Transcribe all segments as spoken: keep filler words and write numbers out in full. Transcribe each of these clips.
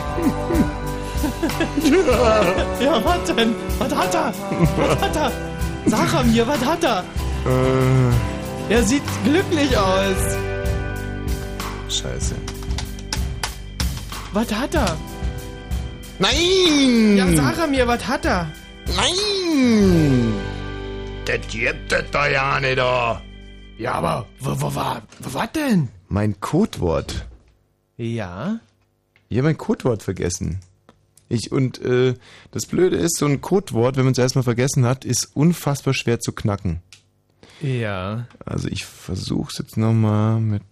Ja, was denn? Was hat er? Was hat er? Sag er mir, was hat er? Äh. Er sieht glücklich aus. Scheiße. Was hat er? Nein! Ja, sag er mir, was hat er? Nein! Das gibt es doch ja nicht, da. Ja, aber, wo, wo, wo, was denn? Mein Codewort. Ja? Ich habe mein Codewort vergessen. Ich, und äh, das Blöde ist, so ein Codewort, wenn man es erstmal vergessen hat, ist unfassbar schwer zu knacken. Ja. Also ich versuche es jetzt nochmal mit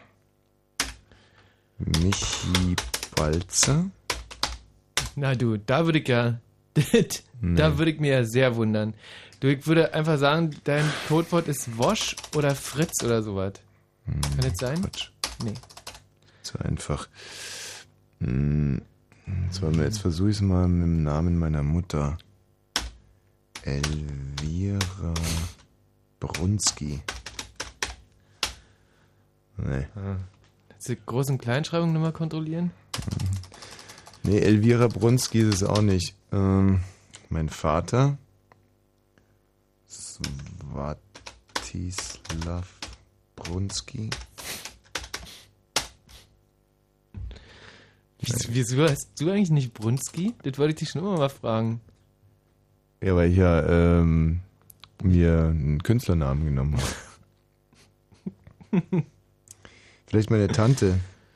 Michi Balzer. Na du, da würde ich ja, Nee. da würde ich mir ja sehr wundern. Du, ich würde einfach sagen, dein Codewort ist Wosch oder Fritz oder sowas. Hm, Kann das sein? Quatsch. Nee. So einfach. Hm, jetzt, warte mal, jetzt versuche ich es mal mit dem Namen meiner Mutter. Elvira Brunski. Nee. Kannst du Groß- und Kleinschreibung nochmal kontrollieren? Nee, Elvira Brunski ist es auch nicht. Ähm, mein Vater. Svatislav Brunski. Wieso, wieso heißt du eigentlich nicht Brunski? Das wollte ich dich schon immer mal fragen. Ja, weil ich ja ähm, mir einen Künstlernamen genommen habe. Vielleicht meine Tante.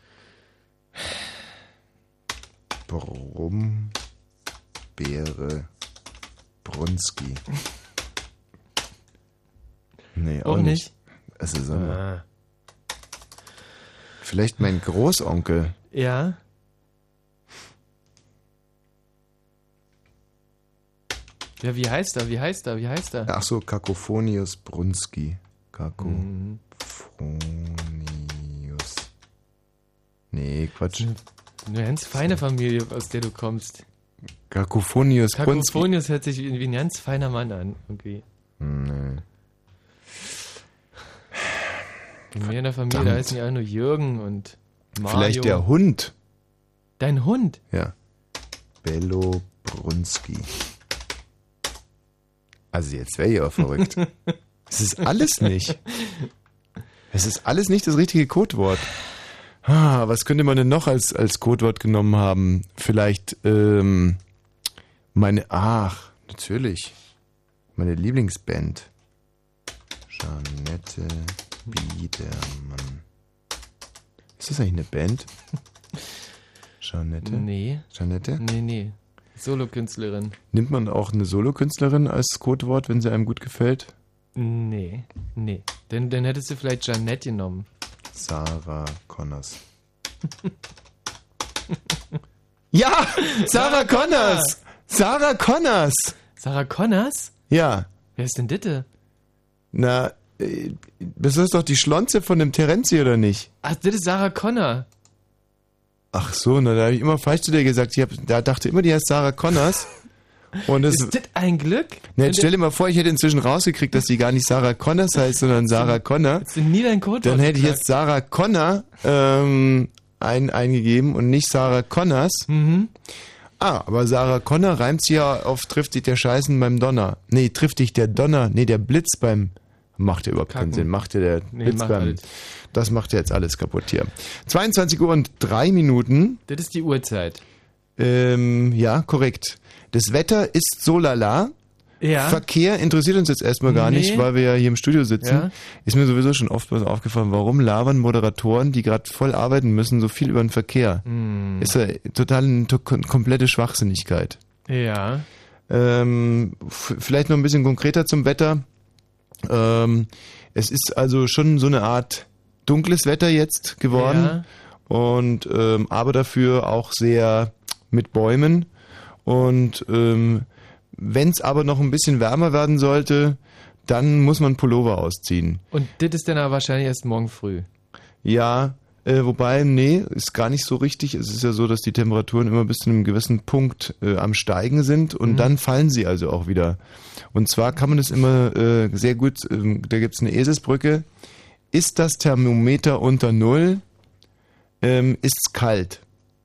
Brumbeere Brunski. Nee, auch, Auch nicht. nicht? Also sag mal. Ah. Vielleicht mein Großonkel. Ja? Ja, wie heißt er? Wie heißt er? Wie heißt er? Ach so, Kakophonius Brunski. Kakophonius. Mhm. Nee, Quatsch. Eine ganz feine Familie, aus der du kommst. Kakophonius Brunski. Kakophonius hört sich wie ein ganz feiner Mann an. Irgendwie. Nee. In mir in der Familie Verdammt. da heißen ja alle nur Jürgen und Mario. Vielleicht der Hund. Dein Hund? Ja. Bello Brunski. Also jetzt wäre ich auch verrückt. Es ist alles nicht. Es ist alles nicht das richtige Codewort. Ah, was könnte man denn noch als, als Codewort genommen haben? Vielleicht, ähm, meine, ach, natürlich. Meine Lieblingsband. Jeanette Biedermann. Ist das eigentlich eine Band? Jeanette? Nee. Jeanette? Nee, nee. Solokünstlerin. Nimmt man auch eine Solokünstlerin als Codewort, wenn sie einem gut gefällt? Nee, nee. Denn dann hättest du vielleicht Jeanette genommen. Sarah Connors. Ja! Sarah Connors! Sarah Connors! Sarah Connors? Ja. Wer ist denn Ditte? Na, äh, das ist doch die Schlonze von dem Terenzi, oder nicht? Ach, das ist Sarah Connor. Ach so, na, da habe ich immer falsch zu dir gesagt. Ich hab, da dachte immer, die heißt Sarah Connors. Und das, Ist das ein Glück? na, jetzt stell dir mal vor, ich hätte inzwischen rausgekriegt, dass die gar nicht Sarah Connors heißt, sondern Sarah Connor. Hast du nie dein Codewort Dann hätte ich geknackt? jetzt Sarah Connor ähm, ein, eingegeben und nicht Sarah Connors. Mhm. Ah, aber Sarah Connor reimt sich ja auf trifft dich der Scheißen beim Donner. Nee, trifft dich der Donner, nee, der Blitz beim... Macht ja überhaupt keinen Kacken. Sinn. Macht ja der Nee, Blitz macht beim... alles. Das macht ja jetzt alles kaputt hier. zweiundzwanzig Uhr und drei Minuten. Das ist die Uhrzeit. Ähm, ja, korrekt. Das Wetter ist so lala. Ja. Verkehr interessiert uns jetzt erstmal gar Nee. nicht, weil wir ja hier im Studio sitzen. Ja. Ist mir sowieso schon oft was aufgefallen, warum labern Moderatoren, die gerade voll arbeiten müssen, so viel über den Verkehr? Hm. Ist ja total eine to- komplette Schwachsinnigkeit. Ja. Ähm, f- vielleicht noch ein bisschen konkreter zum Wetter. Ähm, es ist also schon so eine Art dunkles Wetter jetzt geworden. Ja. Und ähm, aber dafür auch sehr mit Bäumen. Und ähm, wenn es aber noch ein bisschen wärmer werden sollte, dann muss man Pullover ausziehen. Und das ist dann aber wahrscheinlich erst morgen früh. Ja, äh, wobei, nee, ist gar nicht so richtig. Es ist ja so, dass die Temperaturen immer bis zu einem gewissen Punkt äh, am Steigen sind und Mhm. dann fallen sie also auch wieder. Und zwar kann man das immer äh, sehr gut, ähm, da gibt es eine Eselsbrücke. Ist das Thermometer unter Null, ähm, ist's kalt.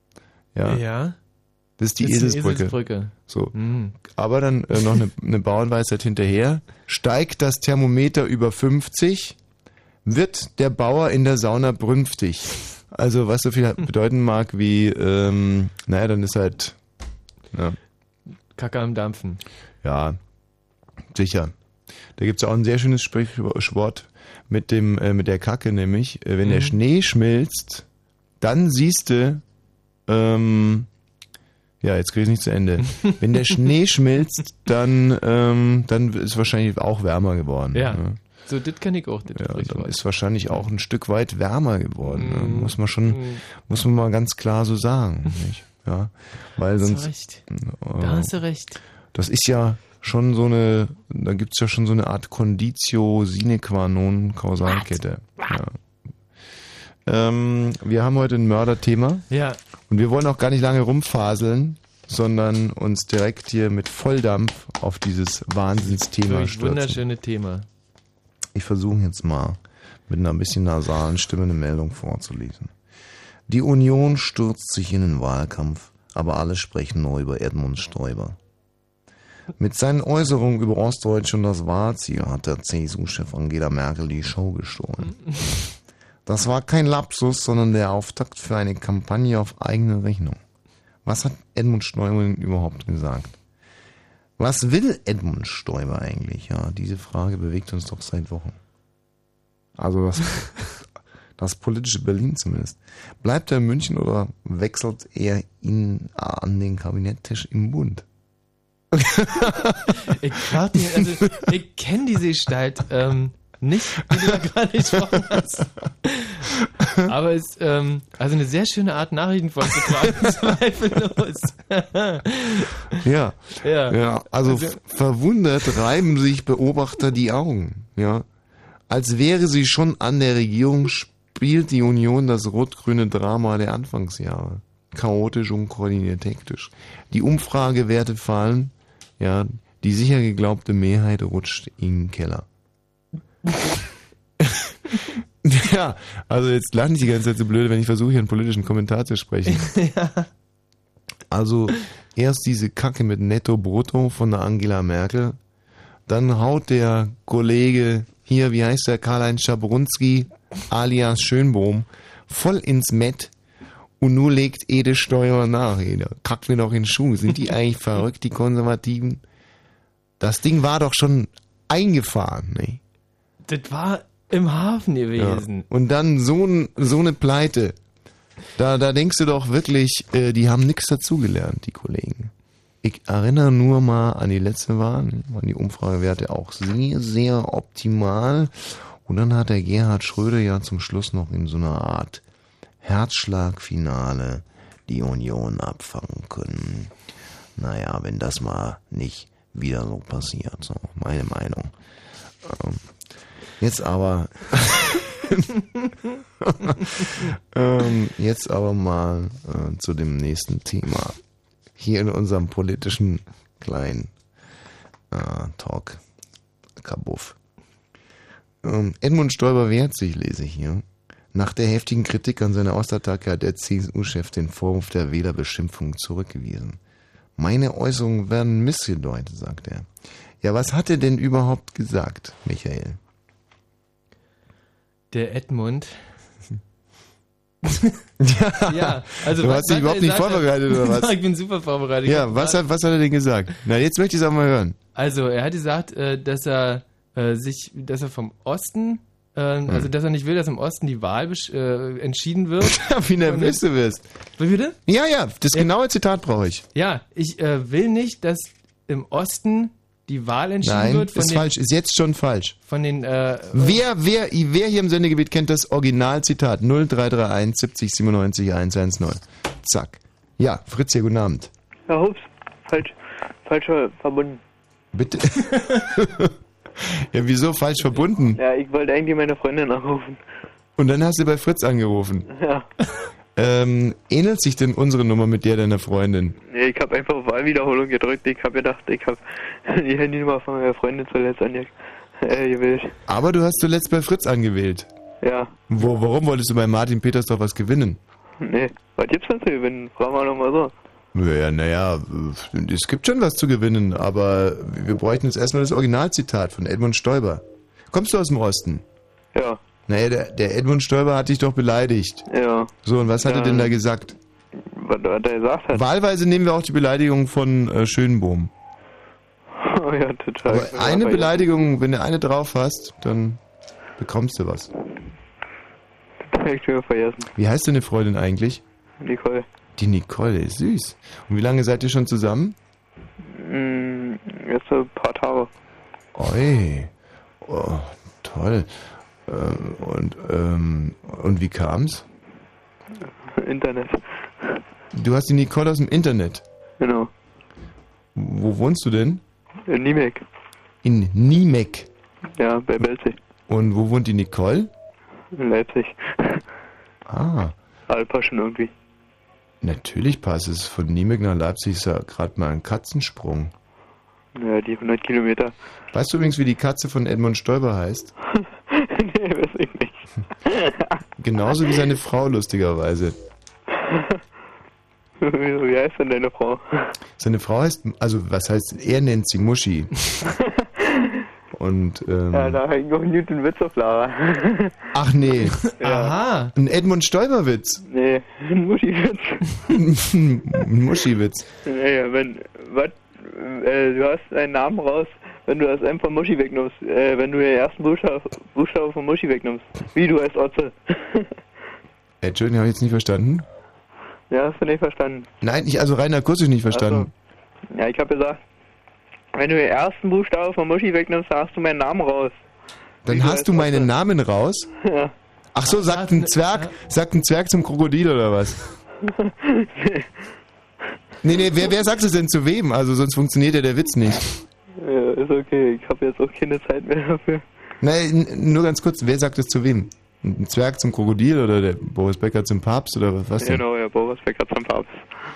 Ja. Ja. Das ist die Das ist Eselsbrücke. die Eselsbrücke. So. Mhm. Aber dann äh, noch eine, eine Bauernweisheit hinterher. Steigt das Thermometer über fünfzig, wird der Bauer in der Sauna brünftig. Also was so viel bedeuten mag wie, ähm, naja, dann ist halt... Ja. Kacke am Dampfen. Ja, sicher. Da gibt es auch ein sehr schönes Sprichwort mit dem äh, mit der Kacke, nämlich, äh, wenn mhm. der Schnee schmilzt, dann siehst du, ähm, ja, jetzt krieg ich es nicht zu Ende. Wenn der Schnee schmilzt, dann, ähm, dann ist es wahrscheinlich auch wärmer geworden. Ja, ne? so das kann ich auch. Das ja, dann ist wahrscheinlich auch ein Stück weit wärmer geworden. Mm. Ne? Muss man schon, mm. muss man mal ganz klar so sagen. Nicht? Ja, weil sonst, hast du recht. Äh, da hast du recht. Das ist ja schon so eine, da gibt es ja schon so eine Art Conditio sine qua non Kausalkette. Ja. Ähm, wir haben heute ein Mörderthema. Ja. Und wir wollen auch gar nicht lange rumfaseln, sondern uns direkt hier mit Volldampf auf dieses Wahnsinnsthema stürzen. Wunderschöne Thema. Ich versuche jetzt mal mit einer bisschen nasalen Stimme eine Meldung vorzulesen. Die Union stürzt sich in den Wahlkampf, aber alle sprechen nur über Edmund Stoiber. Mit seinen Äußerungen über Ostdeutsch und das Wahlziel hat der C S U-Chef Angela Merkel die Show gestohlen. Das war kein Lapsus, sondern der Auftakt für eine Kampagne auf eigene Rechnung. Was hat Edmund Stoiber denn überhaupt gesagt? Was will Edmund Stoiber eigentlich? Ja, diese Frage bewegt uns doch seit Wochen. Also das, das politische Berlin zumindest. Bleibt er in München oder wechselt er ihn an den Kabinetttisch im Bund? ich frag dich, also ich kenne diese Gestalt ähm, nicht, wie du da gerade gesprochen hast. Aber es ist ähm, also eine sehr schöne Art, Nachrichten vorzutragen, zweifellos. ja, ja, ja, also, also verwundert reiben sich Beobachter die Augen, ja. Als wäre sie schon an der Regierung, spielt die Union das rot-grüne Drama der Anfangsjahre. Chaotisch, unkoordiniert, hektisch. Die Umfragewerte fallen, ja, die sicher geglaubte Mehrheit rutscht in den Keller. Ja, also jetzt lach nicht die ganze Zeit so blöde, wenn ich versuche, hier einen politischen Kommentar zu sprechen. Ja. Also erst diese Kacke mit Netto Brutto von der Angela Merkel, dann haut der Kollege hier, wie heißt der, Karl-Heinz Schabrunski alias Schönbohm, voll ins Mett und nun legt Ede Steuer nach. Ede. Kackt mir doch in den Schuh. Sind die eigentlich verrückt, die Konservativen? Das Ding war doch schon eingefahren, ne? Das war im Hafen gewesen. Ja. Und dann so, ein, so eine Pleite. Da, da denkst du doch wirklich, äh, die haben nichts dazugelernt, die Kollegen. Ich erinnere nur mal an die letzte Wahl, waren die Umfragewerte auch sehr, sehr optimal. Und dann hat der Gerhard Schröder ja zum Schluss noch in so einer Art Herzschlagfinale die Union abfangen können. Naja, wenn das mal nicht wieder so passiert, so meine Meinung. Ähm, Jetzt aber ähm, jetzt aber mal äh, zu dem nächsten Thema. Hier in unserem politischen kleinen äh, Talk. Kabuff. Ähm, Edmund Stoiber wehrt sich, lese ich hier. Nach der heftigen Kritik an seine Ostattacke hat der C S U-Chef den Vorwurf der Wählerbeschimpfung zurückgewiesen. Meine Äußerungen werden missgedeutet, sagt er. Ja, was hat er denn überhaupt gesagt, Michael? Der Edmund. ja, ja, also du was, hast dich überhaupt nicht vorbereitet, oder was? Ich bin super vorbereitet. Ja, was hat, was hat er denn gesagt? Na, jetzt möchte ich es auch mal hören. Also, er hat gesagt, dass er sich, dass er vom Osten, also dass er nicht will, dass im Osten die Wahl entschieden wird. Wie nervös du bist. Wie bitte? Ja, ja, das genaue Zitat brauche ich. Ja, ich will nicht, dass im Osten die Wahl entschieden Nein, wird. Nein, ist den, falsch, ist jetzt schon falsch. Von den, äh, wer, wer, wer hier im Sendegebiet kennt das Originalzitat? null drei drei eins siebzig siebenundneunzig hundertzehn. Zack. Ja, Fritz hier, guten Abend. Ja, hups, falsch, falsch verbunden. Bitte? Ja, wieso falsch verbunden? Ja, ich wollte eigentlich meine Freundin anrufen. Und dann hast du bei Fritz angerufen? Ja. Ähm, ähnelt sich denn unsere Nummer mit der deiner Freundin? Nee, ich habe einfach Wahlwiederholung gedrückt. Ich habe gedacht, ich habe die Handynummer von meiner Freundin zuletzt angewählt. Aber du hast zuletzt bei Fritz angewählt? Ja. Wo, warum wolltest du bei Martin Petersdorf was gewinnen? Nee, was gibt's denn zu gewinnen? Fragen wir doch mal so. Naja, naja, es gibt schon was zu gewinnen, aber wir bräuchten jetzt erstmal das Originalzitat von Edmund Stoiber. Kommst du aus dem Osten? Ja. Naja, der, der Edmund Stoiber hat dich doch beleidigt. Ja. So, und was hat Ja. er denn da gesagt? Was, was er gesagt hat? Wahlweise nehmen wir auch die Beleidigung von äh, Schönbohm. Oh ja, total. Aber eine Beleidigung, wenn du eine drauf hast, dann bekommst du was. Das hab ich schon vergessen. Wie heißt deine Freundin eigentlich? Nicole. Die Nicole, ist süß. Und wie lange seid ihr schon zusammen? Mm, jetzt so ein paar Tage. Oi, oh, toll. Ähm, und, ähm, und wie kam's? Internet. Du hast die Nicole aus dem Internet. Genau. Wo wohnst du denn? In Niemek. In Niemek. Ja, bei Belzig. Und wo wohnt die Nicole? In Leipzig. Ah, Alpa schon irgendwie. natürlich passt es. Von Niemek nach Leipzig ist ja gerade mal ein Katzensprung. Ja, die hundert Kilometer. Weißt du übrigens, wie die Katze von Edmund Stoiber heißt? Nee, weiß ich nicht. Genauso wie seine Frau, lustigerweise. Wie heißt denn deine Frau? Seine Frau heißt, also was heißt, er nennt sie Muschi. Und, ähm, Ja, da hängt noch ein guten Witz auf Lara. ach nee, Aha. ein Edmund Stoiber-Witz. Nee, ein Muschi-Witz. Ein Muschi-Witz. Naja, wenn, was, äh, du hast einen Namen raus, wenn du das M von Muschi wegnimmst, äh, wenn du den ersten Buchstabe, Buchstabe von Muschi wegnimmst. Wie, du heißt Otze. Äh, Entschuldigung, habe ich jetzt nicht verstanden? Ja, hast du nicht verstanden. Nein, ich also rein akustisch nicht verstanden. Ach so. Ja, ich habe gesagt, wenn du den ersten Buchstabe von Muschi wegnimmst, dann hast du meinen Namen raus. Dann Wie, du hast heißt du meinen Otze. Namen raus? Ja. Ach so, sagt ein Zwerg, sagt ein Zwerg zum Krokodil oder was? Nee, nee, wer, wer sagt es denn zu wem? Also sonst funktioniert ja der Witz nicht. Ja, ist okay, ich habe jetzt auch keine Zeit mehr dafür. Nein, n- nur ganz kurz, wer sagt es zu wem? Ein Zwerg zum Krokodil oder der Boris Becker zum Papst oder was denn? Genau, ja, Boris Becker zum Papst.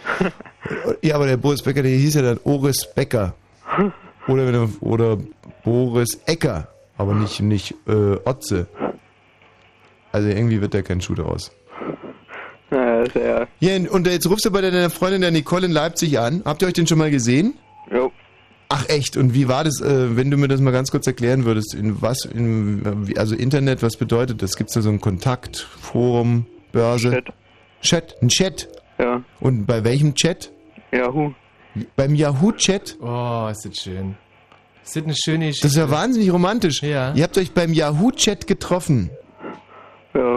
Ja, aber der Boris Becker, der hieß ja dann Oris Becker. Oder, wenn er- oder Boris Ecker, aber nicht, nicht äh, Otze. Also irgendwie wird da kein Schuh draus. Naja, ist ja. Ja, und jetzt rufst du bei deiner Freundin der Nicole in Leipzig an. Habt ihr euch den schon mal gesehen? Jo. Ach echt, und wie war das, äh, wenn du mir das mal ganz kurz erklären würdest, in was, in, wie- also Internet, was bedeutet das? Gibt es da so einen Kontakt, Forum, Börse? Chat. Chat, ein Chat? Ja. Und bei welchem Chat? Yahoo. Beim Yahoo-Chat? Oh, ist das schön. Ist das eine schöne Geschichte? Das ist ja wahnsinnig romantisch. Ja. Ihr habt euch beim Yahoo-Chat getroffen. Ja.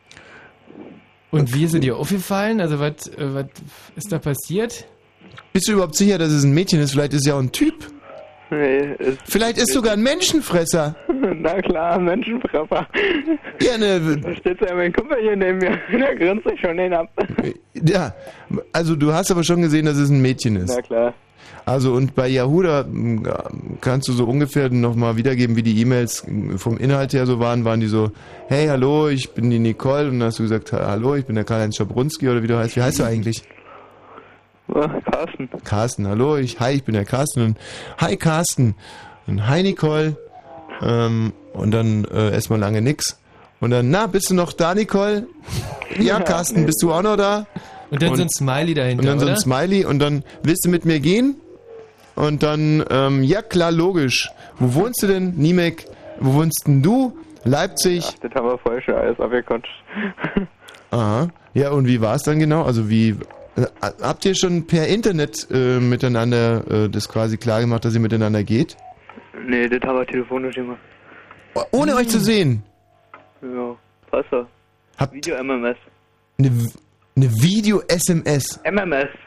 Und wie ist es dir aufgefallen? Also, was äh, was ist da passiert? Bist du überhaupt sicher, dass es ein Mädchen ist? Vielleicht ist es ja auch ein Typ. Nee, ist Vielleicht ist sogar ein Menschenfresser. Na klar, Menschenfresser. Ja, ne, Da steht ja mein Kumpel hier neben mir. Der grinst sich schon den ab. ja, also du hast aber schon gesehen, dass es ein Mädchen ist. Na klar. Also und bei Yahoo, da mm, kannst du so ungefähr nochmal wiedergeben, wie die E-Mails vom Inhalt her so waren. Waren die so, hey, hallo, ich bin die Nicole. Und dann hast du gesagt, hallo, ich bin der Karl-Heinz Schabrunski oder wie du heißt. Wie heißt du eigentlich? Ah, Carsten. Carsten, hallo, ich, hi, ich bin der Carsten. Und hi Carsten. Und hi Nicole. Ähm, und dann äh, erstmal lange nix. Und dann, na, bist du noch da, Nicole? Ja, Carsten, nee. bist du auch noch da? Und dann Und- so ein Smiley dahinter, Und dann so oder? ein Smiley und dann, willst du mit mir gehen? Und dann, ähm, ja klar, logisch. Wo wohnst du denn? Niemek. Wo wohnst denn du? Leipzig. Ach, das haben wir vorher schon alles abgequatscht. Aha. Ja, und wie war es dann genau? Also wie, äh, habt ihr schon per Internet äh, miteinander äh, das quasi klar gemacht, dass ihr miteinander geht? Nee, das haben wir telefonisch gemacht. Oh, ohne euch zu sehen? Ja, passt doch. Habt Video-M M S. eine, eine Video-S M S. M M S.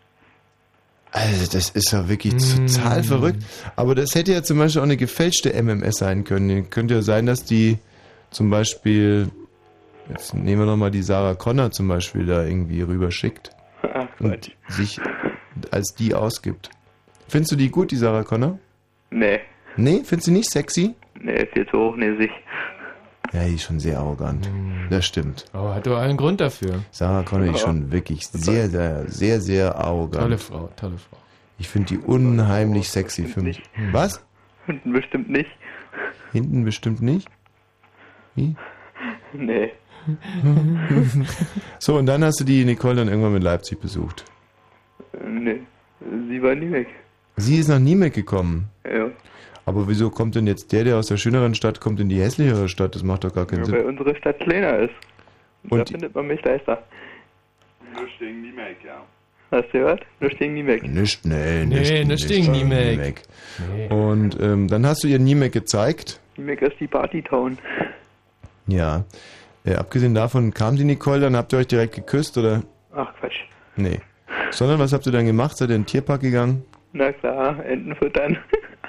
Also das ist ja wirklich Mm. total verrückt. Aber das hätte ja zum Beispiel auch eine gefälschte M M S sein können. Könnte ja sein, dass die zum Beispiel, jetzt nehmen wir nochmal die Sarah Connor zum Beispiel da irgendwie rüber schickt Ach und Gott. sich als die ausgibt. Findest du die gut, die Sarah Connor? Nee. Nee, findest du nicht sexy? Nee, viel zu hochnäsig. Ja, die ist schon sehr arrogant. Das stimmt. Oh, hat doch einen Grund dafür. Sarah Connor ist schon wirklich sehr, sehr, sehr, sehr arrogant. Tolle Frau, tolle Frau. Ich finde die unheimlich sexy für mich. Was? Bestimmt nicht. Hinten bestimmt nicht? Wie? Nee. So, und dann hast du die Nicole dann irgendwann mit Leipzig besucht. Nee, sie war nie weg. Sie ist nach Niemek gekommen. Ja. Aber wieso kommt denn jetzt der, der aus der schöneren Stadt kommt, in die hässlichere Stadt? Das macht doch gar keinen Ja, Sinn. weil unsere Stadt kleiner ist. Und, Und da die- findet man mich leichter. Nur gegen Niemek, ja. Hast du gehört? Nur stehen nie weg. Nicht, nee, Nee, nicht, nicht gegen Niemek. Nee. Und ähm, dann hast du ihr Niemek gezeigt. Niemek ist die Partytown. Ja. Äh, abgesehen davon kam die Nicole, dann habt ihr euch direkt geküsst, oder? Ach Quatsch. Nee. Sondern was habt ihr dann gemacht? Seid ihr in den Tierpark gegangen? Na klar, Enten füttern.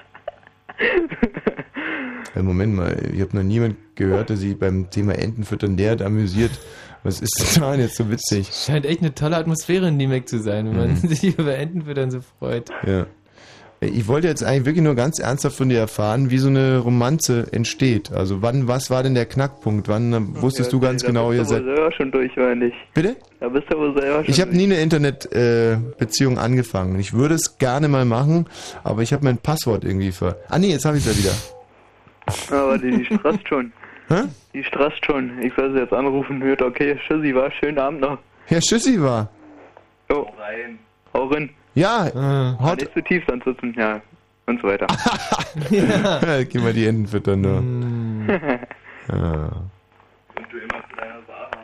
Äh, Moment mal, ich habe noch niemand gehört, der sich beim Thema Entenfüttern derart amüsiert. Was ist daran jetzt so witzig? Scheint echt eine tolle Atmosphäre in Niemek zu sein, wenn man Mhm. sich über Entenfüttern so freut. Ja. Ich wollte jetzt eigentlich wirklich nur ganz ernsthaft von dir erfahren, wie so eine Romanze entsteht. Also wann, was war denn der Knackpunkt? Wann äh, wusstest du ganz da genau, ihr bist du seid... wohl selber schon durch, oder nicht? Bitte? Da bist du wohl selber schon Ich habe durch. nie eine Internetbeziehung angefangen. Ich würde es gerne mal machen, aber ich habe mein Passwort irgendwie ver... Ah nee, jetzt habe ich es ja wieder. Aber die, die stresst schon. Hä? Die stresst schon. Ich soll sie jetzt anrufen. Hört, okay, Tschüssi, war schönen Abend noch. Ja, Tschüssi war. Jo. Rein. Hau rein. Ja, Ah. haut... Nicht zu tief, sonst sitzen. Ja. Und so weiter. Ja. Geh mal die Enten füttern da. Hm. Ah. Und du immer zu deiner Sarah.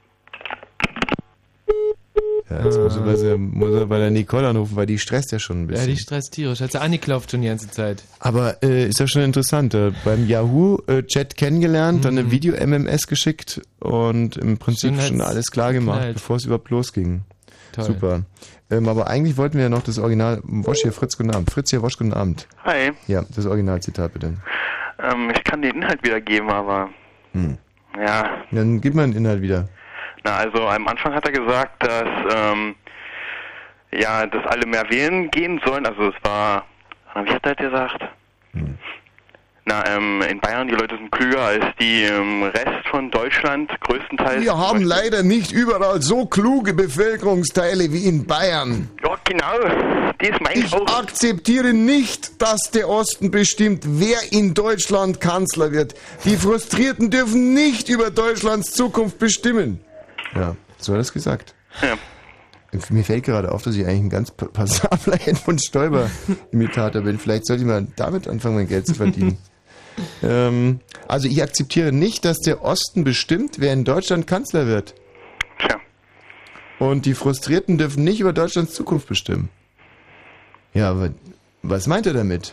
Ja, jetzt muss er, bei der, muss er bei der Nicole anrufen, weil die stresst ja schon ein Ja, bisschen. die stresst tierisch. Hat sie angeklopft schon die ganze Zeit. Aber äh, ist ja schon interessant. Äh, beim Yahoo-Chat kennengelernt, dann eine Video-M M S geschickt und im Prinzip Schon schon hat's alles klar gemacht, geknallt. bevor es überhaupt losging. Toll. Super. Ähm, aber eigentlich wollten wir ja noch das Original... Wosch hier, Fritz, guten Abend. Fritz hier, Wosch, guten Abend. Hi, Ja, das Originalzitat bitte. ähm, ich kann den Inhalt wiedergeben, aber Hm. ja, Dann gib mal den Inhalt wieder. na also am Anfang hat er gesagt, dass ähm, ja, dass alle mehr wählen gehen sollen. Also es war, wie hat er das gesagt? Hm. Na, ähm, in Bayern die Leute sind klüger als die im Rest von Deutschland, größtenteils. Wir haben leider nicht überall so kluge Bevölkerungsteile wie in Bayern. Ja, genau. Das meine ich Ich auch. akzeptiere nicht, dass der Osten bestimmt, wer in Deutschland Kanzler wird. Die Frustrierten dürfen nicht über Deutschlands Zukunft bestimmen. Ja, so hat er es gesagt. Ja. Mir fällt gerade auf, dass ich eigentlich ein ganz pa- passabler Edmund Stoiber-Imitator bin. Vielleicht sollte ich mal damit anfangen, mein Geld zu verdienen. ähm, also ich akzeptiere nicht, dass der Osten bestimmt, wer in Deutschland Kanzler wird. Tja. Und die Frustrierten dürfen nicht über Deutschlands Zukunft bestimmen. Ja, aber was meint er damit?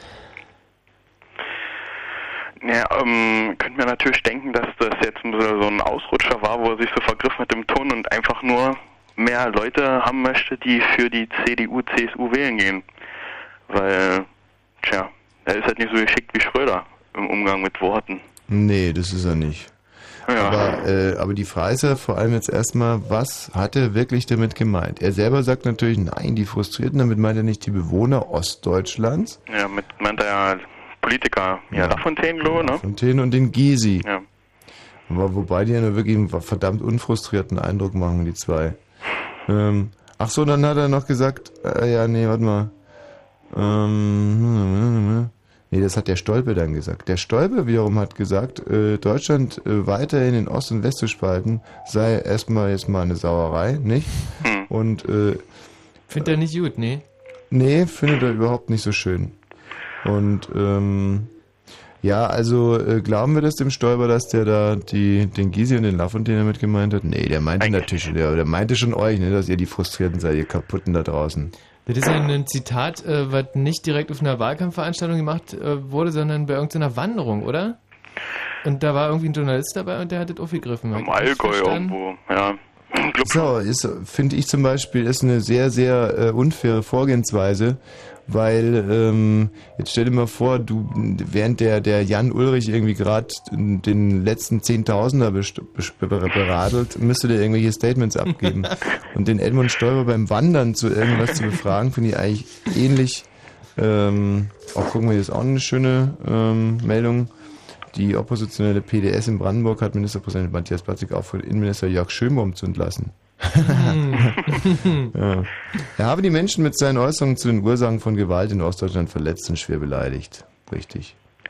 Ja, ähm, könnte mir natürlich denken, dass das jetzt so so ein Ausrutscher war, wo er sich so vergriff mit dem Ton und einfach nur mehr Leute haben möchte, die für die C D U, C S U wählen gehen. Weil, tja, er ist halt nicht so geschickt wie Schröder im Umgang mit Worten. Nee, das ist er nicht. Ja. Aber, äh, aber die Frage ist ja vor allem jetzt erstmal, was hat er wirklich damit gemeint? Er selber sagt natürlich, nein, die Frustrierten, damit meint er nicht die Bewohner Ostdeutschlands. Ja, mit meint er ja Politiker, ja, Ja. Lafontaine, glaube ich, ne? Fontaine und den Gysi. Ja. Aber wobei die ja nur wirklich einen verdammt unfrustrierten Eindruck machen, die zwei. Ähm, ach so, dann hat er noch gesagt, äh, ja, nee, warte mal. Ähm, nee, das hat der Stolpe dann gesagt. Der Stolpe wiederum hat gesagt, äh, Deutschland äh, weiterhin in Ost und West zu spalten, sei erstmal jetzt mal eine Sauerei, nicht? Hm. Und, äh, Findet er nicht gut, nee? nee, findet er überhaupt nicht so schön. Und, ähm, ja, also äh, glauben wir das dem Stoiber, dass der da die, den Gysi und den Lafontaine damit gemeint hat? Nee, der meinte Eigentlich natürlich, der, der meinte schon euch, ne, dass ihr die Frustrierten seid, ihr Kaputten da draußen. Das ist ja ein Zitat, äh, was nicht direkt auf einer Wahlkampfveranstaltung gemacht äh, wurde, sondern bei irgendeiner Wanderung, oder? Und da war irgendwie ein Journalist dabei und der hat das aufgegriffen. Im Hat das Allgäu verstanden? irgendwo, ja. Glaub So, ist, finde ich zum Beispiel, ist eine sehr, sehr äh, unfaire Vorgehensweise, weil, ähm, jetzt stell dir mal vor, du, während der, der Jan Ulrich irgendwie gerade den letzten Zehntausender best- bes- beradelt, müsste der irgendwelche Statements abgeben. Und den Edmund Stoiber beim Wandern zu irgendwas zu befragen, finde ich eigentlich ähnlich. Ähm, auch gucken wir, hier ist auch eine schöne ähm, Meldung. Die oppositionelle P D S in Brandenburg hat Ministerpräsident Matthias Platzig aufgefordert, Innenminister Jörg Schönbaum zu entlassen. ja. Er habe die Menschen mit seinen Äußerungen zu den Ursachen von Gewalt in Ostdeutschland verletzt und schwer beleidigt. Richtig.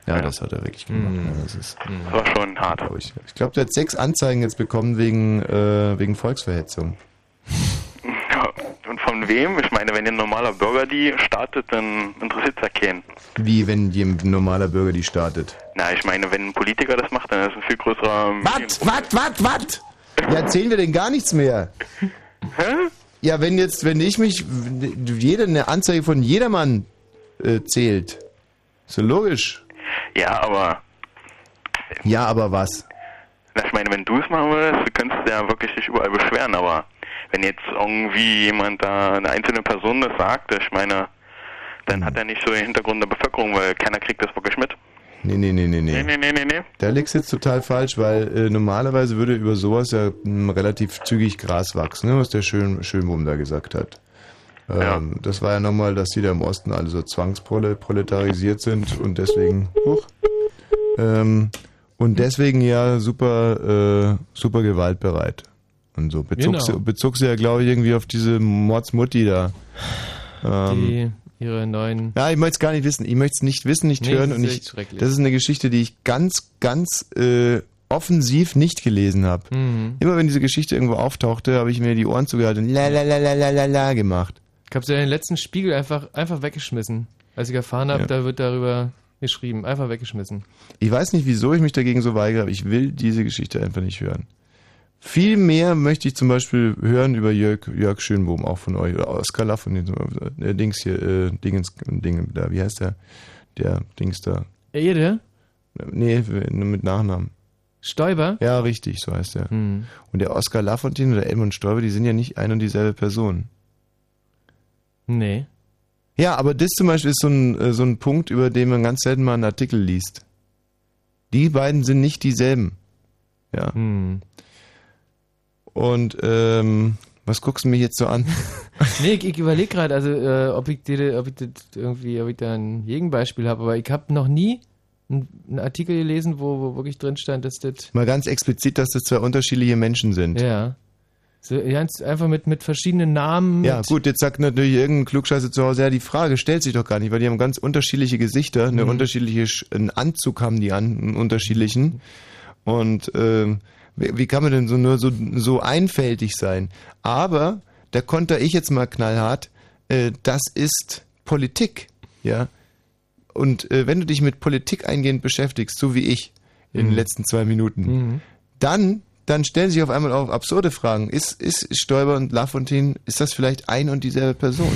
Ja, das hat er wirklich gemacht. Mhm. Das ist, Das war schon hart. glaub ich ich glaube, der hat sechs Anzeigen jetzt bekommen wegen, äh, wegen Volksverhetzung. Ja, und von wem? Ich meine, wenn ein normaler Bürger die startet, dann interessiert es ja keinen. Wie, wenn ein normaler Bürger die startet? Na, ich meine, wenn ein Politiker das macht, dann ist es ein viel größerer... Was? Was? Was? Was? Ja, erzählen wir denn gar nichts mehr? Hä? Ja, wenn jetzt, wenn ich mich, jede, eine Anzeige von jedermann äh, zählt. So logisch. Ja, aber... Ja, aber was? Na, ich meine, wenn du es machen würdest, du könntest ja wirklich dich überall beschweren, aber wenn jetzt irgendwie jemand da, eine einzelne Person das sagt, ich meine, dann hat er nicht so den Hintergrund der Bevölkerung, weil keiner kriegt das wirklich mit. Nee, nee, nee, nee, nee. Nee, nee, nee, nee, nee. Da liegt's jetzt total falsch, weil äh, normalerweise würde über sowas ja m, relativ zügig Gras wachsen, ne, was der Schön, Schönbohm da gesagt hat. Ähm, Ja. Das war ja nochmal, dass die da im Osten alle so zwangsproletarisiert sind und deswegen, huch, ähm, und deswegen ja super, äh, super gewaltbereit. Und so bezog, Genau. sie, bezog sie ja, glaube ich, irgendwie auf diese Mordsmutti da. Ähm, Die, ihre neuen... ja, ich möchte es gar nicht wissen. Ich möchte es nicht wissen, nicht Nee, hören. das Und ist ich, echt schrecklich. das ist eine Geschichte, die ich ganz, ganz äh, offensiv nicht gelesen habe. Mhm. Immer wenn diese Geschichte irgendwo auftauchte, habe ich mir die Ohren zugehalten und la la la la la la la gemacht. Ich habe sie ja den letzten Spiegel einfach, einfach weggeschmissen. Als ich erfahren habe, Ja. da wird darüber geschrieben. Einfach weggeschmissen. Ich weiß nicht, wieso ich mich dagegen so weigere, aber ich will diese Geschichte einfach nicht hören. Viel mehr möchte ich zum Beispiel hören über Jörg, Jörg Schönbohm, auch von euch, oder Oskar Laff und den, äh, Dings hier, äh, Dingens, Ding, da, wie heißt der? Der Dings da. Ede? Nee, nur mit Nachnamen. Stoiber? Ja, richtig, so heißt er. Hm. Und der Oskar Lafontaine oder Edmund Stoiber, die sind ja nicht ein und dieselbe Person. Nee. Ja, aber das zum Beispiel ist so ein, äh, so ein Punkt, über den man ganz selten mal einen Artikel liest. Die beiden sind nicht dieselben. Ja. Hm. Und, ähm, was guckst du mich jetzt so an? Nee, ich, ich überlege gerade, also äh, ob ich dir, ob ich das irgendwie, ob ich da ein Gegenbeispiel habe, aber ich habe noch nie einen, einen Artikel gelesen, wo, wo wirklich drin stand, dass das Mal ganz explizit, dass das zwei unterschiedliche Menschen sind. ja so ganz einfach mit mit verschiedenen Namen. Ja, mit, gut, jetzt sagt natürlich irgendein Klugscheißer zu Hause, ja, die Frage stellt sich doch gar nicht, weil die haben ganz unterschiedliche Gesichter, eine Mhm. unterschiedliche, Sch- einen Anzug haben die an, einen unterschiedlichen. Und ähm, wie, wie kann man denn so nur so, so einfältig sein? Aber, da konter ich jetzt mal knallhart, äh, das ist Politik, ja. Und äh, wenn du dich mit Politik eingehend beschäftigst, so wie ich in Mhm. den letzten zwei Minuten, Mhm. dann, dann stellen sich auf einmal auch absurde Fragen. Ist, ist Stoiber und Lafontaine, ist das vielleicht ein und dieselbe Person?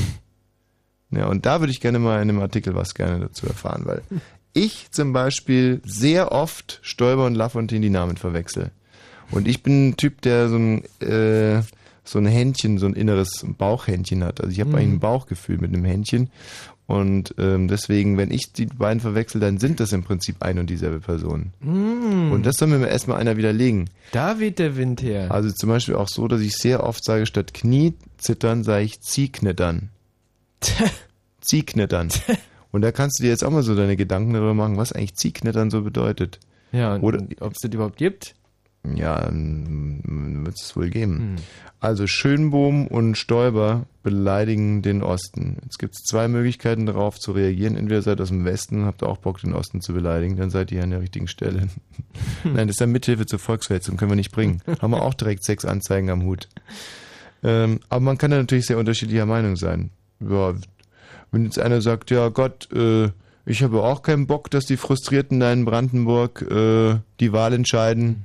Ja, und da würde ich gerne mal in einem Artikel was gerne dazu erfahren, weil ich zum Beispiel sehr oft Stoiber und Lafontaine die Namen verwechsel. Und ich bin ein Typ, der so ein, äh, so ein Händchen, so ein inneres Bauchhändchen hat. Also ich habe Mhm. eigentlich ein Bauchgefühl mit einem Händchen. Und ähm, deswegen, wenn ich die beiden verwechsel, dann sind das im Prinzip ein und dieselbe Person. Mm, Und das soll mir erstmal einer widerlegen. da weht der Wind her. Also zum Beispiel auch so, dass ich sehr oft sage, statt Knie zittern, sage ich Ziehknittern. Ziehknittern. Und da kannst du dir jetzt auch mal so deine Gedanken darüber machen, was eigentlich Ziehknittern so bedeutet. Ja, und Oder- ob es das überhaupt gibt? Ja, wird es wohl geben. Hm. Also Schönbohm und Stoiber beleidigen den Osten. Jetzt gibt es zwei Möglichkeiten darauf zu reagieren. Entweder seid ihr aus dem Westen und habt auch Bock, den Osten zu beleidigen, dann seid ihr an der richtigen Stelle. Nein, das ist dann Mithilfe zur Volksverhetzung, können wir nicht bringen. Haben wir auch direkt sechs Anzeigen am Hut. Ähm, aber man kann da natürlich sehr unterschiedlicher Meinung sein. Ja, wenn jetzt einer sagt, ja Gott, äh, ich habe auch keinen Bock, dass die Frustrierten da in Brandenburg äh, die Wahl entscheiden.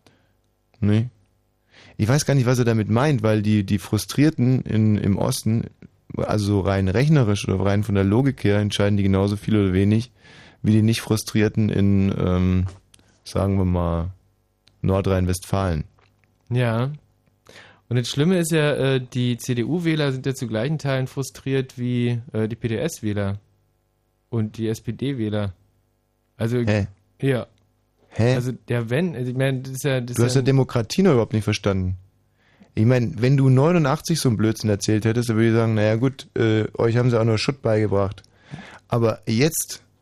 Nee. Ich weiß gar nicht, was er damit meint, weil die, die Frustrierten in, im Osten, also rein rechnerisch oder rein von der Logik her, entscheiden die genauso viel oder wenig, wie die nicht Frustrierten in, ähm, sagen wir mal, Nordrhein-Westfalen. Ja. Und das Schlimme ist ja, äh, die C D U-Wähler sind ja zu gleichen Teilen frustriert wie äh, die P D S-Wähler und die S P D-Wähler. Also, Hä? ja. Hä? Also, der Wenn, also ich meine, das ist ja... Das Du ist hast ja Demokratie noch überhaupt nicht verstanden. Ich meine, wenn du neunundachtzig so einen Blödsinn erzählt hättest, dann würde ich sagen, naja gut, äh, euch haben sie auch nur Schutt beigebracht. Aber jetzt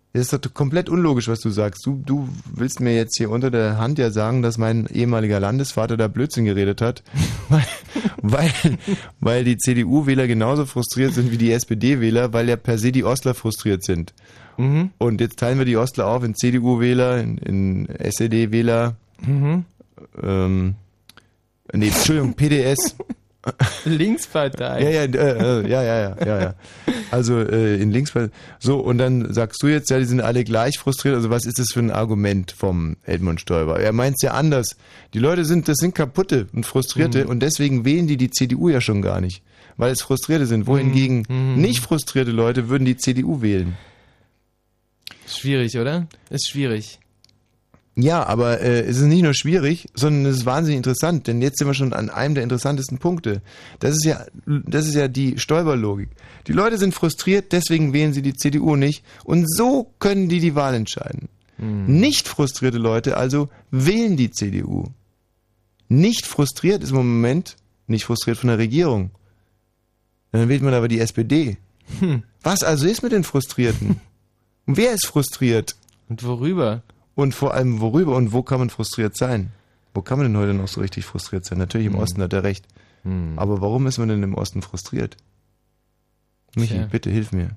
Das ist doch komplett unlogisch, was du sagst. Du, du willst mir jetzt hier unter der Hand ja sagen, dass mein ehemaliger Landesvater da Blödsinn geredet hat, weil, weil, weil die C D U-Wähler genauso frustriert sind wie die S P D-Wähler, weil ja per se die Ostler frustriert sind. Mhm. Und jetzt teilen wir die Ostler auf in C D U-Wähler, in, in S E D-Wähler, Mhm. ähm, nee, Entschuldigung, P D S. Linkspartei. Ja, ja, äh, ja, ja, ja, ja, ja. Also äh, in Linkspartei. So, und dann sagst du jetzt, ja, die sind alle gleich frustriert. Also was ist das für ein Argument vom Edmund Stoiber? Er meint es ja anders. Die Leute sind, das sind kaputte und Frustrierte Mhm. und deswegen wählen die die C D U ja schon gar nicht, weil es Frustrierte sind. Wohingegen Mhm. nicht frustrierte Leute würden die C D U wählen. Schwierig, oder? Ist schwierig. Ja, aber äh, es ist nicht nur schwierig, sondern es ist wahnsinnig interessant, denn jetzt sind wir schon an einem der interessantesten Punkte. Das ist ja, das ist ja die Stoiber-Logik. Die Leute sind frustriert, deswegen wählen sie die C D U nicht und so können die die Wahl entscheiden. Mhm. Nicht frustrierte Leute also wählen die C D U. Nicht frustriert ist im Moment nicht frustriert von der Regierung. Dann wählt man aber die S P D. Hm. Was also ist mit den Frustrierten? Und wer ist frustriert? Und worüber? Und vor allem worüber und wo kann man frustriert sein? Wo kann man denn heute noch so richtig frustriert sein? Natürlich im Hm. Osten hat er recht. Hm. Aber warum ist man denn im Osten frustriert? Michi, Tja. bitte hilf mir.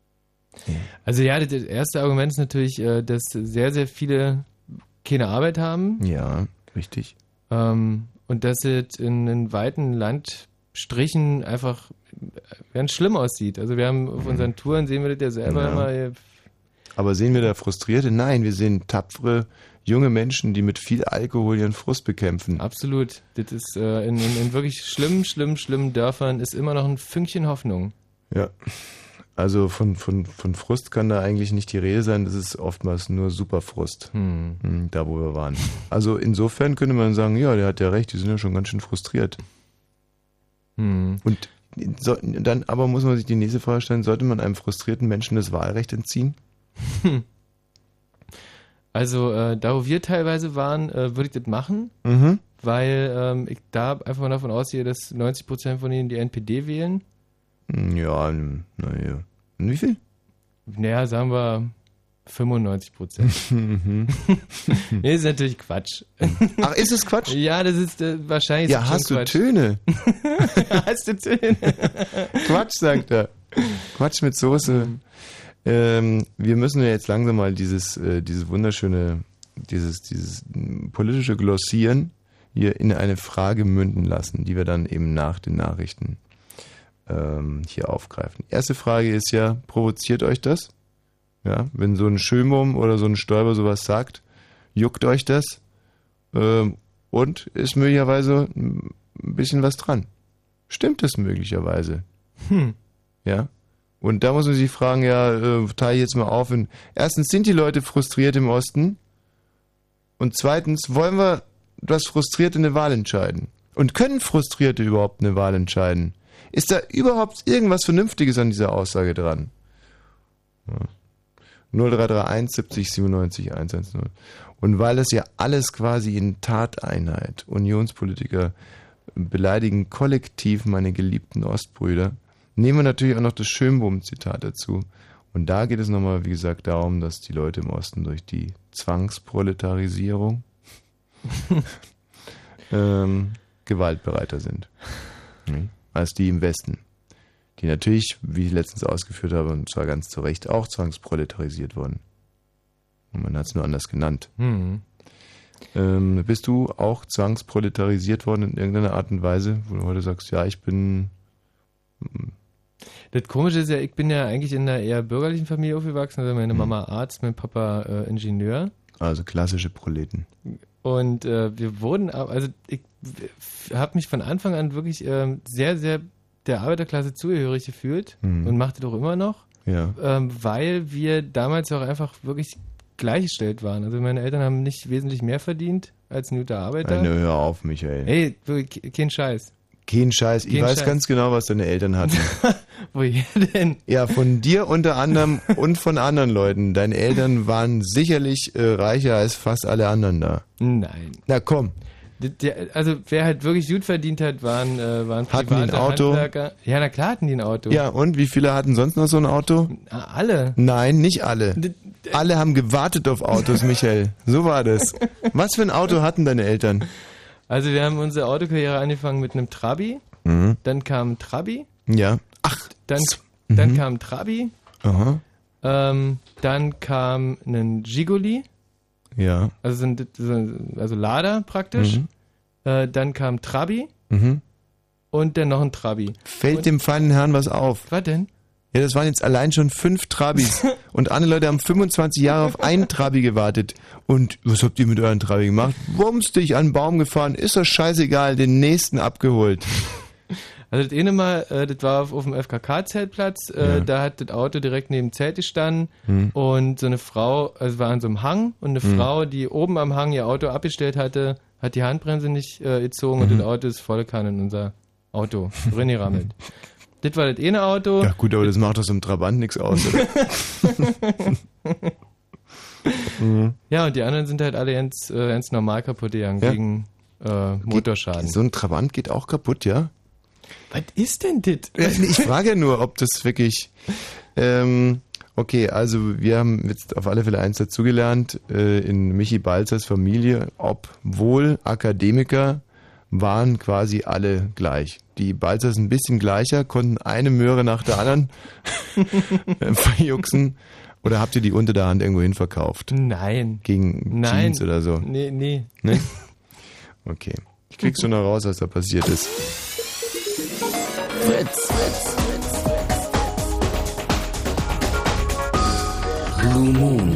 Also ja, das erste Argument ist natürlich, äh, dass sehr, sehr viele keine Arbeit haben. Ja, richtig. Ähm, und dass es in, in weiten Landstrichen einfach ganz schlimm aussieht. Also wir haben auf unseren Touren, sehen wir das ja selber Ja. immer. Aber sehen wir da Frustrierte? Nein, wir sehen tapfere junge Menschen, die mit viel Alkohol ihren Frust bekämpfen. Absolut. Das ist äh, in, in, in wirklich schlimmen, schlimmen, schlimmen Dörfern ist immer noch ein Fünkchen Hoffnung. Ja. Also von, von, von Frust kann da eigentlich nicht die Rede sein, das ist oftmals nur Superfrust. Hm. Hm, Da, wo wir waren. Also insofern könnte man sagen, ja, der hat ja recht, die sind ja schon ganz schön frustriert. Hm. Und so, dann aber muss man sich die nächste Frage stellen, sollte man einem frustrierten Menschen das Wahlrecht entziehen? Hm. Also äh, da, wo wir teilweise waren, äh, würde ich das machen, Mhm. weil ähm, ich da einfach mal davon ausgehe, dass neunzig Prozent von ihnen die N P D wählen. Ja, naja. Und wie viel? Naja, sagen wir fünfundneunzig Prozent. Mhm. Nee, ist natürlich Quatsch. Ach, ist es Quatsch? Ja, das ist äh, wahrscheinlich Ja, schon hast du Quatsch. Töne? Hast du Töne? Quatsch, sagt er. Quatsch mit Soße. Ähm, wir müssen ja jetzt langsam mal dieses, äh, dieses wunderschöne, dieses, dieses m, politische Glossieren hier in eine Frage münden lassen, die wir dann eben nach den Nachrichten ähm, hier aufgreifen. Erste Frage ist ja, provoziert euch das? Ja, wenn so ein Schömum oder so ein Stoiber sowas sagt, juckt euch das? Ähm, und ist möglicherweise ein bisschen was dran? Stimmt das möglicherweise? Hm. Ja. Und da muss man sich fragen, ja, äh, teile ich jetzt mal auf. In, erstens, sind die Leute frustriert im Osten? Und zweitens, wollen wir, dass Frustrierte eine Wahl entscheiden? Und können Frustrierte überhaupt eine Wahl entscheiden? Ist da überhaupt irgendwas Vernünftiges an dieser Aussage dran? Ja. null drei drei eins siebzig siebenundneunzig hundertzehn. Und weil das ja alles quasi in Tateinheit, Unionspolitiker beleidigen kollektiv meine geliebten Ostbrüder, nehmen wir natürlich auch noch das Schönbohm-Zitat dazu. Und da geht es nochmal, wie gesagt, darum, dass die Leute im Osten durch die Zwangsproletarisierung ähm, gewaltbereiter sind. Mhm. Als die im Westen. Die natürlich, wie ich letztens ausgeführt habe, und zwar ganz zu Recht, auch zwangsproletarisiert wurden. Und man hat es nur anders genannt. Hm. Ähm, bist du auch zwangsproletarisiert worden in irgendeiner Art und Weise, wo du heute sagst, ja, ich bin... Das Komische ist ja, ich bin ja eigentlich in einer eher bürgerlichen Familie aufgewachsen. Also meine Mama Arzt, mein Papa äh, Ingenieur. Also klassische Proleten. Und äh, wir wurden, also ich habe mich von Anfang an wirklich äh, sehr, sehr der Arbeiterklasse zugehörig gefühlt Mhm. und machte doch immer noch, Ja. ähm, weil wir damals auch einfach wirklich gleichgestellt waren. Also meine Eltern haben nicht wesentlich mehr verdient als ein guter Arbeiter. Äh, ne, hör auf, Michael. Ey, wirklich, kein Scheiß. Kein Scheiß. Ich Kein weiß Scheiß. ganz genau, was deine Eltern hatten. Woher denn? Ja, von dir unter anderem und von anderen Leuten. Deine Eltern waren sicherlich äh, reicher als fast alle anderen da. Nein. Na komm. Der, der, also wer halt wirklich gut verdient hat, waren, äh, waren Hatten die ein private Auto? Handwerker. Ja, na klar hatten die ein Auto. Ja, und wie viele hatten sonst noch so ein Auto? Ah, alle. Nein, nicht alle. D- Alle haben gewartet auf Autos, Michael. So war das. Was für ein Auto hatten deine Eltern? Also wir haben unsere Autokarriere angefangen mit einem Trabi, Mhm. dann kam ein Trabi, Ja. Ach. dann, Mhm. dann kam ein Trabi, Aha. ähm, dann kam ein Gigoli, Ja. also, sind, also Lader praktisch, Mhm. äh, dann kam Trabi Mhm. und dann noch ein Trabi. Fällt und, dem feinen Herrn was auf? Was denn? Ja, das waren jetzt allein schon fünf Trabis. Und andere Leute haben fünfundzwanzig Jahre auf einen Trabi gewartet. Und was habt ihr mit euren Trabi gemacht? Wumstig an den Baum gefahren, ist doch scheißegal, den nächsten abgeholt. Also das eine Mal, äh, das war auf, auf dem F K K-Zeltplatz, äh, Ja. da hat das Auto direkt neben dem Zelt gestanden Hm. und so eine Frau, also war an so einem Hang und eine Hm. Frau, die oben am Hang ihr Auto abgestellt hatte, hat die Handbremse nicht äh, gezogen Mhm. und das Auto ist volle Kanne in unser Auto reingerammelt. Das war das eine Auto. Ja gut, aber das macht doch so einem Trabant nichts aus, oder? mhm. Ja, und die anderen sind halt alle ganz, äh, ganz normal kaputt gegangen, Ja. wegen äh, Motorschaden. So ein Trabant geht auch kaputt, ja? Was ist denn das? Ich frage ja nur, ob das wirklich... Ähm, okay, also wir haben jetzt auf alle Fälle eins dazugelernt, äh, in Michi Balzers Familie, obwohl Akademiker, waren quasi alle gleich. Die Balzers ein bisschen gleicher, konnten eine Möhre nach der anderen verjuxen. Oder habt ihr die unter der Hand irgendwo hin verkauft? Nein. Gegen Nein. Jeans oder so? Nee, nee. Nee? Okay. Ich krieg's schon noch raus, was da passiert ist. Fritz. Blue Moon.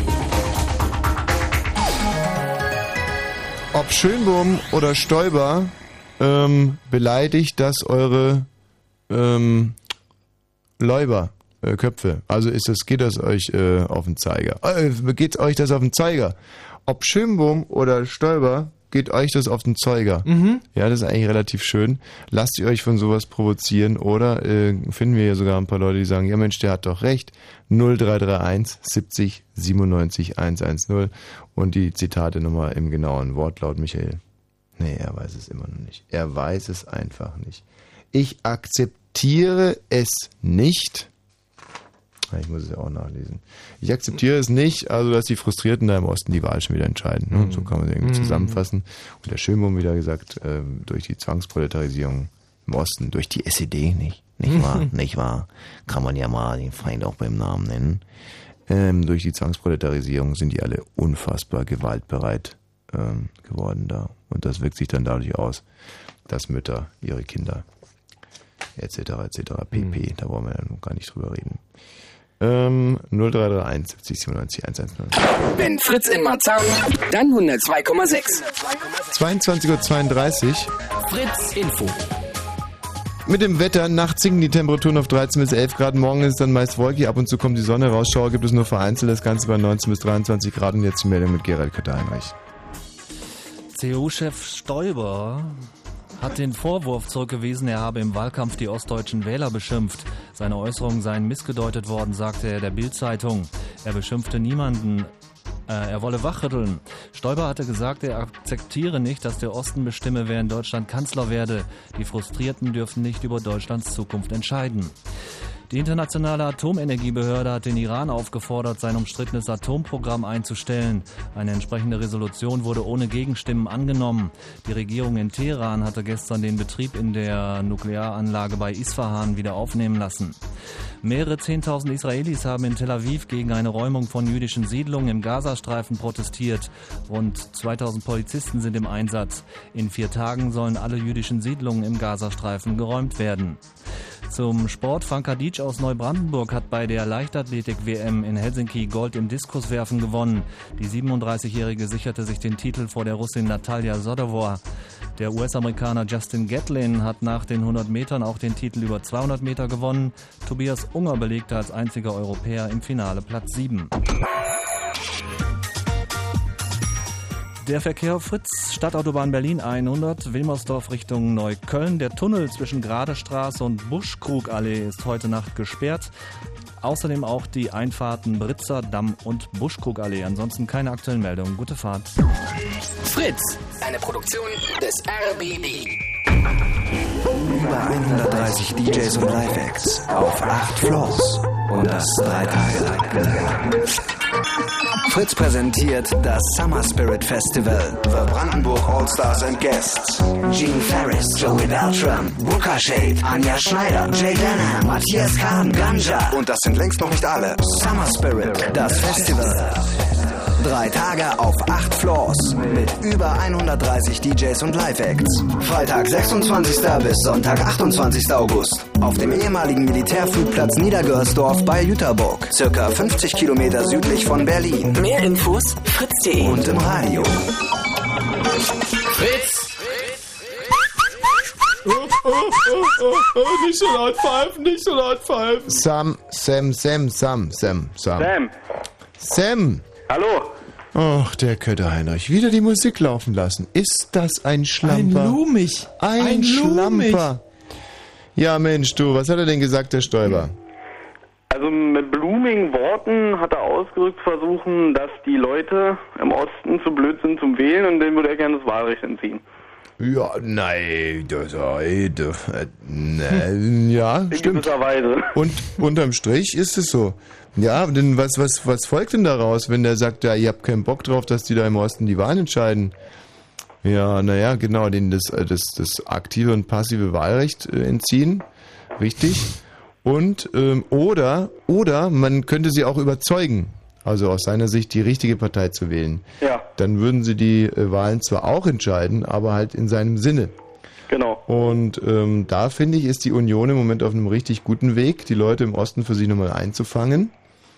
Ob Schönbohm oder Stoiber, ähm, beleidigt das eure ähm, Läuber, äh, Köpfe. Also ist das, geht das euch äh, auf den Zeiger? Äh, geht euch das auf den Zeiger? Ob Schönbohm oder Stoiber, geht euch das auf den Zeiger? Mhm. Ja, das ist eigentlich relativ schön. Lasst ihr euch von sowas provozieren oder äh, finden wir ja sogar ein paar Leute, die sagen, ja Mensch, der hat doch recht. null drei drei eins siebzig siebenundneunzig hundertzehn und die Zitate nochmal im genauen Wortlaut, Michael. Nee, er weiß es immer noch nicht. Er weiß es einfach nicht. Ich akzeptiere es nicht. Ich muss es ja auch nachlesen. Ich akzeptiere es nicht, also dass die Frustrierten da im Osten die Wahl schon wieder entscheiden. Ne? Und so kann man es irgendwie zusammenfassen. Und der Schönbohm wieder gesagt, äh, durch die Zwangsproletarisierung im Osten, durch die S E D, nicht? Nicht wahr? Nicht wahr? Kann man ja mal den Feind auch beim Namen nennen. Ähm, durch die Zwangsproletarisierung sind die alle unfassbar gewaltbereit ähm, geworden da. Und das wirkt sich dann dadurch aus, dass Mütter ihre Kinder et cetera et cetera pp. Da wollen wir ja noch gar nicht drüber reden. Ähm, null drei drei eins siebzig siebenundneunzig hundertzehn. Wenn Fritz in Marzahn, dann hundertzwei Komma sechs. zweiundzwanzig Uhr zweiunddreißig. Fritz Info. Mit dem Wetter, nachts sinken die Temperaturen auf dreizehn bis elf Grad, morgen ist es dann meist wolkig, ab und zu kommt die Sonne raus, Schauer gibt es nur vereinzelt, das Ganze bei neunzehn bis dreiundzwanzig Grad und jetzt die Meldung mit Gerald Kötter-Heinrich. C D U-Chef Stoiber hat den Vorwurf zurückgewiesen, er habe im Wahlkampf die ostdeutschen Wähler beschimpft. Seine Äußerungen seien missgedeutet worden, sagte er der Bild-Zeitung. Er beschimpfte niemanden. Äh, er wolle wachrütteln. Stoiber hatte gesagt, er akzeptiere nicht, dass der Osten bestimme, wer in Deutschland Kanzler werde. Die Frustrierten dürfen nicht über Deutschlands Zukunft entscheiden. Die internationale Atomenergiebehörde hat den Iran aufgefordert, sein umstrittenes Atomprogramm einzustellen. Eine entsprechende Resolution wurde ohne Gegenstimmen angenommen. Die Regierung in Teheran hatte gestern den Betrieb in der Nuklearanlage bei Isfahan wieder aufnehmen lassen. Mehrere Zehntausend Israelis haben in Tel Aviv gegen eine Räumung von jüdischen Siedlungen im Gazastreifen protestiert. Rund zweitausend Polizisten sind im Einsatz. In vier Tagen sollen alle jüdischen Siedlungen im Gazastreifen geräumt werden. Zum Sport. Frank Kadic aus Neubrandenburg hat bei der Leichtathletik-W M in Helsinki Gold im Diskuswerfen gewonnen. Die siebenunddreißigjährige sicherte sich den Titel vor der Russin Natalia Sodowor. Der U S-Amerikaner Justin Gatlin hat nach den hundert Metern auch den Titel über zweihundert Meter gewonnen. Tobias Unger belegte als einziger Europäer im Finale Platz sieben. Der Verkehr auf Fritz, Stadtautobahn Berlin hundert, Wilmersdorf Richtung Neukölln. Der Tunnel zwischen Gradestraße und Buschkrugallee ist heute Nacht gesperrt. Außerdem auch die Einfahrten Britzer, Damm und Buschkrugallee. Ansonsten keine aktuellen Meldungen. Gute Fahrt. Fritz, eine Produktion des R B B. Über hundertdreißig D Js und Live-Acts auf acht Floors. und das drei Tage lang. Fritz präsentiert das Summer Spirit Festival. The Brandenburg All-Stars and Guests. Gene Ferris, Joey Beltram, Booker Shade, Anja Schneider, Jay Denham, Matthias Kahn, Ganja. Und das sind längst noch nicht alle. Summer Spirit, das Festival. Drei Tage auf acht Floors mit über hundertdreißig D Js und Live-Acts. Freitag, sechsundzwanzigsten bis Sonntag, achtundzwanzigsten August. Auf dem ehemaligen Militärflugplatz Niedergörsdorf bei Jüterburg. Circa fünfzig Kilometer südlich von Berlin. Mehr Infos fritz punkt de. Und im Radio. Fritz! Oh, oh, oh, oh, oh, nicht so laut pfeifen, nicht so laut pfeifen. Sam, Sam, Sam, Sam, Sam, Sam. Sam. Sam. Hallo. Ach, der Kötter Heinrich. Wieder die Musik laufen lassen. Ist das ein Schlamper? Ein Lumich. Ein, ein Schlamper. Ja, Mensch, du, was hat er denn gesagt, der Stoiber? Also mit blumigen Worten hat er ausgedrückt versuchen, dass die Leute im Osten zu blöd sind zum Wählen und denen würde er gerne das Wahlrecht entziehen. Ja, nein, das, äh, das, äh, ne, ja, In stimmt. gewisser Weise. Und unterm Strich ist es so. Ja, denn was, was, was folgt denn daraus, wenn der sagt, ja, ihr habt keinen Bock drauf, dass die da im Osten die Wahlen entscheiden? Ja, naja, genau, denen das, das, das aktive und passive Wahlrecht äh, entziehen. Richtig. Und, ähm, oder, oder man könnte sie auch überzeugen, also aus seiner Sicht die richtige Partei zu wählen. Ja. Dann würden sie die äh, Wahlen zwar auch entscheiden, aber halt in seinem Sinne. Genau. Und ähm, da finde ich, ist die Union im Moment auf einem richtig guten Weg, die Leute im Osten für sich nochmal einzufangen.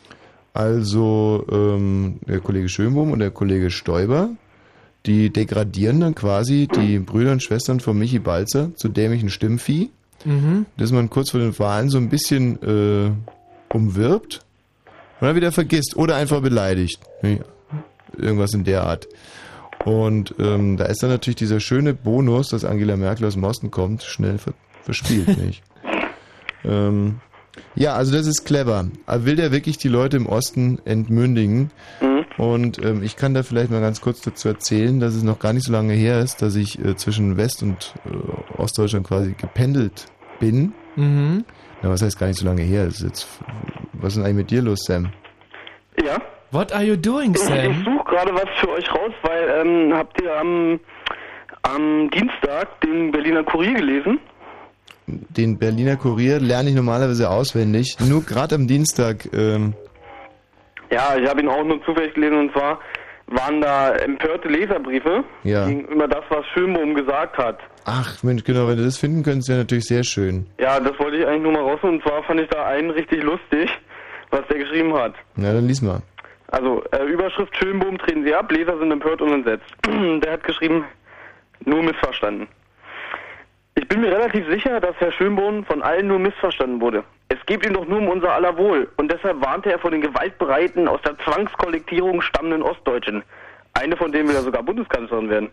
Also ähm, der Kollege Schönbohm und der Kollege Stoiber, die degradieren dann quasi die Brüder und Schwestern von Michi Balzer zu dämlichen Stimmvieh, Mhm. dass man kurz vor den Wahlen so ein bisschen äh, umwirbt und dann wieder vergisst oder einfach beleidigt. Irgendwas in der Art. Und ähm, da ist dann natürlich dieser schöne Bonus, dass Angela Merkel aus dem Osten kommt, schnell ver verspielt, nicht? ähm, ja, also das ist clever. Aber will der wirklich die Leute im Osten entmündigen? Mhm. Und ähm, ich kann da vielleicht mal ganz kurz dazu erzählen, dass es noch gar nicht so lange her ist, dass ich äh, zwischen West- und äh, Ostdeutschland quasi gependelt bin. Mhm. Na, was heißt gar nicht so lange her? Das ist jetzt, was ist denn eigentlich mit dir los, Sam? Ja. What are you doing, Ich Sam? suche gerade was für euch raus, weil ähm, habt ihr am, am Dienstag den Berliner Kurier gelesen? Den Berliner Kurier lerne ich normalerweise auswendig. Nur gerade am Dienstag. Ähm Ja, ich habe ihn auch nur zufällig gelesen und zwar waren da empörte Leserbriefe Ja. gegenüber das, was Schönbohm gesagt hat. Ach Mensch, genau, wenn du das finden könntest, wäre natürlich sehr schön. Ja, das wollte ich eigentlich nur mal raus und zwar fand ich da einen richtig lustig, was der geschrieben hat. Na, dann lies mal. Also, äh, Überschrift Schönbohm treten sie ab, Leser sind empört und entsetzt. Der hat geschrieben, nur missverstanden. Ich bin mir relativ sicher, dass Herr Schönbohm von allen nur missverstanden wurde. Es geht ihm doch nur um unser aller Wohl und deshalb warnte er vor den gewaltbereiten, aus der Zwangskollektivierung stammenden Ostdeutschen. Eine von denen will ja sogar Bundeskanzlerin werden.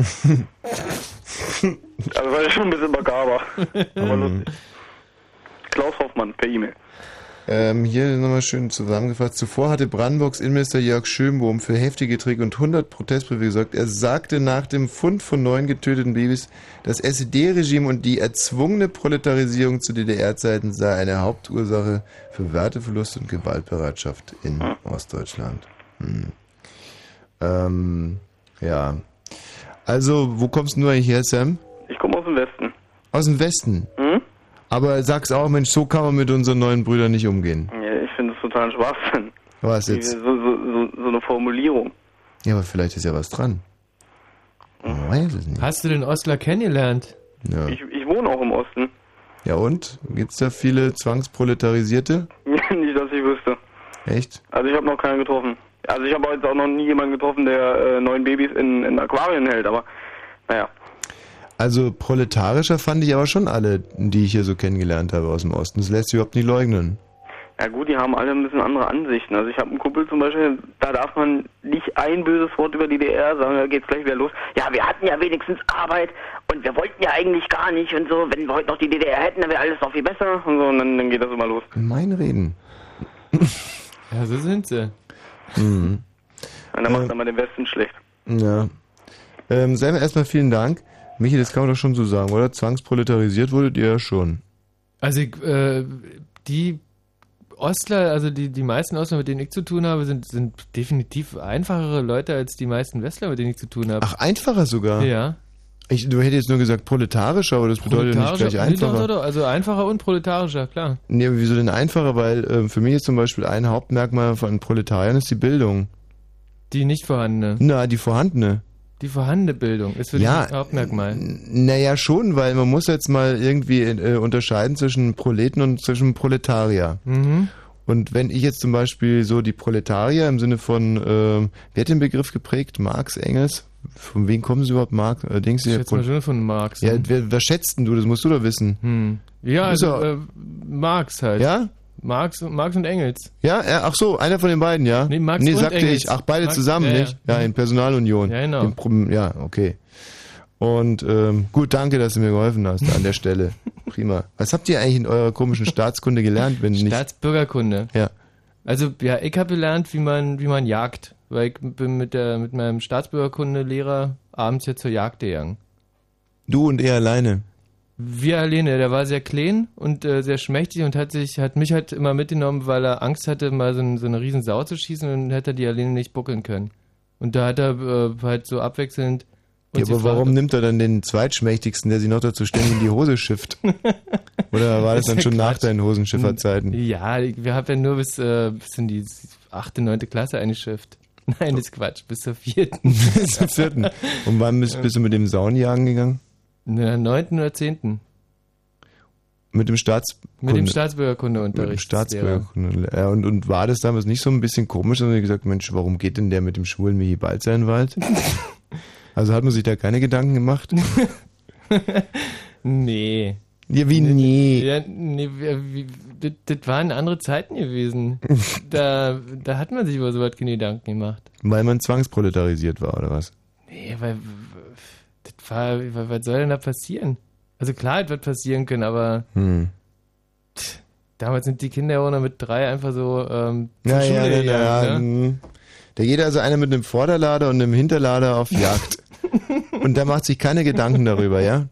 Also war ja schon ein bisschen makaber, aber lustig. Klaus Hoffmann per E-Mail. Ähm, hier nochmal schön zusammengefasst. Zuvor hatte Brandenburgs Innenminister Jörg Schönbohm für heftige Kritik und hundert Protestbriefe gesorgt. Er sagte nach dem Fund von neun getöteten Babys, das S E D-Regime und die erzwungene Proletarisierung zu D D R-Zeiten sei eine Hauptursache für Werteverlust und Gewaltbereitschaft in hm. Ostdeutschland. Hm. Ähm, ja. Also, wo kommst du eigentlich her, Sam? Ich komme aus dem Westen. Aus dem Westen? Hm? Aber sag's auch, Mensch, so kann man mit unseren neuen Brüdern nicht umgehen. Ja, ich finde das total Schwachsinn. Was jetzt? So, so, so, so eine Formulierung. Ja, aber vielleicht ist ja was dran. Man weiß es nicht. Hast du den Ostler kennengelernt? Ja. Ich, ich wohne auch im Osten. Ja und? Gibt's da viele Zwangsproletarisierte? Nicht, dass ich wüsste. Echt? Also ich habe noch keinen getroffen. Also ich habe jetzt auch noch nie jemanden getroffen, der äh, neun Babys in, in Aquarien hält, aber naja. Also proletarischer fand ich aber schon alle, die ich hier so kennengelernt habe aus dem Osten. Das lässt sich überhaupt nicht leugnen. Ja gut, die haben alle ein bisschen andere Ansichten. Also ich habe einen Kumpel zum Beispiel, da darf man nicht ein böses Wort über die D D R sagen, da geht's gleich wieder los. Ja, wir hatten ja wenigstens Arbeit und wir wollten ja eigentlich gar nicht und so. Wenn wir heute noch die D D R hätten, dann wäre alles noch viel besser und so und dann, dann geht das immer los. Mein Reden. Ja, so sind sie. Mhm. Und dann macht er mal den Westen schlecht. Ja. Ähm, Sam, erstmal vielen Dank. Michi, das kann man doch schon so sagen, oder? Zwangsproletarisiert wurdet ihr ja schon. Also, äh, die Ostler, also die, die meisten Ostler, mit denen ich zu tun habe, sind, sind definitiv einfachere Leute als die meisten Westler, mit denen ich zu tun habe. Ach, einfacher sogar? Ja. Ich, du hättest jetzt nur gesagt proletarischer, aber das bedeutet nicht gleich einfacher. Nee, doch, doch, also einfacher und proletarischer, klar. Nee, aber wieso denn einfacher? Weil äh, für mich ist zum Beispiel ein Hauptmerkmal von Proletariern ist die Bildung. Die nicht vorhandene. Na, die vorhandene. Die vorhandene Bildung ist für ja, dich ein Hauptmerkmal. Naja, schon, weil man muss jetzt mal irgendwie äh, unterscheiden zwischen Proleten und zwischen Proletarier. Mhm. Und wenn ich jetzt zum Beispiel so die Proletarier im Sinne von, äh, wer hat den Begriff geprägt? Marx, Engels? Von wem kommen sie überhaupt, Marx? Äh, denkst du Ich ja, schätze mal schon von Marx. Ja, wer, wer schätzt denn du? Das musst du doch wissen. Hm. Ja, also er, äh, Marx halt. Ja? Marx, Marx und Engels. Ja, er, ach so, einer von den beiden, ja? Nee, Marx nee und sagte Engels. ich. Ach, beide Marx, zusammen, ja, nicht? Ja, in Personalunion. Ja, genau. Im, ja, okay. Und ähm, gut, danke, dass du mir geholfen hast an der Stelle. Prima. Was habt ihr eigentlich in eurer komischen Staatskunde gelernt, wenn nicht? Staatsbürgerkunde. Ja. Also ja, ich habe gelernt, wie man wie man jagt, weil ich bin mit der mit meinem Staatsbürgerkundelehrer abends jetzt zur Jagd gegangen. Du und er alleine? Wir alleine. Der war sehr klein und äh, sehr schmächtig und hat sich hat mich halt immer mitgenommen, weil er Angst hatte, mal so, ein, so eine riesen Sau zu schießen und hätte er die alleine nicht buckeln können. Und da hat er äh, halt so abwechselnd. Ja, aber warum nimmt er dann den Zweitschmächtigsten, der sich noch dazu ständig in die Hose schifft? Oder war das dann schon nach deinen Hosenschifferzeiten? Ja, wir haben ja nur bis, äh, bis in die achte, neunte Klasse eingeschifft. Nein, das ist Quatsch, bis zur vierten. Bis zur vierten. Und wann bist, bist du mit dem Saunjagen gegangen? In der neunten oder zehnten. Mit dem Staatskunde. Mit dem Staatsbürgerkundeunterricht. Mit dem Staatsbürgerkunde. Ja, und, und war das damals nicht so ein bisschen komisch, sondern gesagt, Mensch, warum geht denn der mit dem schwulen Michi Balzer in den Wald? Also hat man sich da keine Gedanken gemacht? Nee. Ja, wie nie? Ja, nee, wie, das, das waren andere Zeiten gewesen. Da, da hat man sich über so was keine Gedanken gemacht. Weil man zwangsproletarisiert war, oder was? Nee, weil, das war, was soll denn da passieren? Also klar, es wird passieren können, aber hm. tch, damals sind die Kinder ja auch noch mit drei einfach so ähm, zur Ja, Schule ja, ja, gegangen, ja. ne? Da geht also einer mit einem Vorderlader und einem Hinterlader auf Jagd. Und der macht sich keine Gedanken darüber, ja?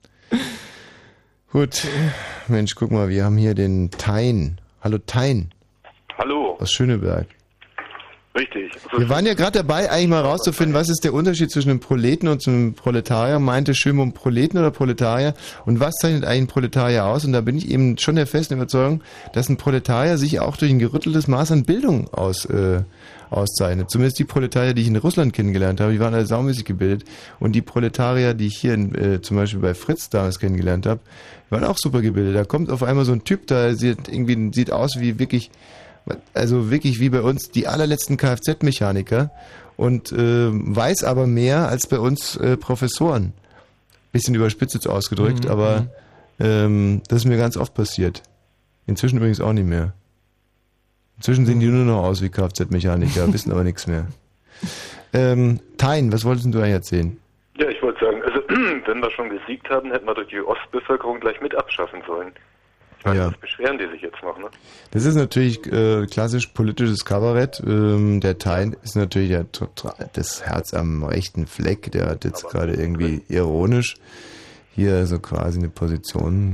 Gut. Mensch, guck mal, wir haben hier den Tein. Hallo Tein. Hallo. Aus Schöneberg. Richtig. Also wir waren ja gerade dabei, eigentlich mal rauszufinden, was ist der Unterschied zwischen einem Proleten und einem Proletarier. Meinte Schönbohm Proleten oder Proletarier? Und was zeichnet eigentlich ein Proletarier aus? Und da bin ich eben schon der festen Überzeugung, dass ein Proletarier sich auch durch ein gerütteltes Maß an Bildung aus, äh, auszeichnet. Zumindest die Proletarier, die ich in Russland kennengelernt habe, die waren alle saumäßig gebildet. Und die Proletarier, die ich hier in, äh, zum Beispiel bei Fritz damals kennengelernt habe, waren auch super gebildet. Da kommt auf einmal so ein Typ, da sieht irgendwie sieht aus wie wirklich, also wirklich wie bei uns die allerletzten Kfz-Mechaniker und äh, weiß aber mehr als bei uns äh, Professoren. Bisschen überspitzt jetzt ausgedrückt, mhm, aber ähm, das ist mir ganz oft passiert. Inzwischen übrigens auch nicht mehr. Inzwischen sehen die nur noch aus wie Kfz-Mechaniker, wissen aber nichts mehr. Ähm, Tein, was wolltest du eigentlich erzählen? Ja, ich wollte sagen, also wenn wir schon gesiegt haben, hätten wir doch die Ostbevölkerung gleich mit abschaffen sollen. Ich meine, Ja. was beschweren die sich jetzt noch, ne? Das ist natürlich äh, klassisch politisches Kabarett. Ähm, der Tein ist natürlich der, das Herz am rechten Fleck. Der hat jetzt gerade irgendwie ironisch hier so quasi eine Position.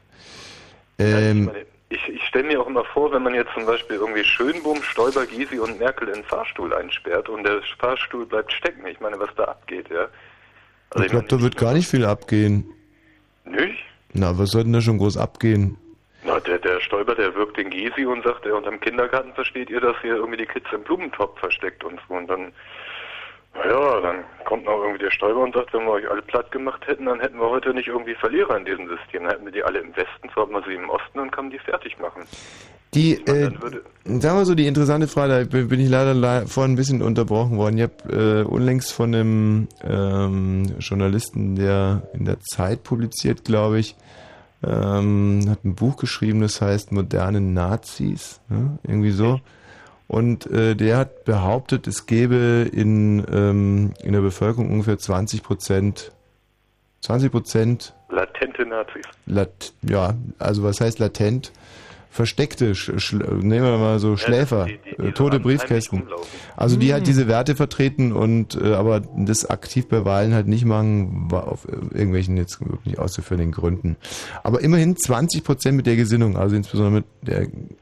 Ähm, Ich, ich stelle mir auch immer vor, wenn man jetzt zum Beispiel irgendwie Schönbohm, Stoiber, Gysi und Merkel in den Fahrstuhl einsperrt und der Fahrstuhl bleibt stecken. Ich meine, was da abgeht, ja. Also ich glaube, da wird gar nicht viel abgehen. Nicht? Na, was soll denn da schon groß abgehen? Na, der, der Stoiber, der wirkt den Gysi und sagt, er unterm Kindergarten versteht ihr, dass ihr irgendwie die Kids im Blumentopf versteckt und so. Und dann, naja, dann kommt noch irgendwie der Stoiber und sagt, wenn wir euch alle platt gemacht hätten, dann hätten wir heute nicht irgendwie Verlierer in diesem System. Dann hätten wir die alle im Westen, so hat man sie im Osten und kann man die fertig machen. Die, Ich meine, äh, dann würde- sagen wir so, die interessante Frage, da bin bin ich leider le- vorhin ein bisschen unterbrochen worden. Ich habe äh, unlängst von einem ähm, Journalisten, der in der Zeit publiziert, glaube ich, ähm, hat ein Buch geschrieben, das heißt Moderne Nazis, ne? Irgendwie so. Und äh, der hat behauptet, es gäbe in, ähm, in der Bevölkerung ungefähr zwanzig Prozent, zwanzig Prozent Latente Nazis. Lat, ja, also was heißt latent? Versteckte, sch, sch, nehmen wir mal so Schläfer, die- die- die äh, tote so Briefkästen. heimlich rumlaufen. Also die halt Mhm. diese Werte vertreten und äh, aber das aktiv bei Wahlen halt nicht machen, war auf irgendwelchen jetzt wirklich auszuführenden Gründen. Aber immerhin zwanzig Prozent mit der Gesinnung, also insbesondere mit der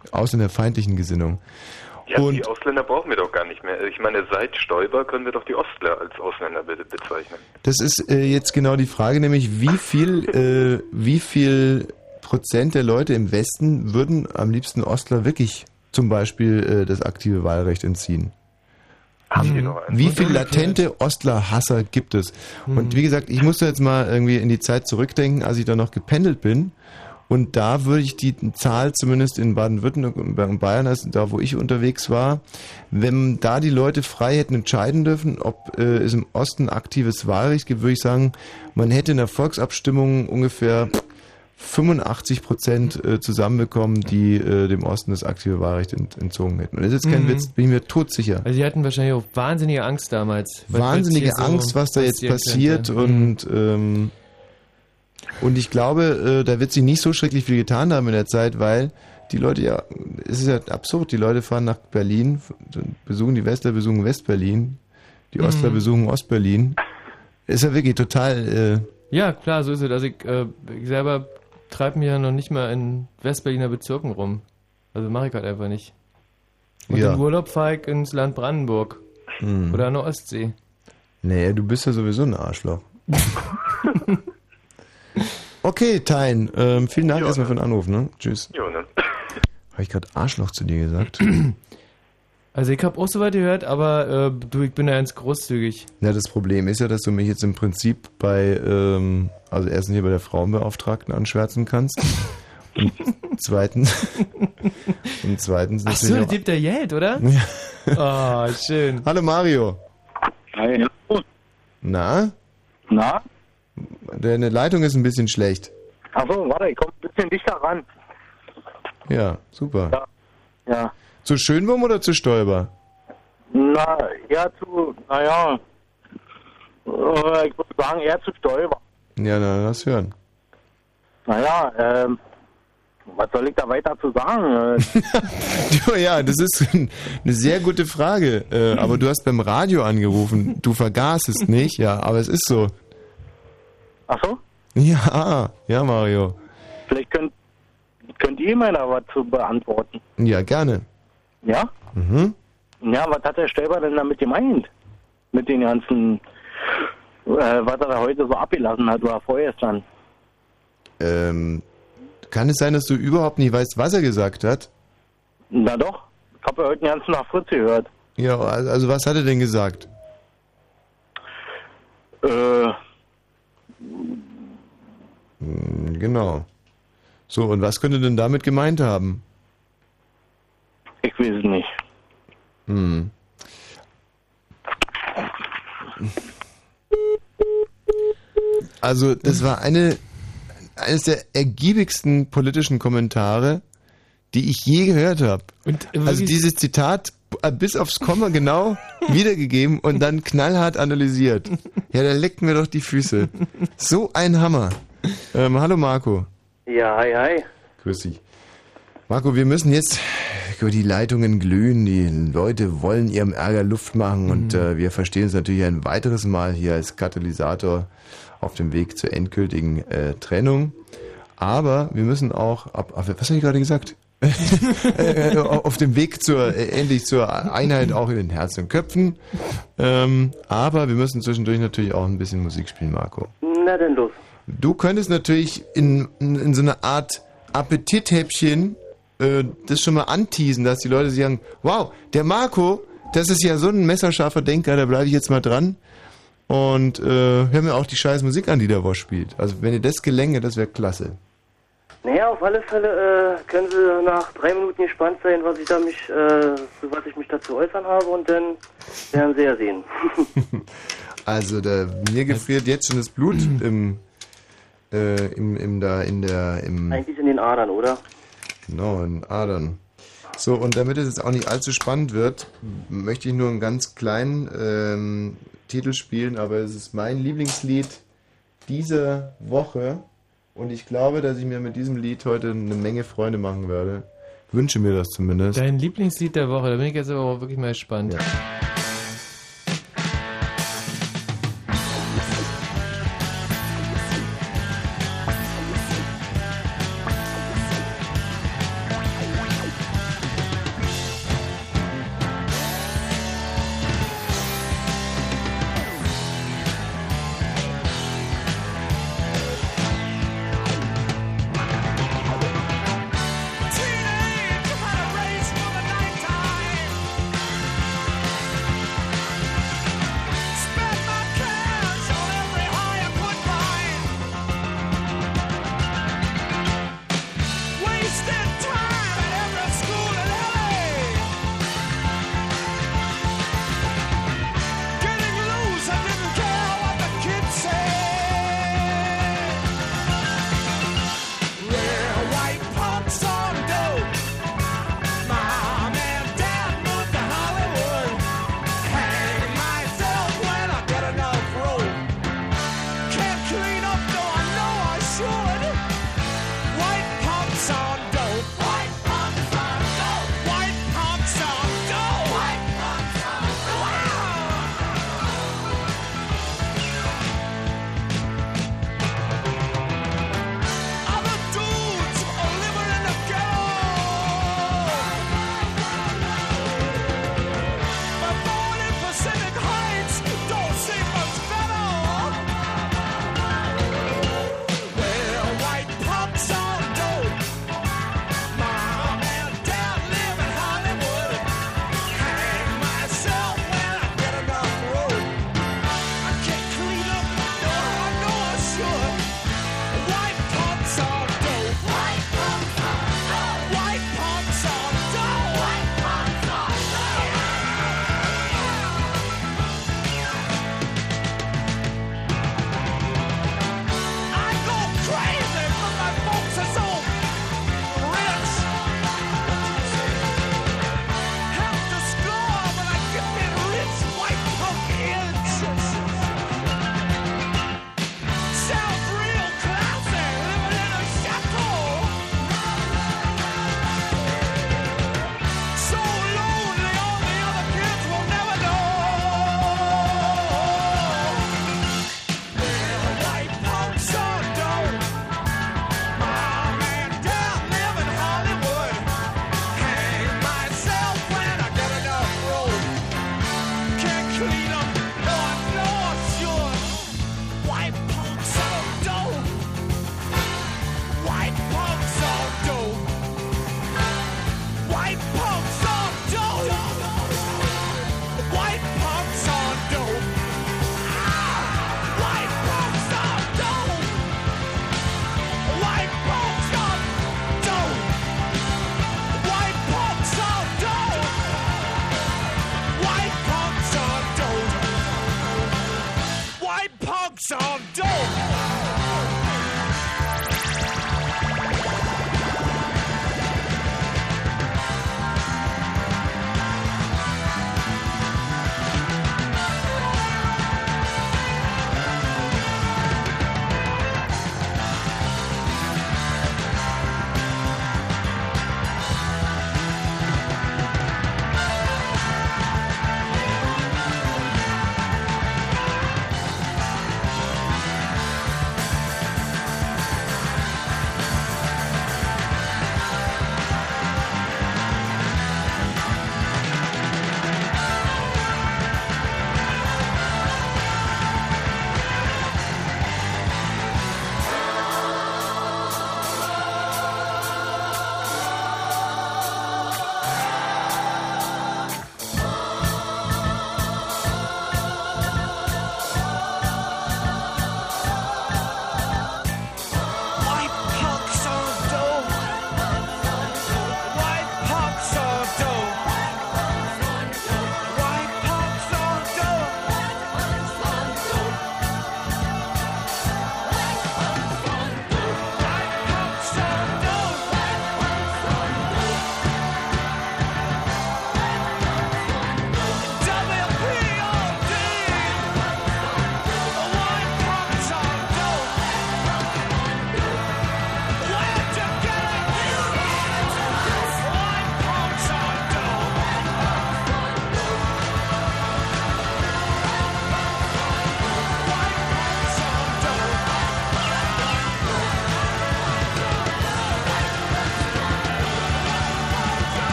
ausländerfeindlichen Gesinnung. Ja, Und die Ausländer brauchen wir doch gar nicht mehr. Ich meine, seit Stoiber können wir doch die Ostler als Ausländer be- bezeichnen. das ist äh, jetzt genau die Frage, nämlich wie viel, äh, wie viel Prozent der Leute im Westen würden am liebsten Ostler wirklich zum Beispiel äh, das aktive Wahlrecht entziehen? Haben die noch einen? Wie viele latente Ostler-Hasser gibt es? Und wie gesagt, ich musste jetzt mal irgendwie in die Zeit zurückdenken, als ich da noch gependelt bin. Und da würde ich die Zahl zumindest in Baden-Württemberg und Bayern, also da wo ich unterwegs war, wenn da die Leute frei hätten entscheiden dürfen, ob äh, es im Osten aktives Wahlrecht gibt, würde ich sagen, man hätte in der Volksabstimmung ungefähr fünfundachtzig Prozent äh, zusammenbekommen, die äh, dem Osten das aktive Wahlrecht ent, entzogen hätten. Und das ist jetzt kein Mhm. Witz, bin ich mir todsicher. Also die hatten wahrscheinlich auch wahnsinnige Angst damals. was- was Wahnsinnige hier so Angst, was da jetzt passieren passiert könnte. und ähm, und ich glaube, äh, da wird sich nicht so schrecklich viel getan haben in der Zeit, weil die Leute ja, es ist ja absurd, die Leute fahren nach Berlin, besuchen die Westler, besuchen Westberlin, die Ostler Mhm. besuchen Ostberlin. Ist ja wirklich total... Äh, Ja, klar, so ist es. Also ich, äh, ich selber treibe mich ja noch nicht mal in Westberliner Bezirken rum. Also mache ich halt einfach nicht. Und Ja. im Urlaub fahre ich ins Land Brandenburg. hm. Oder an der Ostsee. Nee, du bist ja sowieso ein Arschloch. Okay, Tein, ähm, vielen Dank Ja, erstmal ne? für den Anruf, ne? Tschüss. Ja, ne? Habe ich gerade Arschloch zu dir gesagt? Also ich habe auch so weit gehört, aber äh, du, ich bin ja ganz großzügig. Ja, das Problem ist ja, dass du mich jetzt im Prinzip bei, ähm, also erstens hier bei der Frauenbeauftragten anschwärzen kannst. Und zweitens, und zweitens Ach so, natürlich der gibt der Geld, oder? Ja. Oh, schön. Hallo Mario. Hi. Na? Na? Deine Leitung ist ein bisschen schlecht. Achso, warte, ich komme ein bisschen dichter ran. Ja, super. Ja. Ja. Zu Schönwurm oder zu Stoiber? Na, eher zu, naja, äh, ich würde sagen, eher zu Stoiber. Ja, na, lass hören. Naja, ähm, was soll ich da weiter zu sagen? Äh, Ja, das ist eine sehr gute Frage. Äh, aber du hast beim Radio angerufen. Du vergaßt es nicht, ja, aber es ist so. Ach so? Ja, ja, Mario. Vielleicht könnt, könnt ihr mir da was zu beantworten. Ja, gerne. Ja? Mhm. Ja, was hat der Stoiber denn damit gemeint? Mit den ganzen, äh, was er da heute so abgelassen hat oder vorgestern? Ähm, kann es sein, dass du überhaupt nicht weißt, was er gesagt hat? Na doch, ich habe ja heute den ganzen Tag Fritz gehört. Ja, also was hat er denn gesagt? Äh, Hm, genau. So, und was könnte denn damit gemeint haben? ich weiß es nicht. Hm. Also, das war eine eines der ergiebigsten politischen Kommentare, die ich je gehört habe. Also dieses Zitat äh, bis aufs Komma genau wiedergegeben und dann knallhart analysiert. Ja, da leckten wir doch die Füße. So ein Hammer. Ähm, hallo Marco. Ja, hi, hi. Grüß dich. Marco, wir müssen jetzt, die Leitungen glühen, die Leute wollen ihrem Ärger Luft machen Mhm. und äh, wir verstehen es natürlich ein weiteres Mal hier als Katalysator auf dem Weg zur endgültigen äh, Trennung. Aber wir müssen auch, ab, ab, was habe ich gerade gesagt? äh, auf dem Weg zur äh, endlich zur Einheit auch in den Herzen und Köpfen. Ähm, aber wir müssen zwischendurch natürlich auch ein bisschen Musik spielen, Marco. Na denn los. Du könntest natürlich in, in, in so eine Art Appetithäppchen äh, das schon mal anteasen, dass die Leute sagen, wow, der Marco, das ist ja so ein messerscharfer Denker, da bleibe ich jetzt mal dran. Und äh, hör mir auch die scheiß Musik an, die der Wosch spielt. Also wenn dir das gelänge, das wäre klasse. Naja, auf alle Fälle äh, können Sie nach drei Minuten gespannt sein, was ich da mich, äh, zu was ich mich dazu äußern habe, und dann werden Sie ja sehen. Also da, mir gefriert jetzt schon das Blut im, äh, im, im da in der im Eigentlich in den Adern, oder? Genau, in Adern. So, und damit es jetzt auch nicht allzu spannend wird, möchte ich nur einen ganz kleinen ähm, Titel spielen, aber es ist mein Lieblingslied dieser Woche und ich glaube, dass ich mir mit diesem Lied heute eine Menge Freunde machen werde. Wünsche mir das zumindest. Dein Lieblingslied der Woche, da bin ich jetzt aber auch wirklich mal gespannt. Ja.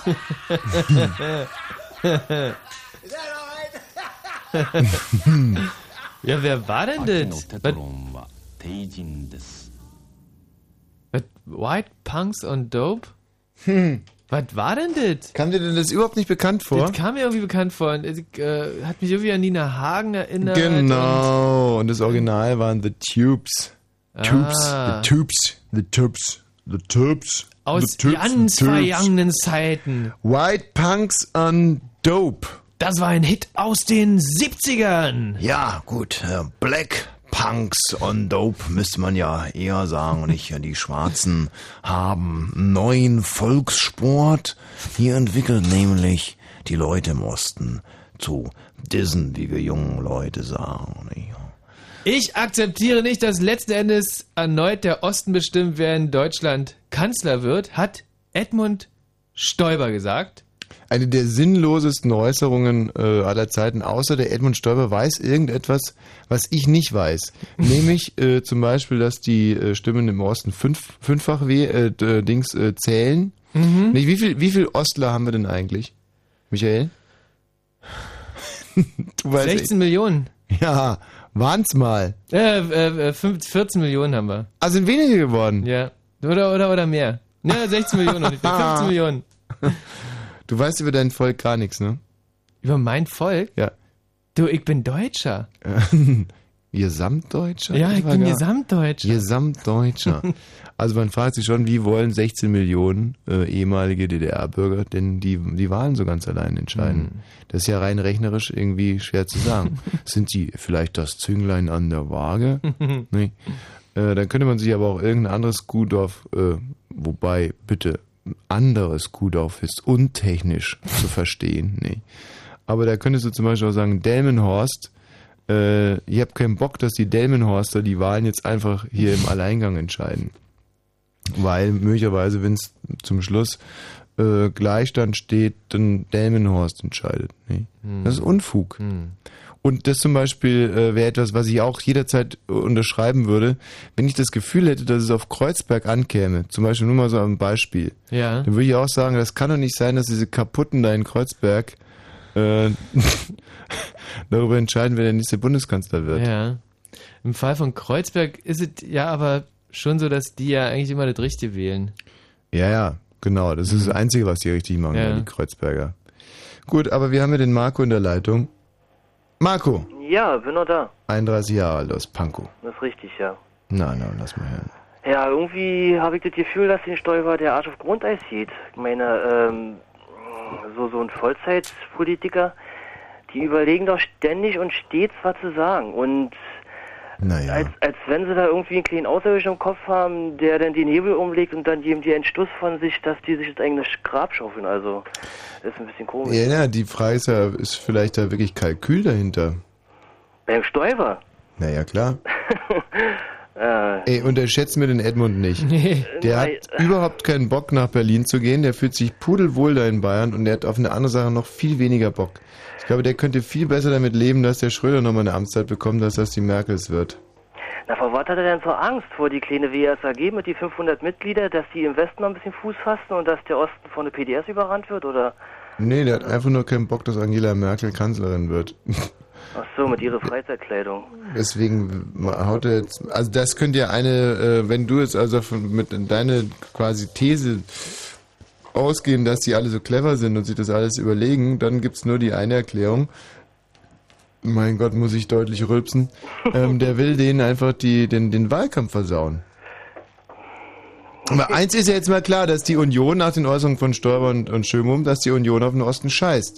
Ja, wer war denn das? Was? White Punks on Dope? Hm. Was war denn das? Kam dir denn das überhaupt nicht bekannt vor? Das kam mir irgendwie bekannt vor. Und es, äh, hat mich irgendwie an Nina Hagen erinnert. Genau. Und das Original waren The Tubes. Tubes. Ah. The Tubes. The Tubes. The Tubes. Aus the tubes, ganz the tubes. vergangenen Zeiten. White Punks on Dope. Das war ein Hit aus den siebzigern. Ja, gut. äh, Black Punks on Dope müsste man ja eher sagen. Und nicht, ja, die Schwarzen haben einen neuen Volkssport hier entwickelt, nämlich die Leute im Osten zu dissen, wie wir jungen Leute sagen. Nicht? Ich akzeptiere nicht, dass letzten Endes erneut der Osten bestimmt, wer in Deutschland Kanzler wird, hat Edmund Stoiber gesagt. Eine der sinnlosesten Äußerungen äh, aller Zeiten, außer der Edmund Stoiber weiß irgendetwas, was ich nicht weiß. Nämlich äh, zum Beispiel, dass die äh, Stimmen im Osten fünf, fünffach weh, äh, d- Dings äh, zählen. Mhm. Nee, wie viel, wie viel Ostler haben wir denn eigentlich? Michael? Du weißt sechzehn Millionen. Ja, waren's mal. Äh, äh, vierzehn Millionen haben wir. Ah, sind weniger geworden? Ja. Oder, oder, oder mehr. Ja, sechzehn Millionen, noch nicht. fünfzehn Millionen. Du weißt über dein Volk gar nichts, ne? Über mein Volk? Ja. Du, ich bin Deutscher. Gesamtdeutscher? Ja, ich bin Gesamtdeutscher. Gesamtdeutscher. Also man fragt sich schon, wie wollen sechzehn Millionen äh, ehemalige D D R-Bürger denn die, die Wahlen so ganz allein entscheiden? Hm. Das ist ja rein rechnerisch irgendwie schwer zu sagen. Sind die vielleicht das Zünglein an der Waage? Nee. Äh, dann könnte man sich aber auch irgendein anderes Kuhdorf, äh, wobei bitte anderes Kuhdorf ist untechnisch zu verstehen. Nee. Aber da könntest du zum Beispiel auch sagen, Delmenhorst, äh, ich habe keinen Bock, dass die Delmenhorster die Wahlen jetzt einfach hier im Alleingang entscheiden. Weil möglicherweise, wenn es zum Schluss äh, Gleichstand steht, dann Delmenhorst entscheidet. Nee. Hm. Das ist Unfug. Hm. Und das zum Beispiel äh, wäre etwas, was ich auch jederzeit äh, unterschreiben würde, wenn ich das Gefühl hätte, dass es auf Kreuzberg ankäme. Zum Beispiel nur mal so ein Beispiel. Ja. Dann würde ich auch sagen, das kann doch nicht sein, dass diese Kaputten da in Kreuzberg äh, darüber entscheiden, wer der nächste Bundeskanzler wird. Ja. Im Fall von Kreuzberg ist es ja aber schon so, dass die ja eigentlich immer das Richtige wählen. Ja, ja, genau. Das ist das Einzige, was die richtig machen, Ja. ja. die Kreuzberger. Gut, aber wir haben ja den Marco in der Leitung. Marco, Ja, bin noch da. einunddreißig Jahre alt aus Pankow. Das ist richtig, ja. Na, na, lass mal hören. Ja, irgendwie habe ich das Gefühl, dass den Stoiber der Arsch auf Grundeis geht. Ich meine, ähm, so, so ein Vollzeitpolitiker, die überlegen doch ständig und stets, was zu sagen. Und naja. als, als wenn sie da irgendwie einen kleinen Außerirdischen im Kopf haben, der dann den Hebel umlegt und dann geben die Entschluss von sich, dass die sich das eigene Grab schaufeln. Also, das ist ein bisschen komisch. Ja, ja, die Frage ist ja, ist vielleicht da wirklich Kalkül dahinter? Beim Stoiber? Naja, klar. Äh, Ey, unterschätzen wir den Edmund nicht. Nee. Der hat Nein. überhaupt keinen Bock, nach Berlin zu gehen. Der fühlt sich pudelwohl da in Bayern und der hat auf eine andere Sache noch viel weniger Bock. Ich glaube, der könnte viel besser damit leben, dass der Schröder nochmal eine Amtszeit bekommt, als dass die Merkels wird. Na, vor was hat er denn so Angst? Vor die kleine W S A G mit die fünfhundert Mitglieder, dass die im Westen noch ein bisschen Fuß fassen und dass der Osten von der P D S überrannt wird, oder? Nee, der hat einfach nur keinen Bock, dass Angela Merkel Kanzlerin wird. Ach so, mit ihrer Freizeitkleidung. Deswegen haut er jetzt, also das könnte ja eine, äh, wenn du jetzt also von, mit deine quasi These ausgehen, dass die alle so clever sind und sich das alles überlegen, dann gibt's nur die eine Erklärung. Mein Gott, muss ich deutlich rülpsen. Ähm, der will denen einfach die, den, den Wahlkampf versauen. Aber eins ist ja jetzt mal klar, dass die Union nach den Äußerungen von Stoiber und, und Schömum, dass die Union auf den Osten scheißt.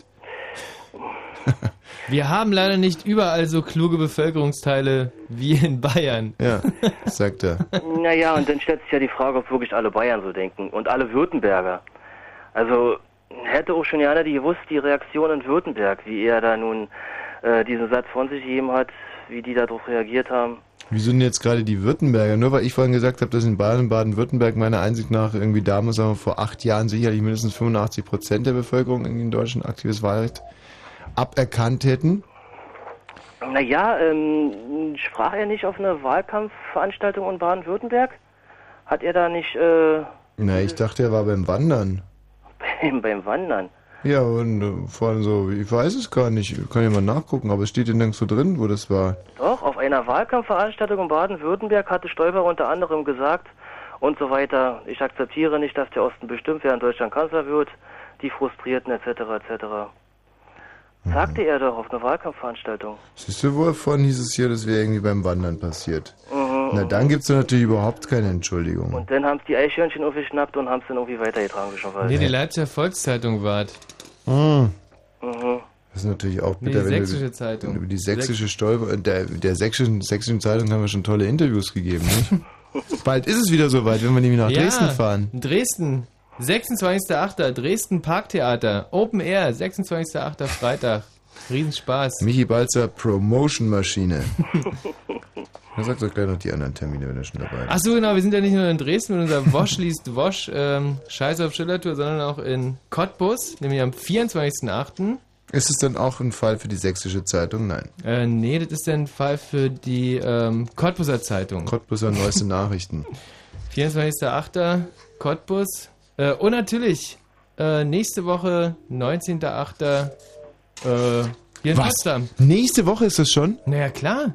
Wir haben leider nicht überall so kluge Bevölkerungsteile wie in Bayern. Ja, sagt er. Naja, und dann stellt sich ja die Frage, ob wirklich alle Bayern so denken und alle Württemberger. Also hätte auch schon Jana die gewusst, die Reaktion in Württemberg, wie er da nun äh, diesen Satz von sich gegeben hat, wie die darauf reagiert haben. Wieso denn jetzt gerade die Württemberger? Nur weil ich vorhin gesagt habe, dass in Bayern und Baden-Württemberg meiner Einsicht nach irgendwie damals, sagen wir, vor acht Jahren sicherlich mindestens fünfundachtzig Prozent der Bevölkerung in Deutschland aktives Wahlrecht aberkannt hätten. Naja, ähm, sprach er nicht auf einer Wahlkampfveranstaltung in Baden-Württemberg? Hat er da nicht, äh... Na, ich dachte, er war beim Wandern. beim, beim Wandern. Ja, und äh, vor allem so, ich weiß es gar nicht, ich kann ja mal nachgucken, aber es steht ja nirgends so drin, wo das war. Doch, auf einer Wahlkampfveranstaltung in Baden-Württemberg hatte Stoiber unter anderem gesagt und so weiter, ich akzeptiere nicht, dass der Osten bestimmt, wer in Deutschland Kanzler wird, die Frustrierten et cetera et cetera. Sagte er doch auf einer Wahlkampfveranstaltung. Siehst du, wohl, vorhin hieß es hier, das wäre irgendwie beim Wandern passiert. Mhm, Na, dann gibt's ja natürlich überhaupt keine Entschuldigung. Und dann haben sie die Eichhörnchen aufgeschnappt und haben es dann irgendwie weitergetragen, wie schon weiß. Nee, die Leipziger Volkszeitung wart. Mhm. Mhm. Das ist natürlich auch Nee, bitter, die wenn sächsische wir, Zeitung. über die sächsische Stolper, der, der sächsischen, sächsischen Zeitung haben wir schon tolle Interviews gegeben, nicht? Bald ist es wieder soweit, wenn wir nämlich nach Ja, Dresden fahren. Dresden. sechsundzwanzigster achter Dresden Parktheater. Open Air. sechsundzwanzigster achter Freitag. Riesenspaß. Michi Balzer, Promotion-Maschine. Er sagt doch gleich noch die anderen Termine, wenn er schon dabei ist. Ach so, genau, wir sind ja nicht nur in Dresden mit unserer Wosch liest Wosch ähm, Scheiß auf Schillertour, sondern auch in Cottbus, nämlich am vierundzwanzigster achter Ist es dann auch ein Fall für die sächsische Zeitung? Nein. Äh, nee, das ist ein Fall für die ähm, Cottbuser Zeitung. Cottbuser neueste Nachrichten. vierundzwanzigster achter Cottbus. Äh, und natürlich äh, nächste Woche, neunzehnter achter Äh, hier in Was? Potsdam. Nächste Woche ist das schon? Naja, klar.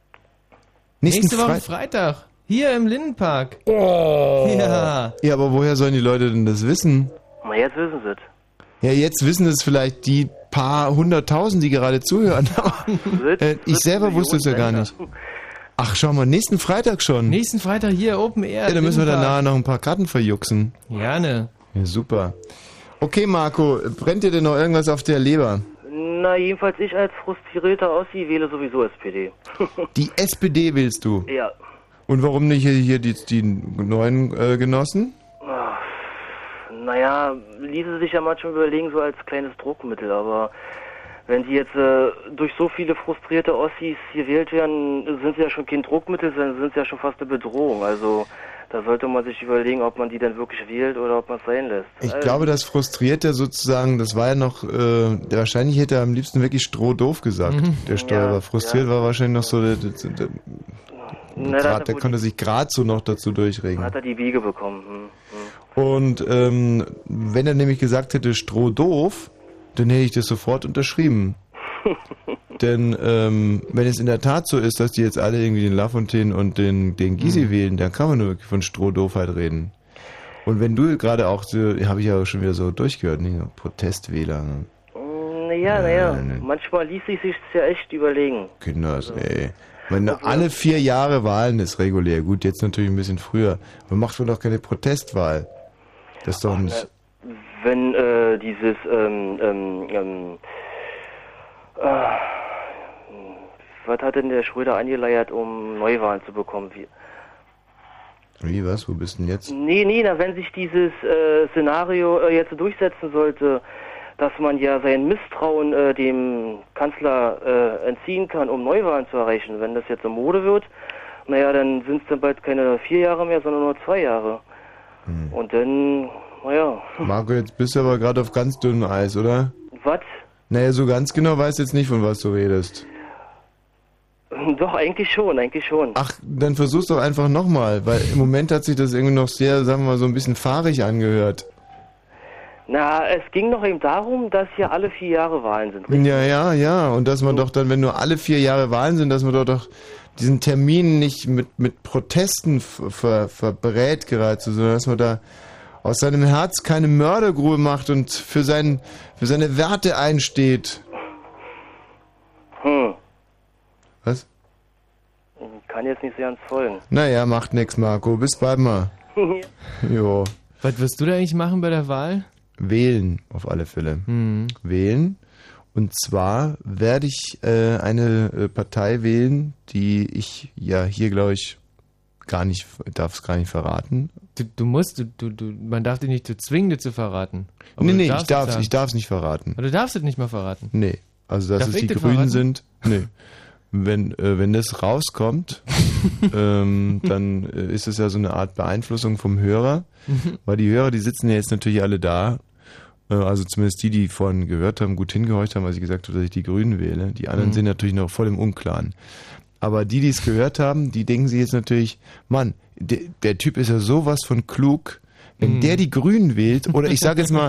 Nächsten Nächste Woche Frei- Freitag. Hier im Lindenpark. Oh. Ja. Ja, aber woher sollen die Leute denn das wissen? Na, jetzt wissen sie es. Ja, jetzt wissen es vielleicht die paar hunderttausend, die gerade zuhören. äh, ich selber wusste es ja gar nicht. Ach, schau mal, nächsten Freitag schon. Nächsten Freitag hier Open Air. Ja, dann müssen wir Lindenpark. danach noch ein paar Karten verjuxen. Gerne. Ja, super. Okay, Marco, brennt dir denn noch irgendwas auf der Leber? Na, jedenfalls ich als frustrierter Ossi wähle sowieso S P D. Die S P D willst du? Ja. Und warum nicht hier, hier die, die neuen äh, Genossen? Ach, naja, ließe sich ja manchmal überlegen, so als kleines Druckmittel, aber wenn die jetzt äh, durch so viele frustrierte Ossis gewählt werden, sind sie ja schon kein Druckmittel, sondern sind sie ja schon fast eine Bedrohung. Also da sollte man sich überlegen, ob man die denn wirklich wählt oder ob man es sein lässt. Ich also, glaube, das frustriert ja sozusagen, das war ja noch, äh, der wahrscheinlich hätte er am liebsten wirklich strohdoof gesagt, Mhm. der Steuerer. Ja, frustriert ja. war wahrscheinlich noch so, der, der, der, Na, da grad, hat er der wohl- konnte sich gerade so noch dazu durchregen. hat er die Biege bekommen. Hm, hm. Und ähm, wenn er nämlich gesagt hätte, strohdoof, dann hätte ich das sofort unterschrieben. Denn ähm, wenn es in der Tat so ist, dass die jetzt alle irgendwie den Lafontaine und den, den Gysi Mhm. wählen, dann kann man nur wirklich von Strohdoofheit reden. Und wenn du gerade auch, so, habe ich ja schon wieder so durchgehört, nicht? Protestwähler, ne? Naja, naja, Nein, nein. manchmal ließ sich sich's ja echt überlegen. Kinders, ey. Wenn alle vier Jahre Wahlen ist regulär, gut, jetzt natürlich ein bisschen früher, aber macht man doch keine Protestwahl. Das ist doch nicht... Wenn äh, dieses, ähm, ähm, ähm, äh, was hat denn der Schröder angeleiert, um Neuwahlen zu bekommen? Wie? Wie, was? Wo bist du denn jetzt? Nee, nee, na, wenn sich dieses äh, Szenario äh, jetzt durchsetzen sollte, dass man ja sein Misstrauen äh, dem Kanzler äh, entziehen kann, um Neuwahlen zu erreichen. Wenn das jetzt eine Mode wird, naja, dann sind es dann bald keine vier Jahre mehr, sondern nur zwei Jahre. Hm. Und dann, naja. Marco, jetzt bist du aber gerade auf ganz dünnem Eis, oder? Was? Naja, so ganz genau weißt du jetzt nicht, von was du redest. Doch, eigentlich schon, eigentlich schon. Ach, dann versuch's doch einfach nochmal, weil im Moment hat sich das irgendwie noch sehr, sagen wir mal, so ein bisschen fahrig angehört. Na, es ging doch eben darum, dass hier alle vier Jahre Wahlen sind. Richtig? Ja, ja, ja. Und dass man doch dann, wenn nur alle vier Jahre Wahlen sind, dass man doch, doch diesen Termin nicht mit, mit Protesten ver, ver, verbrät geradezu, sondern dass man da aus seinem Herz keine Mördergrube macht und für, sein, für seine Werte einsteht. Hm. Was? Kann jetzt nicht so ganz folgen. Naja, macht nix, Marco. Bis bald mal. Jo. Was wirst du da eigentlich machen bei der Wahl? Wählen, auf alle Fälle. Mhm. Wählen. Und zwar werde ich äh, eine äh, Partei wählen, die ich ja hier, glaube ich, gar nicht, darf es gar nicht verraten. Du, du musst, du, du, du, man darf dich nicht zu zwingen, dir zu verraten. Aber nee, du nee, ich darfst darf es es ich darf's nicht verraten. Aber du darfst es nicht mal verraten. Nee, also dass Darf es ich die das Grünen verraten? sind, nee. Wenn, äh, wenn das rauskommt, ähm, dann äh, ist es ja so eine Art Beeinflussung vom Hörer, Mhm. weil die Hörer, die sitzen ja jetzt natürlich alle da, äh, also zumindest die, die vorhin gehört haben, gut hingehorcht haben, weil ich gesagt habe, dass ich die Grünen wähle. Die anderen Mhm. sind natürlich noch voll im Unklaren. Aber die, die es gehört haben, die denken sich jetzt natürlich, Mann, de, der Typ ist ja sowas von klug, wenn Mhm. der die Grünen wählt, oder ich sage jetzt mal,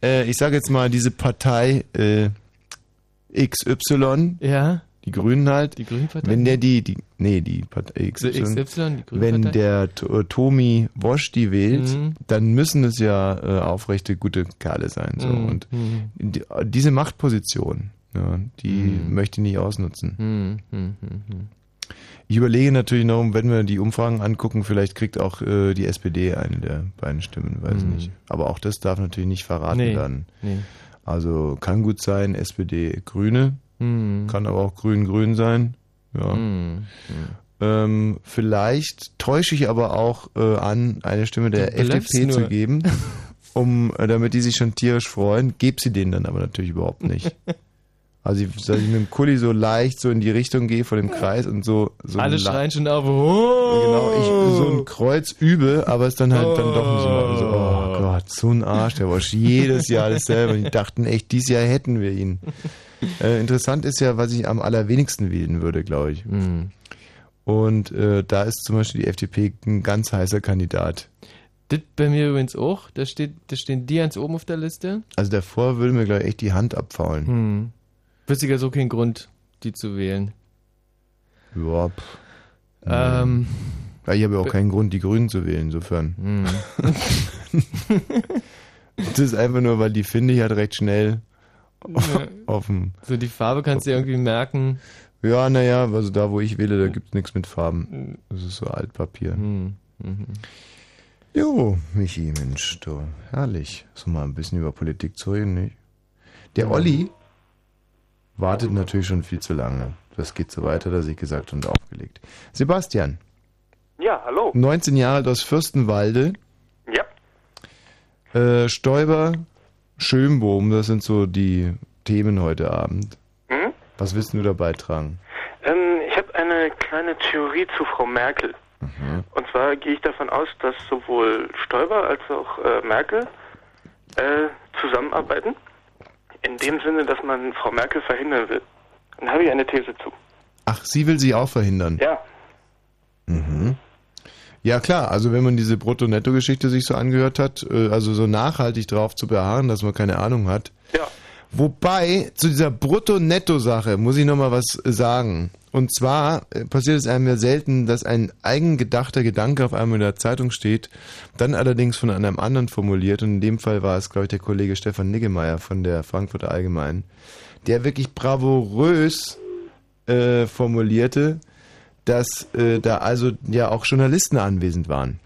äh, ich sage jetzt mal, diese Partei äh, X Y, ja, die Grünen halt, die Grünen Partei, wenn der die, die nee, die Partei X Y, X Y die Grünen wenn Partei? der T- Tomi Wosch die wählt, Mhm. dann müssen es ja äh, aufrechte, gute Kerle sein. So. Mhm. Und Mhm. die, diese Machtposition, ja, die Mhm. möchte ich nicht ausnutzen. Mhm. Mhm. Mhm. Ich überlege natürlich noch, wenn wir die Umfragen angucken, vielleicht kriegt auch äh, die S P D eine der beiden Stimmen, weiß Mhm. nicht. Aber auch das darf natürlich nicht verraten Nee. werden. Nee. Also kann gut sein, S P D Grüne, Mhm. kann aber auch Grün-Grün sein. Ja. Mhm. Ähm, vielleicht täusche ich aber auch äh, an, eine Stimme der Du F D P blöffst zu nur. geben, um, äh, damit die sich schon tierisch freuen. Geb sie denen dann aber natürlich überhaupt nicht. Also, ich, dass ich mit dem Kuli so leicht so in die Richtung gehe von dem Kreis und so. so Alle ein La- schreien schon auf. Oh! Genau, ich so ein Kreuz übe, aber es dann halt dann doch nicht mache. So, oh Gott, so ein Arsch, der Wosch. Jedes Jahr dasselbe. Und die dachten echt, dieses Jahr hätten wir ihn. Äh, interessant ist ja, was ich am allerwenigsten wählen würde, glaube ich. Mhm. Und äh, da ist zum Beispiel die F D P ein ganz heißer Kandidat. Das bei mir übrigens auch. Da, steht, da stehen die ganz oben auf der Liste. Also davor würde mir, glaube ich, echt die Hand abfaulen. Hm. Wüsste ich ja so keinen Grund, die zu wählen. Ja, pff. Ähm, ja, ich habe ja auch be- keinen Grund, die Grünen zu wählen, insofern. Hm. Das ist einfach nur, weil die finde ich halt recht schnell Ja. auf dem... So die Farbe kannst du dir irgendwie merken. Ja, naja, also da, wo ich wähle, da gibt es nichts mit Farben. Das ist so Altpapier. Hm. Mhm. Jo, Michi, Mensch, du, herrlich. So mal ein bisschen über Politik zu reden, nicht? Der Olli wartet natürlich schon viel zu lange. Das geht so weiter, dass ich gesagt und aufgelegt. Sebastian, Ja, hallo. neunzehn Jahre alt aus Fürstenwalde. Ja. Äh, Stoiber, Schönbohm, das sind so die Themen heute Abend. Mhm. Was willst du da beitragen? Ähm, ich habe eine kleine Theorie zu Frau Merkel. Mhm. Und zwar gehe ich davon aus, dass sowohl Stoiber als auch äh, Merkel äh, zusammenarbeiten. In dem Sinne, dass man Frau Merkel verhindern will. Dann habe ich eine These zu. Ach, sie will sie auch verhindern? Ja. Mhm. Ja klar, also wenn man diese Brutto-Netto-Geschichte sich so angehört hat, äh, also so nachhaltig drauf zu beharren, dass man keine Ahnung hat. Ja. Wobei, zu dieser Brutto-Netto-Sache muss ich nochmal was äh, sagen. Und zwar äh, passiert es einem ja selten, dass ein eigengedachter Gedanke auf einmal in der Zeitung steht, dann allerdings von einem anderen formuliert. Und in dem Fall war es, glaube ich, der Kollege Stefan Niggemeier von der Frankfurter Allgemeinen, der wirklich bravourös äh, formulierte, dass äh, da also ja auch Journalisten anwesend waren.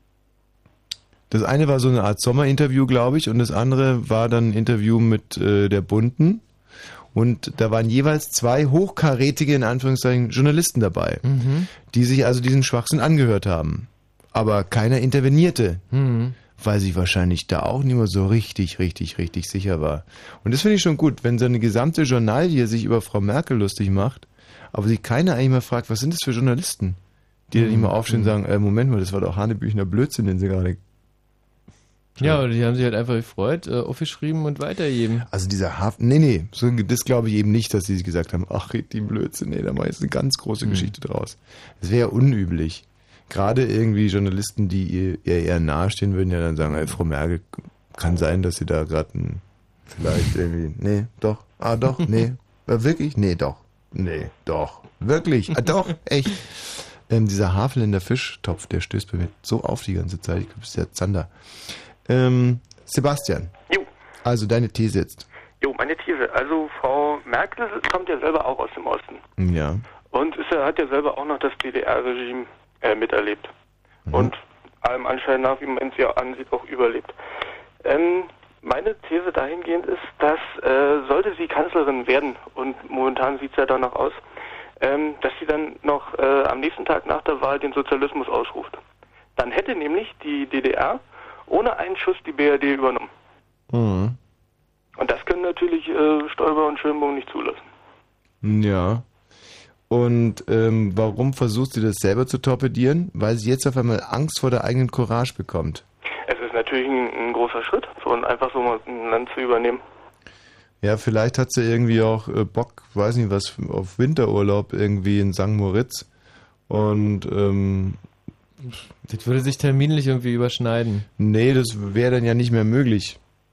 Das eine war so eine Art Sommerinterview, glaube ich, und das andere war dann ein Interview mit äh, der Bunten. Und da waren jeweils zwei hochkarätige, in Anführungszeichen, Journalisten dabei, Mhm. die sich also diesen Schwachsinn angehört haben. Aber keiner intervenierte, Mhm. weil sich wahrscheinlich da auch niemand so richtig, richtig, richtig sicher war. Und das finde ich schon gut, wenn so eine gesamte Journalie sich über Frau Merkel lustig macht, aber sich keiner eigentlich mal fragt, was sind das für Journalisten, die dann Mhm. immer aufstehen und sagen, äh, Moment mal, das war doch Hanebüchner Blödsinn, den sie gerade... Ja, oder die haben sich halt einfach gefreut, äh, aufgeschrieben und weitergegeben. Also dieser Hafen, nee, nee, so, das glaube ich eben nicht, dass die sich gesagt haben, ach, die Blödsinn, nee, da mache ich jetzt eine ganz große Mhm. Geschichte draus. Das wäre ja unüblich. Gerade irgendwie Journalisten, die ihr, ihr eher nahestehen, würden ja dann sagen, ey, Frau Merkel, kann sein, dass sie da gerade ein, vielleicht irgendwie, nee, doch, ah, doch, nee, äh, wirklich, nee, doch, nee, doch, wirklich, ah, doch, echt. Ähm, dieser Havelländer Fischtopf, der stößt bei mir so auf die ganze Zeit, ich glaube, das ist der Zander. Ähm, Sebastian. Jo. Also deine These jetzt. Jo, meine These. Also Frau Merkel kommt ja selber auch aus dem Osten. Ja. Und ist ja, hat ja selber auch noch das D D R-Regime äh, miterlebt. Mhm. Und allem Anschein nach, wie man es ja ansieht, auch überlebt. Ähm, meine These dahingehend ist, dass äh, sollte sie Kanzlerin werden, und momentan sieht es ja danach aus, ähm, dass sie dann noch äh, am nächsten Tag nach der Wahl den Sozialismus ausruft. Dann hätte nämlich die D D R ohne einen Schuss die B R D übernommen. Mhm. Und das können natürlich äh, Stoiber und Schönbohm nicht zulassen. Ja. Und ähm, warum versucht sie das selber zu torpedieren? Weil sie jetzt auf einmal Angst vor der eigenen Courage bekommt. Es ist natürlich ein, ein großer Schritt, so und einfach so mal ein Land zu übernehmen. Ja, vielleicht hat sie irgendwie auch äh, Bock, weiß nicht was, auf Winterurlaub irgendwie in Sankt Moritz. Und ähm, das würde sich terminlich irgendwie überschneiden. Nee, das wäre dann ja nicht mehr möglich.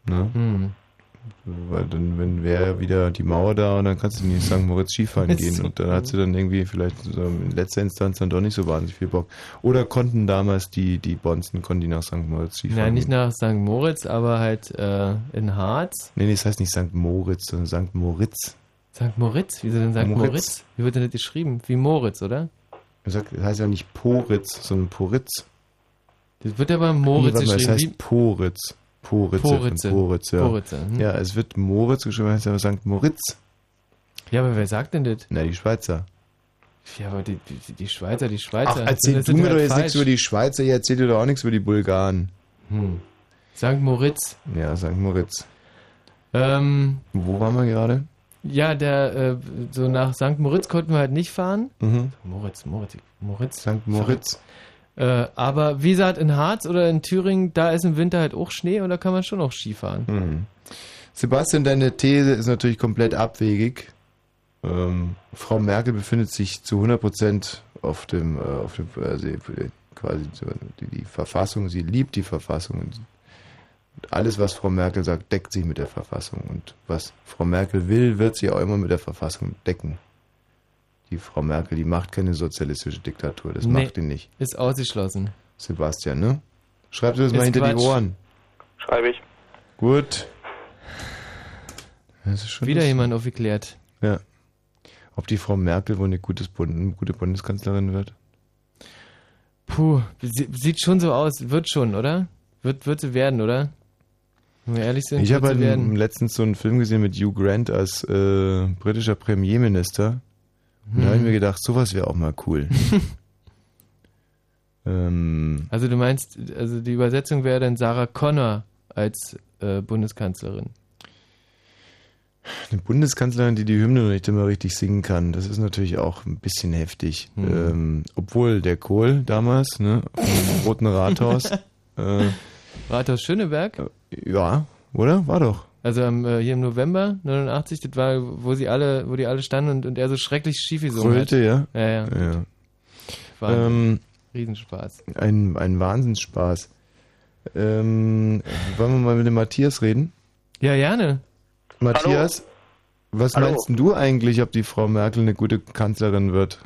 Ne? Hm. Weil dann wenn wäre wieder die Mauer da und dann kannst du nicht in Sankt Moritz Skifahren gehen. Und dann hat sie dann irgendwie vielleicht so in letzter Instanz dann doch nicht so wahnsinnig viel Bock. Oder konnten damals die, die Bonzen, konnten die nach Sankt Moritz Skifahren Nein, nicht gehen? nach Sankt Moritz, aber halt äh, in Harz. Nee, nee, das heißt nicht Sankt Moritz, sondern Sankt Moritz. Sankt Moritz? Wieso denn Sankt Moritz. Moritz? Wie wird denn das geschrieben? Wie Moritz, oder? Das heißt ja nicht Poritz, sondern Poritz. Das wird aber Moritz nee, warte mal, geschrieben. das heißt Poritz. Poritze. Poritze. Poritz, ja. Poritze, hm. Ja, es wird Moritz geschrieben, heißt aber Sankt Moritz. Ja, aber wer sagt denn das? Na, die Schweizer. Ja, aber die, die, die Schweizer, die Schweizer. Ach, erzähl Das du ist mir halt doch jetzt falsch. nichts über die Schweizer, ihr erzählt dir doch auch nichts über die Bulgaren. Hm. Sankt Moritz. Ja, Sankt Moritz. Ähm, Wo waren wir gerade? ja, der, äh, so nach Sankt Moritz konnten wir halt nicht fahren. Mhm. Moritz, Moritz, Moritz. Sankt Moritz. Äh, aber wie gesagt, in Harz oder in Thüringen, da ist im Winter halt auch Schnee und da kann man schon auch Skifahren. Mhm. Sebastian, deine These ist natürlich komplett abwegig. Ähm, Frau Merkel befindet sich zu hundert Prozent auf dem, äh, auf dem also quasi so, die, die Verfassung, sie liebt die Verfassung. Und alles, was Frau Merkel sagt, deckt sich mit der Verfassung. Und was Frau Merkel will, wird sie auch immer mit der Verfassung decken. Die Frau Merkel, die macht keine sozialistische Diktatur, das Nee, macht die nicht. Ist ausgeschlossen. Sebastian, ne? Schreib dir das Ist mal hinter Quatsch. die Ohren. Schreibe ich. Gut. Das ist schon Wieder lustig. jemand aufgeklärt. Ja. Ob die Frau Merkel wohl eine, gutes Bund, eine gute Bundeskanzlerin wird? Puh, sie, sieht schon so aus. Wird schon, oder? Wird, wird sie werden, oder? Wenn wir ehrlich sind, Ich wird habe halt sie werden. letztens so einen Film gesehen mit Hugh Grant als äh, britischer Premierminister. Und da habe ich Hm. mir gedacht, sowas wäre auch mal cool. ähm, Also du meinst, also die Übersetzung wäre dann Sarah Connor als äh, Bundeskanzlerin. Eine Bundeskanzlerin, die die Hymne noch nicht immer richtig singen kann, das ist natürlich auch ein bisschen heftig. Hm. Ähm, obwohl der Kohl damals, ne, vom Roten Rathaus. äh, Rathaus Schöneberg? Ja, oder? War doch. Also ähm, äh, hier im November neunundachtzig, das war, wo sie alle, wo die alle standen und, und er so schrecklich schief gesungen hat. Kröte, ja? Ja, ja. ja. War ein Ähm, Riesenspaß. Ein, ein Wahnsinnsspaß. Ähm, wollen wir mal mit dem Matthias reden? Ja, gerne. Matthias, was Hallo. meinst denn du eigentlich, ob die Frau Merkel eine gute Kanzlerin wird?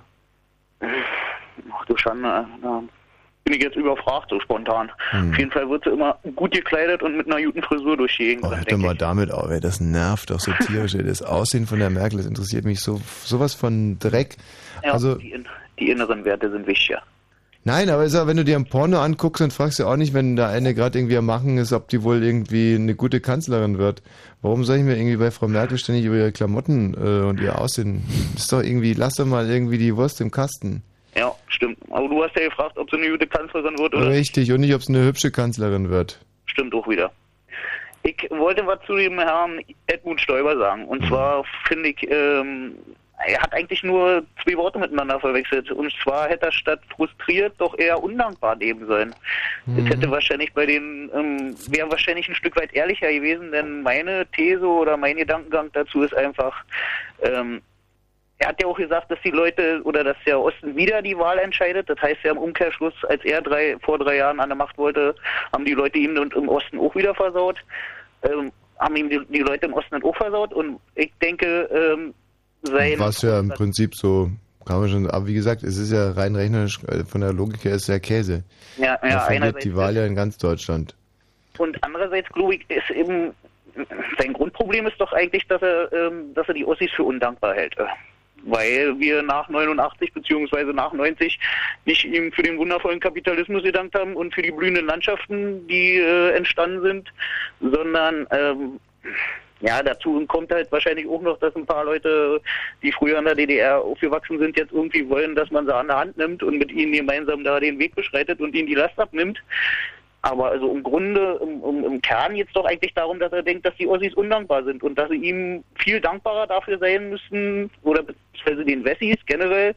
Ach du Schande, da bin ich jetzt überfragt, so spontan. Hm. Auf jeden Fall wird sie immer gut gekleidet und mit einer guten Frisur durch die Gegend. Oh, hör doch mal damit auf, ey, das nervt doch so tierisch, ey. Das Aussehen von der Merkel, das interessiert mich so, sowas von Dreck. Ja, Also, die, in, die inneren Werte sind wichtiger. nein, aber ist ja, wenn du dir ein Porno anguckst, dann fragst du auch nicht, wenn da eine gerade irgendwie am Machen ist, ob die wohl irgendwie eine gute Kanzlerin wird. Warum soll ich mir irgendwie bei Frau Merkel ständig über ihre Klamotten äh, und ihr Aussehen? Das ist doch irgendwie, lass doch mal irgendwie die Wurst im Kasten. Ja, stimmt. Aber du hast ja gefragt, ob sie eine gute Kanzlerin wird, oder? Richtig, und nicht, ob es eine hübsche Kanzlerin wird. Stimmt auch wieder. Ich wollte was zu dem Herrn Edmund Stoiber sagen. Und zwar finde ich, ähm, er hat eigentlich nur zwei Worte miteinander verwechselt. Und zwar hätte er statt frustriert doch eher undankbar nehmen sollen. Das hätte wahrscheinlich bei den, ähm, wäre wahrscheinlich ein Stück weit ehrlicher gewesen, denn meine These oder mein Gedankengang dazu ist einfach, ähm, er hat ja auch gesagt, dass die Leute oder dass der Osten wieder die Wahl entscheidet. Das heißt ja im Umkehrschluss, als er drei, vor drei Jahren an der Macht wollte, haben die Leute ihm und im Osten auch wieder versaut. Ähm, haben ihm die, die Leute im Osten dann auch versaut. Und ich denke, ähm, sein... Was ja im Prinzip so, kann man schon, aber wie gesagt, es ist ja rein rechnerisch, äh, von der Logik her ist es ja Käse. Ja, ja, Da verliert einerseits die Wahl ja in ganz Deutschland. Und andererseits, glaube ich, ist eben, sein Grundproblem ist doch eigentlich, dass er, ähm, dass er die Ossis für undankbar hält. Äh, Weil wir nach neunundachtzig beziehungsweise nach neunzig nicht ihm für den wundervollen Kapitalismus gedankt haben und für die blühenden Landschaften, die äh, entstanden sind, sondern ähm, ja, dazu kommt halt wahrscheinlich auch noch, dass ein paar Leute, die früher in der D D R aufgewachsen sind, jetzt irgendwie wollen, dass man sie an der Hand nimmt und mit ihnen gemeinsam da den Weg beschreitet und ihnen die Last abnimmt. Aber also im Grunde, im, im, im Kern geht es doch eigentlich darum, dass er denkt, dass die Ossis undankbar sind und dass sie ihm viel dankbarer dafür sein müssen, oder beziehungsweise den Wessis generell,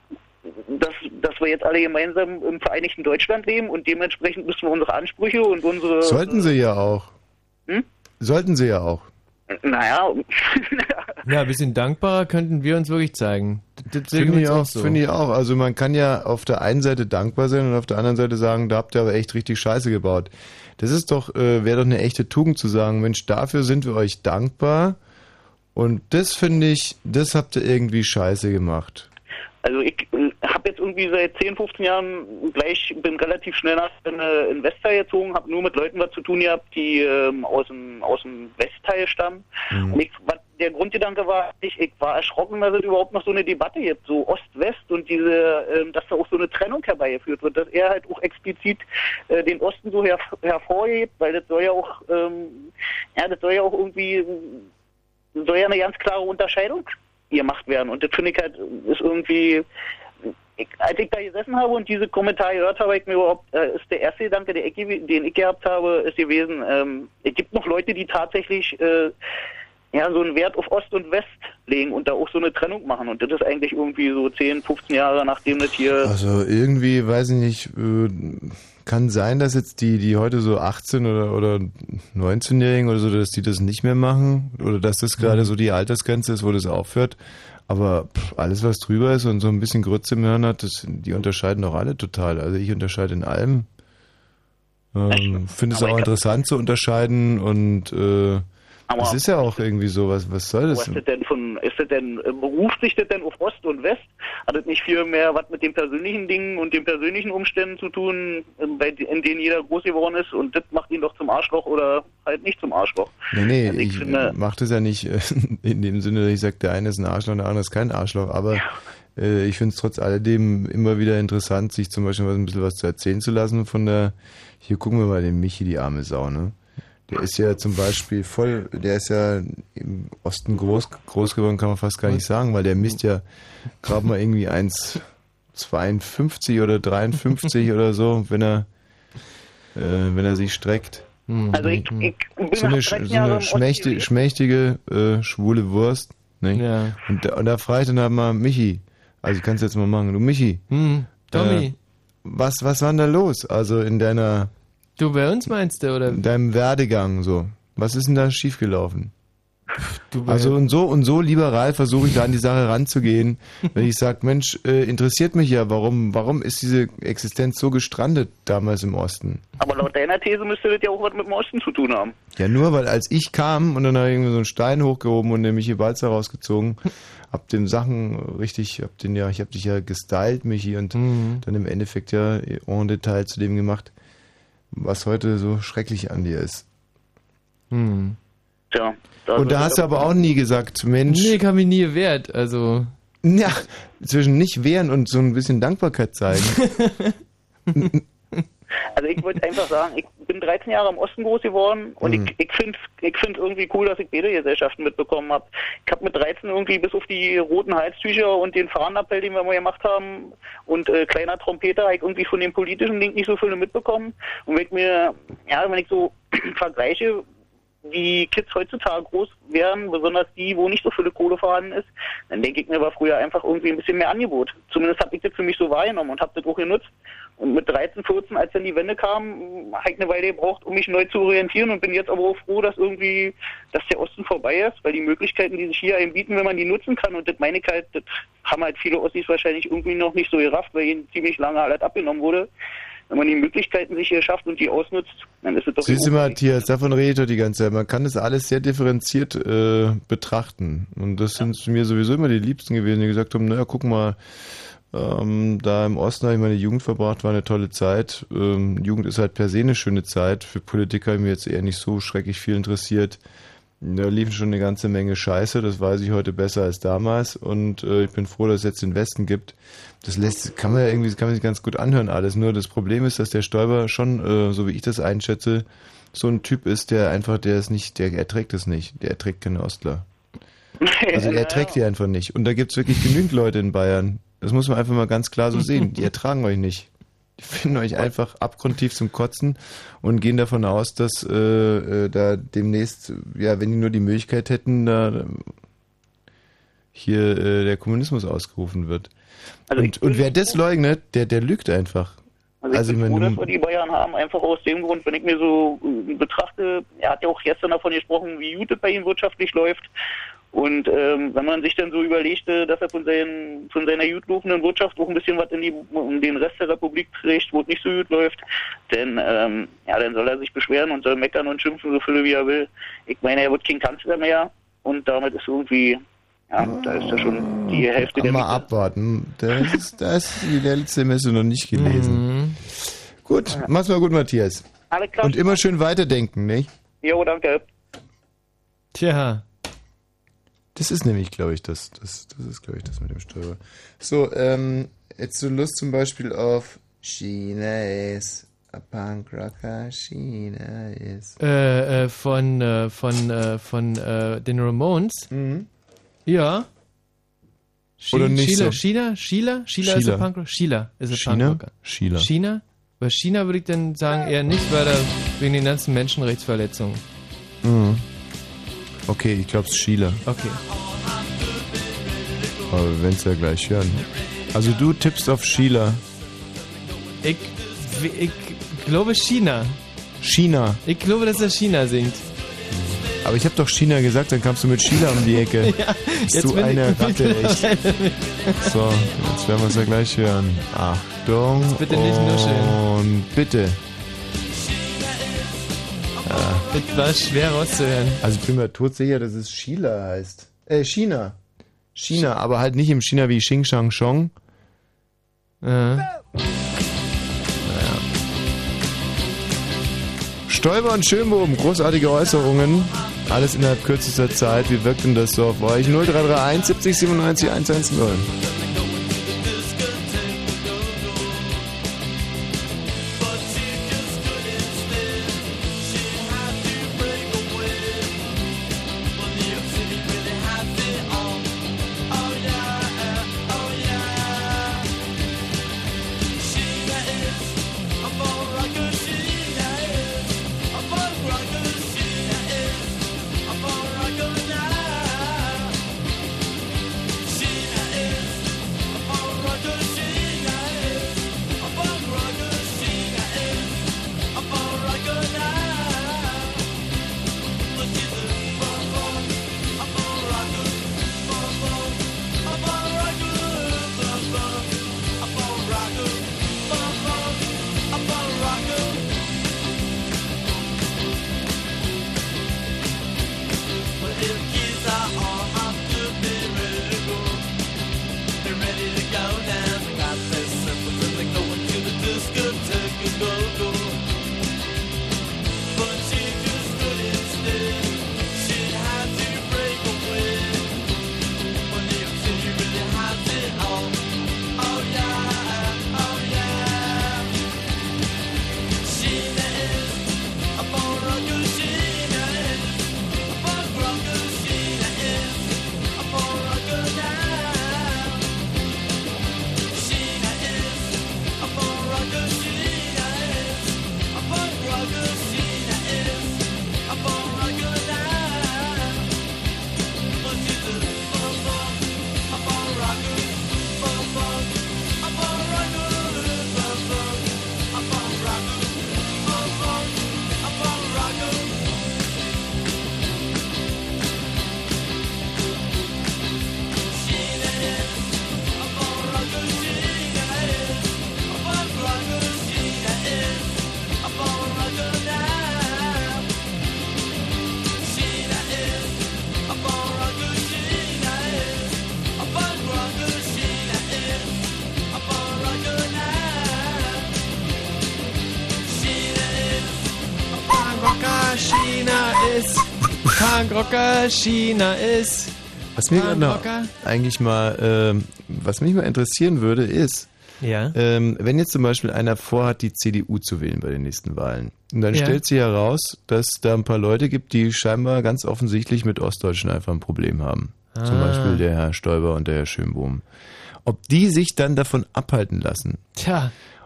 dass, dass wir jetzt alle gemeinsam im Vereinigten Deutschland leben und dementsprechend müssen wir unsere Ansprüche und unsere... Sollten sie ja auch. Hm? Sollten sie ja auch. Naja. Ja, ein bisschen dankbarer könnten wir uns wirklich zeigen. Das sehen Finde wir ich uns auch, so. finde ich auch. Also man kann ja auf der einen Seite dankbar sein und auf der anderen Seite sagen, da habt ihr aber echt richtig Scheiße gebaut. Das ist doch, äh, wäre doch eine echte Tugend zu sagen, Mensch, dafür sind wir euch dankbar und das finde ich, das habt ihr irgendwie Scheiße gemacht. Also ich äh, habe jetzt irgendwie seit zehn, fünfzehn Jahren gleich, bin relativ schnell nach in, äh, in Westteil gezogen, habe nur mit Leuten was zu tun gehabt, die ähm, aus dem aus dem Westteil stammen. Mhm. Und ich, was, der Grundgedanke war, ich, ich war erschrocken, dass es überhaupt noch so eine Debatte gibt, so Ost-West und diese, ähm, dass da auch so eine Trennung herbeigeführt wird, dass er halt auch explizit äh, den Osten so her, hervorhebt, weil das soll ja auch, ähm, ja, das soll ja auch irgendwie, soll ja eine ganz klare Unterscheidung gemacht werden. Und das finde ich halt, ist irgendwie, ich, als ich da gesessen habe und diese Kommentare gehört habe, ich mir überhaupt, äh, ist der erste Gedanke, der ich, den ich gehabt habe, ist gewesen, ähm, es gibt noch Leute, die tatsächlich äh, ja, so einen Wert auf Ost und West legen und da auch so eine Trennung machen. Und das ist eigentlich irgendwie so zehn, fünfzehn Jahre, nachdem das hier... Also irgendwie, weiß ich nicht, äh, kann sein, dass jetzt die, die heute so achtzehn- oder, oder neunzehnjährigen oder so, dass die das nicht mehr machen oder dass das gerade so die Altersgrenze ist, wo das aufhört. Aber pff, alles, was drüber ist und so ein bisschen Grütze im Hirn hat, das, die unterscheiden doch alle total. Also ich unterscheide in allem. Ähm, finde es auch interessant zu unterscheiden und äh, Aber das ist ja auch irgendwie so, was, was soll das? Was ist das denn von, ist das denn, äh, beruft sich das denn auf Ost und West? Hat das nicht viel mehr was mit den persönlichen Dingen und den persönlichen Umständen zu tun, äh, bei, in denen jeder groß geworden ist und das macht ihn doch zum Arschloch oder halt nicht zum Arschloch? Nee, nee, Also ich ich finde- mache das ja nicht äh, in dem Sinne, dass ich sage, der eine ist ein Arschloch und der andere ist kein Arschloch, aber äh, ich finde es trotz alledem immer wieder interessant, sich zum Beispiel was, ein bisschen was zu erzählen zu lassen von der, hier gucken wir mal den Michi, die arme Sau, ne? Der ist ja zum Beispiel voll, der ist ja im Osten groß, groß geworden, kann man fast gar nicht sagen, weil der misst ja gerade mal irgendwie eins Komma zweiundfünfzig oder dreiundfünfzig oder so, wenn er, äh, wenn er sich streckt. Also ich, ich bin So eine, nach sch- dreizehn so Jahren eine im Osten schmächtige, gewesen. schmächtige äh, schwule Wurst. Ne? Ja. Und, da, und da frage ich dann halt mal Michi, also kannst du jetzt mal machen, du Michi, Hm, Tommy. Äh, was, was war denn da los? Also in deiner... Du bei uns meinst du, oder? In deinem Werdegang so. Was ist denn da schiefgelaufen? Du bei- Also und so und so liberal versuche ich da an die Sache ranzugehen, wenn ich sage, Mensch, äh, interessiert mich ja, warum, warum ist diese Existenz so gestrandet damals im Osten? Aber laut deiner These müsste das ja auch was mit dem Osten zu tun haben. Ja, nur weil als ich kam und dann habe ich irgendwie so einen Stein hochgehoben und den Michi Balzer rausgezogen, hab dem Sachen richtig, hab den ja, ich hab dich ja gestylt, Michi, und Mhm. dann im Endeffekt ja en Detail zu dem gemacht, was heute so schrecklich an dir ist. Hm. Tja. Und da hast du aber auch nie gesagt, Mensch. Nee, ich habe mich nie gewehrt, also. Ja, zwischen nicht wehren und so ein bisschen Dankbarkeit zeigen. Also ich wollte einfach sagen, ich bin dreizehn Jahre im Osten groß geworden und Mhm. ich, ich finde ich find irgendwie cool, dass ich beide Gesellschaften mitbekommen habe. Ich habe mit dreizehn irgendwie bis auf die roten Halstücher und den Fahnenappell, den wir mal gemacht haben und äh, kleiner Trompeter, habe ich irgendwie von dem politischen Ding nicht so viel mitbekommen. Und wenn ich mir, ja, wenn ich so vergleiche, wie Kids heutzutage groß werden, besonders die, wo nicht so viele Kohle vorhanden ist, dann denke ich mir, war früher einfach irgendwie ein bisschen mehr Angebot. Zumindest habe ich das für mich so wahrgenommen und habe das auch genutzt. Und mit dreizehn, vierzehn, als dann die Wende kam, habe ich eine Weile gebraucht, um mich neu zu orientieren und bin jetzt aber auch froh, dass irgendwie, dass der Osten vorbei ist, weil die Möglichkeiten, die sich hier einem bieten, wenn man die nutzen kann, und das meine ich halt, das haben halt viele Ossis wahrscheinlich irgendwie noch nicht so gerafft, weil ihnen ziemlich lange alles abgenommen wurde. Wenn man die Möglichkeiten sich hier schafft und die ausnutzt, dann ist es doch... Siehst du, Matthias, davon rede ich doch die ganze Zeit. Man kann das alles sehr differenziert äh, betrachten. Und das sind mir sowieso immer die Liebsten gewesen, die gesagt haben, naja, guck mal, ähm, da im Osten habe ich meine Jugend verbracht, war eine tolle Zeit. Ähm, Jugend ist halt per se eine schöne Zeit. Für Politiker haben mir jetzt eher nicht so schrecklich viel interessiert. Da liefen schon eine ganze Menge Scheiße, das weiß ich heute besser als damals, und äh, ich bin froh, dass es jetzt den Westen gibt. Das lässt, kann man ja irgendwie, das kann man sich ganz gut anhören alles, nur das Problem ist, dass der Stoiber schon, äh, so wie ich das einschätze, so ein Typ ist, der einfach, der ist nicht, der erträgt es nicht, der erträgt keine Ostler. Also er erträgt die einfach nicht. Und da gibt's wirklich genügend Leute in Bayern, das muss man einfach mal ganz klar so sehen, die ertragen euch nicht. Die finden euch einfach abgrundtief zum Kotzen und gehen davon aus, dass äh, äh, da demnächst, ja, wenn die nur die Möglichkeit hätten, da hier äh, der Kommunismus ausgerufen wird. Also und, und wer das leugnet, der, der lügt einfach. Also ich Also, bin wenn froh, du- dass wir die Bayern haben, einfach aus dem Grund, wenn ich mir so äh, betrachte, er hat ja auch gestern davon gesprochen, wie gut es bei ihm wirtschaftlich läuft. Und ähm, wenn man sich dann so überlegte, dass er von, seinen, von seiner gut laufenden Wirtschaft auch ein bisschen was in, die, in den Rest der Republik trägt, wo es nicht so gut läuft, dann, ähm, ja, dann soll er sich beschweren und soll meckern und schimpfen, so viel wie er will. Ich meine, er wird kein Kanzler mehr und damit ist irgendwie, ja, da ist ja schon die Hälfte der Mal Miete. abwarten. Das ist, das ist die letzte Messe noch nicht gelesen. Mhm. Gut, mach's mal gut, Matthias. Alles klar. Und immer schön weiterdenken, nicht? Jo, danke. Tja. Das ist nämlich, glaube ich, das, das, das ist, glaube ich, das mit dem Steuer. So, ähm, jetzt so Lust zum Beispiel auf China is a punk rocker, China is. Äh, äh, von, äh, von, äh, von, äh, den Ramones. Mhm. Ja. Oder nicht Sheila, so? Sheila, Sheila, Sheila ist Sheila. ein Punkrocker. Sheila ist ein China? Punkrocker. Sheila. China? Bei China würde ich dann sagen eher nicht, weil da wegen den ganzen Menschenrechtsverletzungen. Mhm. Okay, ich glaube es ist Sheila. Okay. Aber wir werden es ja gleich hören. Also du tippst auf Sheila. Ich, ich glaube China. China. Ich glaube, dass er China singt. Aber ich habe doch China gesagt, dann kamst du mit Sheila um die Ecke. Ja, Bist jetzt du bin eine ich Ratte, echt. mittlerweile- So, jetzt werden wir es ja gleich hören. Achtung. Jetzt bitte nicht nuscheln. Und bitte. Ja. Das war schwer rauszuhören. Also ich bin mir todsicher, dass es Sheila heißt. Äh, China. China, aber halt nicht im China wie Xing Shang Chong. Ja. Naja. Stoiber und Schönbohm, großartige Äußerungen. Alles innerhalb kürzester Zeit. Wie wirkt denn das so auf euch? null drei drei eins siebzig siebenundneunzig hundertzehn. China ist Punkrocker, China ist Was mir gerade noch Punkrocker. eigentlich mal, ähm, was mich mal interessieren würde, ist, Ja. ähm, wenn jetzt zum Beispiel einer vorhat, die C D U zu wählen bei den nächsten Wahlen, und dann Ja. stellt sich heraus, dass da ein paar Leute gibt, die scheinbar ganz offensichtlich mit Ostdeutschen einfach ein Problem haben. Zum Ah. Beispiel der Herr Stoiber und der Herr Schönbohm. Ob die sich dann davon abhalten lassen, Tja.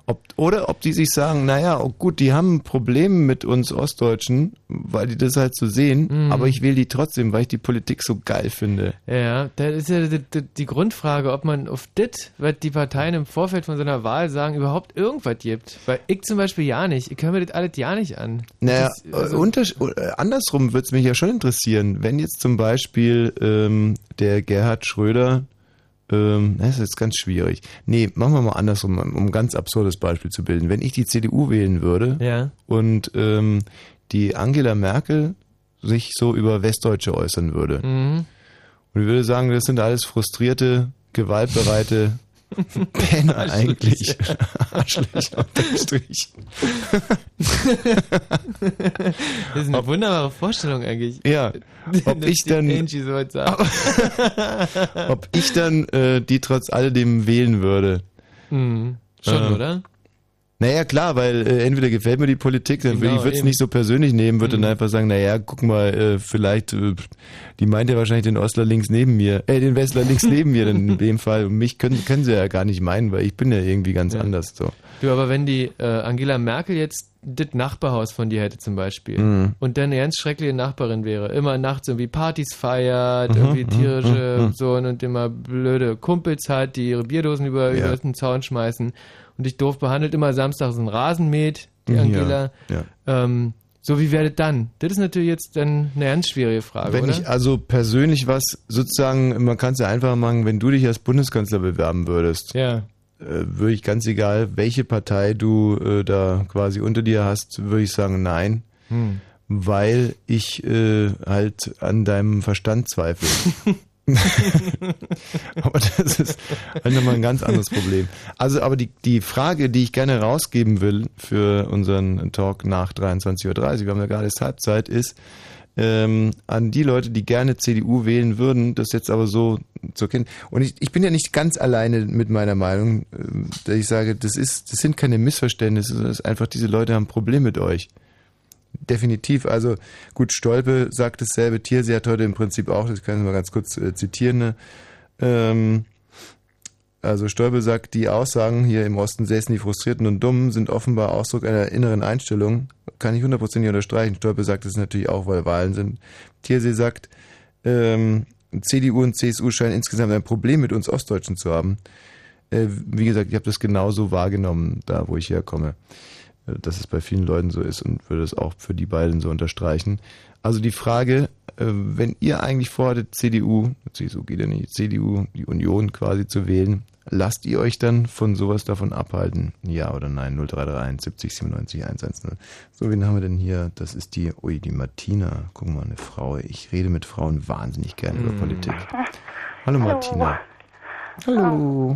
Ob, oder ob die sich sagen, naja, oh gut, die haben ein Problem mit uns Ostdeutschen, weil die das halt so sehen, Mhm. aber ich wähle die trotzdem, weil ich die Politik so geil finde. Ja, das ist ja die, die, die Grundfrage, ob man auf das, was die Parteien im Vorfeld von so einer Wahl sagen, überhaupt irgendwas gibt. Weil ich zum Beispiel ja nicht. Ich höre mir das alles ja nicht an. Naja, Das ist, also- äh, untersch- äh, andersrum würde es mich ja schon interessieren, wenn jetzt zum Beispiel ähm, der Gerhard Schröder, ähm, das ist jetzt ganz schwierig. Nee, machen wir mal andersrum, um ein ganz absurdes Beispiel zu bilden. Wenn ich die C D U wählen würde Ja. und ähm, die Angela Merkel sich so über Westdeutsche äußern würde Mhm. und ich würde sagen, das sind alles frustrierte, gewaltbereite Penner eigentlich. Arschlöcher unterm Strich. Das ist eine wunderbare Vorstellung eigentlich. Ja, ob Dass ich die dann, Angie so was sagt. ob ich dann äh, die trotz alledem wählen würde. Mhm. Schon, Ähm, oder? Naja, klar, weil äh, entweder gefällt mir die Politik, dann würde Genau, ich würde es eben. nicht so persönlich nehmen, würde Mhm. dann einfach sagen, naja, guck mal, äh, vielleicht, äh, die meint ja wahrscheinlich den Ostler links neben mir, äh, den Westler links neben mir dann in dem Fall. Und mich können, können sie ja gar nicht meinen, weil ich bin ja irgendwie ganz Ja. anders. So. Du, aber wenn die äh, Angela Merkel jetzt das Nachbarhaus von dir hätte zum Beispiel Mhm. und dann eine ganz schreckliche Nachbarin wäre, immer nachts irgendwie Partys feiert, Mhm, irgendwie mhm, tierische mhm, mhm. so und immer blöde Kumpels hat, die ihre Bierdosen über, Ja. über den Zaun schmeißen und dich doof behandelt, immer samstags einen Rasen mäht, die Ja, Angela. ja. Ähm, so, wie wäre das dann? Das ist natürlich jetzt dann eine ganz schwierige Frage, Wenn oder? ich also persönlich was, sozusagen, man kann es ja einfach machen, wenn du dich als Bundeskanzler bewerben würdest, ja. äh, würde ich ganz egal, welche Partei du äh, da quasi unter dir hast, würde ich sagen, nein. Hm. Weil ich äh, halt an deinem Verstand zweifle. Aber das ist halt nochmal ein ganz anderes Problem. Also, aber die, die Frage, die ich gerne rausgeben will für unseren Talk nach dreiundzwanzig Uhr dreißig, wir haben ja gerade jetzt Halbzeit, ist ähm, an die Leute, die gerne C D U wählen würden, das jetzt aber so zu erkennen. Und ich, ich bin ja nicht ganz alleine mit meiner Meinung, äh, dass ich sage, das ist, das sind keine Missverständnisse, das ist einfach, diese Leute haben ein Problem mit euch. Definitiv. Also gut, Stolpe sagt dasselbe. Thierse hat heute im Prinzip auch, das kann ich mal ganz kurz äh, zitieren. Ne? Ähm, also Stolpe sagt, die Aussagen hier im Osten säßen die Frustrierten und Dummen sind offenbar Ausdruck einer inneren Einstellung. Kann ich hundertprozentig unterstreichen. Stolpe sagt es natürlich auch, weil Wahlen sind. Thierse sagt, ähm, C D U und C S U scheinen insgesamt ein Problem mit uns Ostdeutschen zu haben. Äh, wie gesagt, ich habe das genauso wahrgenommen, da wo ich herkomme, dass es bei vielen Leuten so ist und würde es auch für die beiden so unterstreichen. Also die Frage, äh, wenn ihr eigentlich vorhattet, C D U, C S U geht ja nicht, C D U, die Union quasi zu wählen, lasst ihr euch dann von sowas davon abhalten? Ja oder nein? null drei drei eins siebzig siebenundneunzig hundertzehn. So, wen haben wir denn hier? Das ist die, ui, die Martina. Guck mal, eine Frau. Ich rede mit Frauen wahnsinnig gerne über Politik. Hallo Martina. Hallo.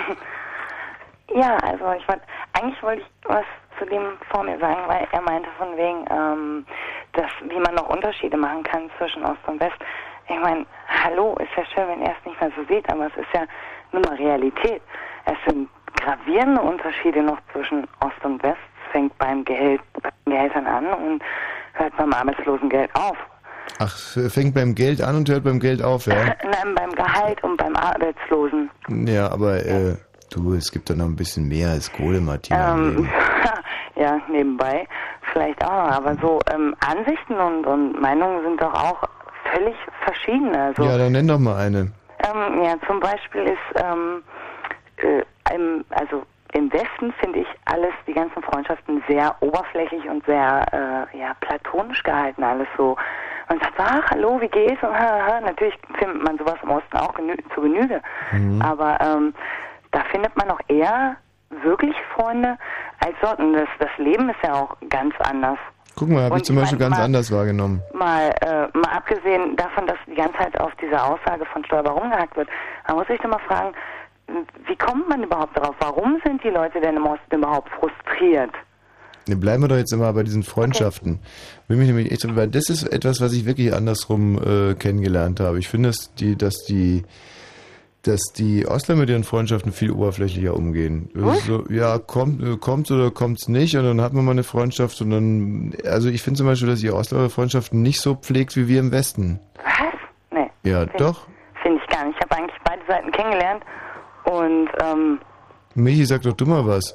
Ja, also ich wollte, eigentlich wollte ich was zu dem vor mir sagen, weil er meinte von wegen, ähm, dass, wie man noch Unterschiede machen kann zwischen Ost und West. Ich meine, hallo, ist ja schön, wenn er es nicht mehr so sieht, aber es ist ja nun mal Realität. Es sind gravierende Unterschiede noch zwischen Ost und West. Es fängt beim Gehalt, bei den Gehältern an und hört beim Arbeitslosengeld auf. Ach, fängt beim Geld an und hört beim Geld auf, ja? Nein, beim Gehalt und beim Arbeitslosen. Ja, aber äh, du, es gibt doch noch ein bisschen mehr als Kohle, Martina. im Ähm, Leben. ja, nebenbei vielleicht auch noch, aber so ähm, Ansichten und, und Meinungen sind doch auch völlig verschieden. Also, Ja, dann nenn doch mal eine. ähm, ja, zum Beispiel ist, ähm, äh, im, also im Westen finde ich alles, die ganzen Freundschaften sehr oberflächlich und sehr, äh, ja, platonisch gehalten, alles so. Man sagt, ach, hallo, wie geht's? Und, ha, ha. Natürlich findet man sowas im Osten auch genü zu Genüge. Mhm. Aber ähm, da findet man auch eher wirklich Freunde als dort. Und das, das Leben ist ja auch ganz anders. Guck mal, habe Und ich zum ich Beispiel mein, ganz mal- anders wahrgenommen. Mal, äh, mal abgesehen davon, dass die ganze Zeit auf diese Aussage von Stoiber rumgehackt wird, man muss sich doch mal fragen, wie kommt man überhaupt darauf? Warum sind die Leute denn im Osten überhaupt frustriert? Ne, bleiben wir doch jetzt immer bei diesen Freundschaften. Will mich nämlich echt, weil das ist etwas, was ich wirklich andersrum äh, kennengelernt habe. Ich finde, dass die, dass die, dass die Ostler mit ihren Freundschaften viel oberflächlicher umgehen. So, ja, kommt, äh, kommt's oder kommt's nicht, und dann hat man mal eine Freundschaft und dann, also ich finde zum Beispiel, dass ihr Ostler eure Freundschaften nicht so pflegt wie wir im Westen. Was? Nee. Ja, Find- doch. Finde ich gar nicht. Ich habe eigentlich beide Seiten kennengelernt und ähm, Michi, sag doch du mal was.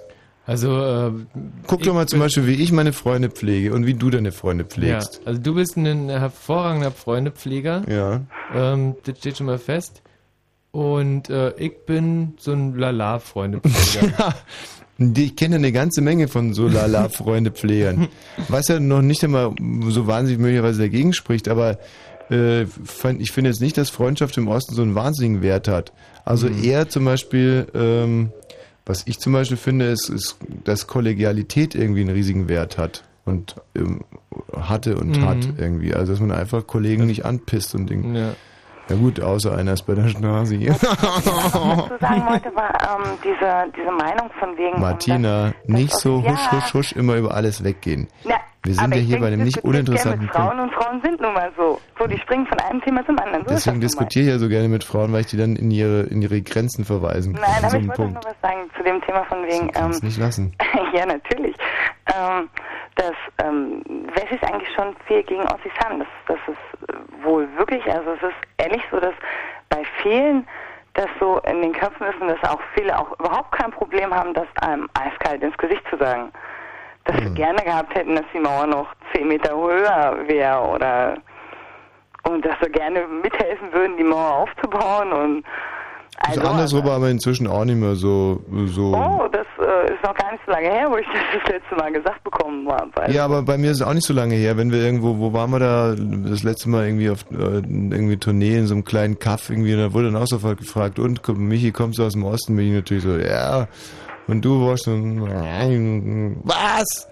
Also, äh, Guck doch mal zum Beispiel, wie ich meine Freunde pflege und wie du deine Freunde pflegst. Ja, also du bist ein hervorragender Freundepfleger. Ja. Ähm, das steht schon mal fest. Und äh, ich bin so ein Lala-Freundepfleger. Ich kenne eine ganze Menge von so Lala-Freundepflegern. Was ja noch nicht einmal so wahnsinnig möglicherweise dagegen spricht, aber äh, ich finde jetzt nicht, dass Freundschaft im Osten so einen wahnsinnigen Wert hat. Also Mhm. eher zum Beispiel, ähm, was ich zum Beispiel finde, ist, ist, dass Kollegialität irgendwie einen riesigen Wert hat. Und ähm, hatte und Mhm. hat irgendwie. Also dass man einfach Kollegen nicht anpisst und denkt, ja. ja gut, außer einer ist bei der Stasi. Was ich dazu sagen wollte, war ähm, diese, diese Meinung von wegen... Martina, nicht so ja. husch, husch, husch immer über alles weggehen. Na, Wir sind aber ja ich hier denke, bei einem ich nicht diskutiere uninteressanten gerne mit Frauen Punkt. und Frauen sind nun mal so. So, die springen von einem Thema zum anderen. So Deswegen ist das nun mal. diskutiere ich ja so gerne mit Frauen, weil ich die dann in ihre, in ihre Grenzen verweisen kann. Nein, an aber so ich einem wollte Punkt. noch was sagen zu dem Thema von wegen... Kannst Ähm, nicht lassen. ja, natürlich. Ähm, dass ähm, Wessis eigentlich schon viel gegen Ossis haben. Das, das ist äh, wohl wirklich, also es ist ehrlich so, dass bei vielen das so in den Köpfen ist und dass auch viele auch überhaupt kein Problem haben, das einem eiskalt ins Gesicht zu sagen. Dass sie gerne gehabt hätten, dass die Mauer noch zehn Meter höher wäre oder und dass sie gerne mithelfen würden, die Mauer aufzubauen und also, Also andersrum aber inzwischen auch nicht mehr so... so oh, das äh, ist noch gar nicht so lange her, wo ich das das letzte Mal gesagt bekommen habe. ja, aber bei mir ist es auch nicht so lange her. Wenn wir irgendwo, wo waren wir da das letzte Mal irgendwie auf äh, irgendwie Tournee in so einem kleinen Kaff irgendwie, und da wurde dann auch sofort gefragt, und komm, Michi, kommst du aus dem Osten? Bin ich natürlich so, ja. Und du warst so, was?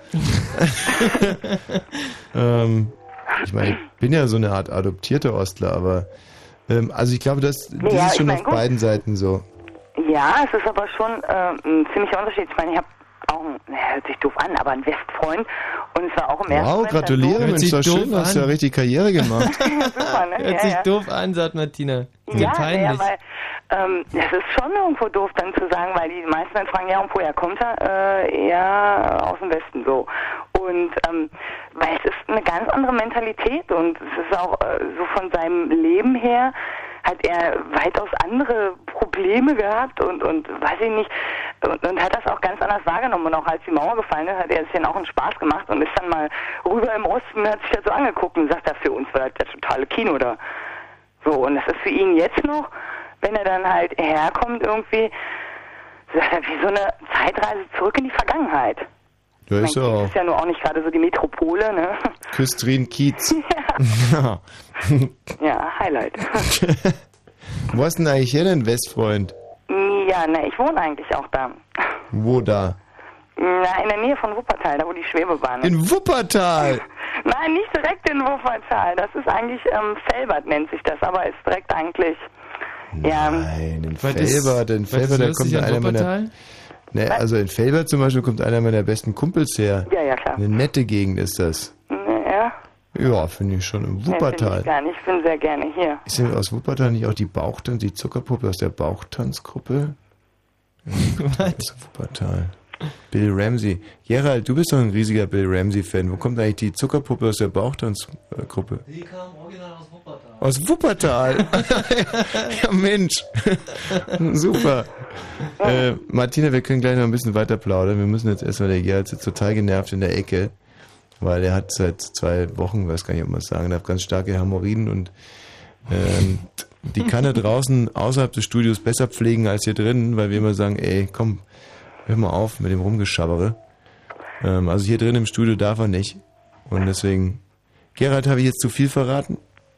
ähm, ich meine, ich bin ja so eine Art adoptierter Ostler, aber ähm, also ich glaube, das, das Ja, ist ich schon mein, auf gut. beiden Seiten so. Ja, es ist aber schon äh, ein ziemlicher Unterschied. Ich meine, ich habe auch, einen, na, hört sich doof an, aber einen Westfreund und es war auch im ersten Wow, Moment gratuliere, so, Mensch, doch schön, hast du ja richtig Karriere gemacht. Super, ne? Hört Ja, sich ja. doof an, sagt Martina. Ist mir Ja, peinlich. ja, weil ähm, es ist schon irgendwo doof dann zu sagen, weil die meisten dann fragen, ja, und woher kommt er? Äh, eher aus dem Westen so. Und ähm, weil es ist eine ganz andere Mentalität und es ist auch äh, so von seinem Leben her hat er weitaus andere Probleme gehabt und, und weiß ich nicht, und, und hat das auch ganz anders wahrgenommen. Und auch als die Mauer gefallen ist, hat er sich dann auch einen Spaß gemacht und ist dann mal rüber im Osten und hat sich das so angeguckt und sagt, ja, für uns war das der totale Kino da. So, und das ist für ihn jetzt noch, wenn er dann halt herkommt irgendwie, sagt er, wie so eine Zeitreise zurück in die Vergangenheit. Ja, ist ja Das auch. ist ja nur auch nicht gerade so die Metropole, ne? Küstrin Kiez. Ja. Ja, Highlight. Wo hast denn eigentlich her, dein Westfreund? Ja, ne, ich wohne eigentlich auch da. Wo da? Na, in der Nähe von Wuppertal, da wo die Schwebebahn ist. In Wuppertal! Nein, nicht direkt in Wuppertal. Das ist eigentlich, ähm, Felbert nennt sich das, aber ist direkt eigentlich, ja. Nein, in Was ist- Felbert, in was ist Felbert, da lustig kommt an einer meiner... Wuppertal? Ne, also in Felbert zum Beispiel kommt einer meiner besten Kumpels her. Ja, ja, klar. Eine nette Gegend ist das. Ja, Ja, finde ich schon. In nee, finde Wuppertal. ich gar nicht. Ich bin sehr gerne hier. Ist denn aus Wuppertal nicht auch die Bauchtanz, die Zuckerpuppe aus der Bauchtanzgruppe? Was? Aus Wuppertal. Bill Ramsey. Gerald, du bist doch ein riesiger Bill Ramsey-Fan. Wo kommt eigentlich die Zuckerpuppe aus der Bauchtanzgruppe? Die kam original aus Wuppertal. Aus Wuppertal? Ja, Mensch. Super. Äh, Martina, wir können gleich noch ein bisschen weiter plaudern. Wir müssen jetzt erstmal, der Gerald sitzt total genervt in der Ecke, weil er hat seit zwei Wochen, weiß gar nicht, ob man es sagen darf, ganz starke Hämorrhoiden und ähm, die kann er draußen außerhalb des Studios besser pflegen als hier drin, weil wir immer sagen, ey, komm, hör mal auf mit dem Rumgeschabbere. Ähm, also hier drin im Studio darf er nicht. Und deswegen, Gerald, habe ich jetzt zu viel verraten?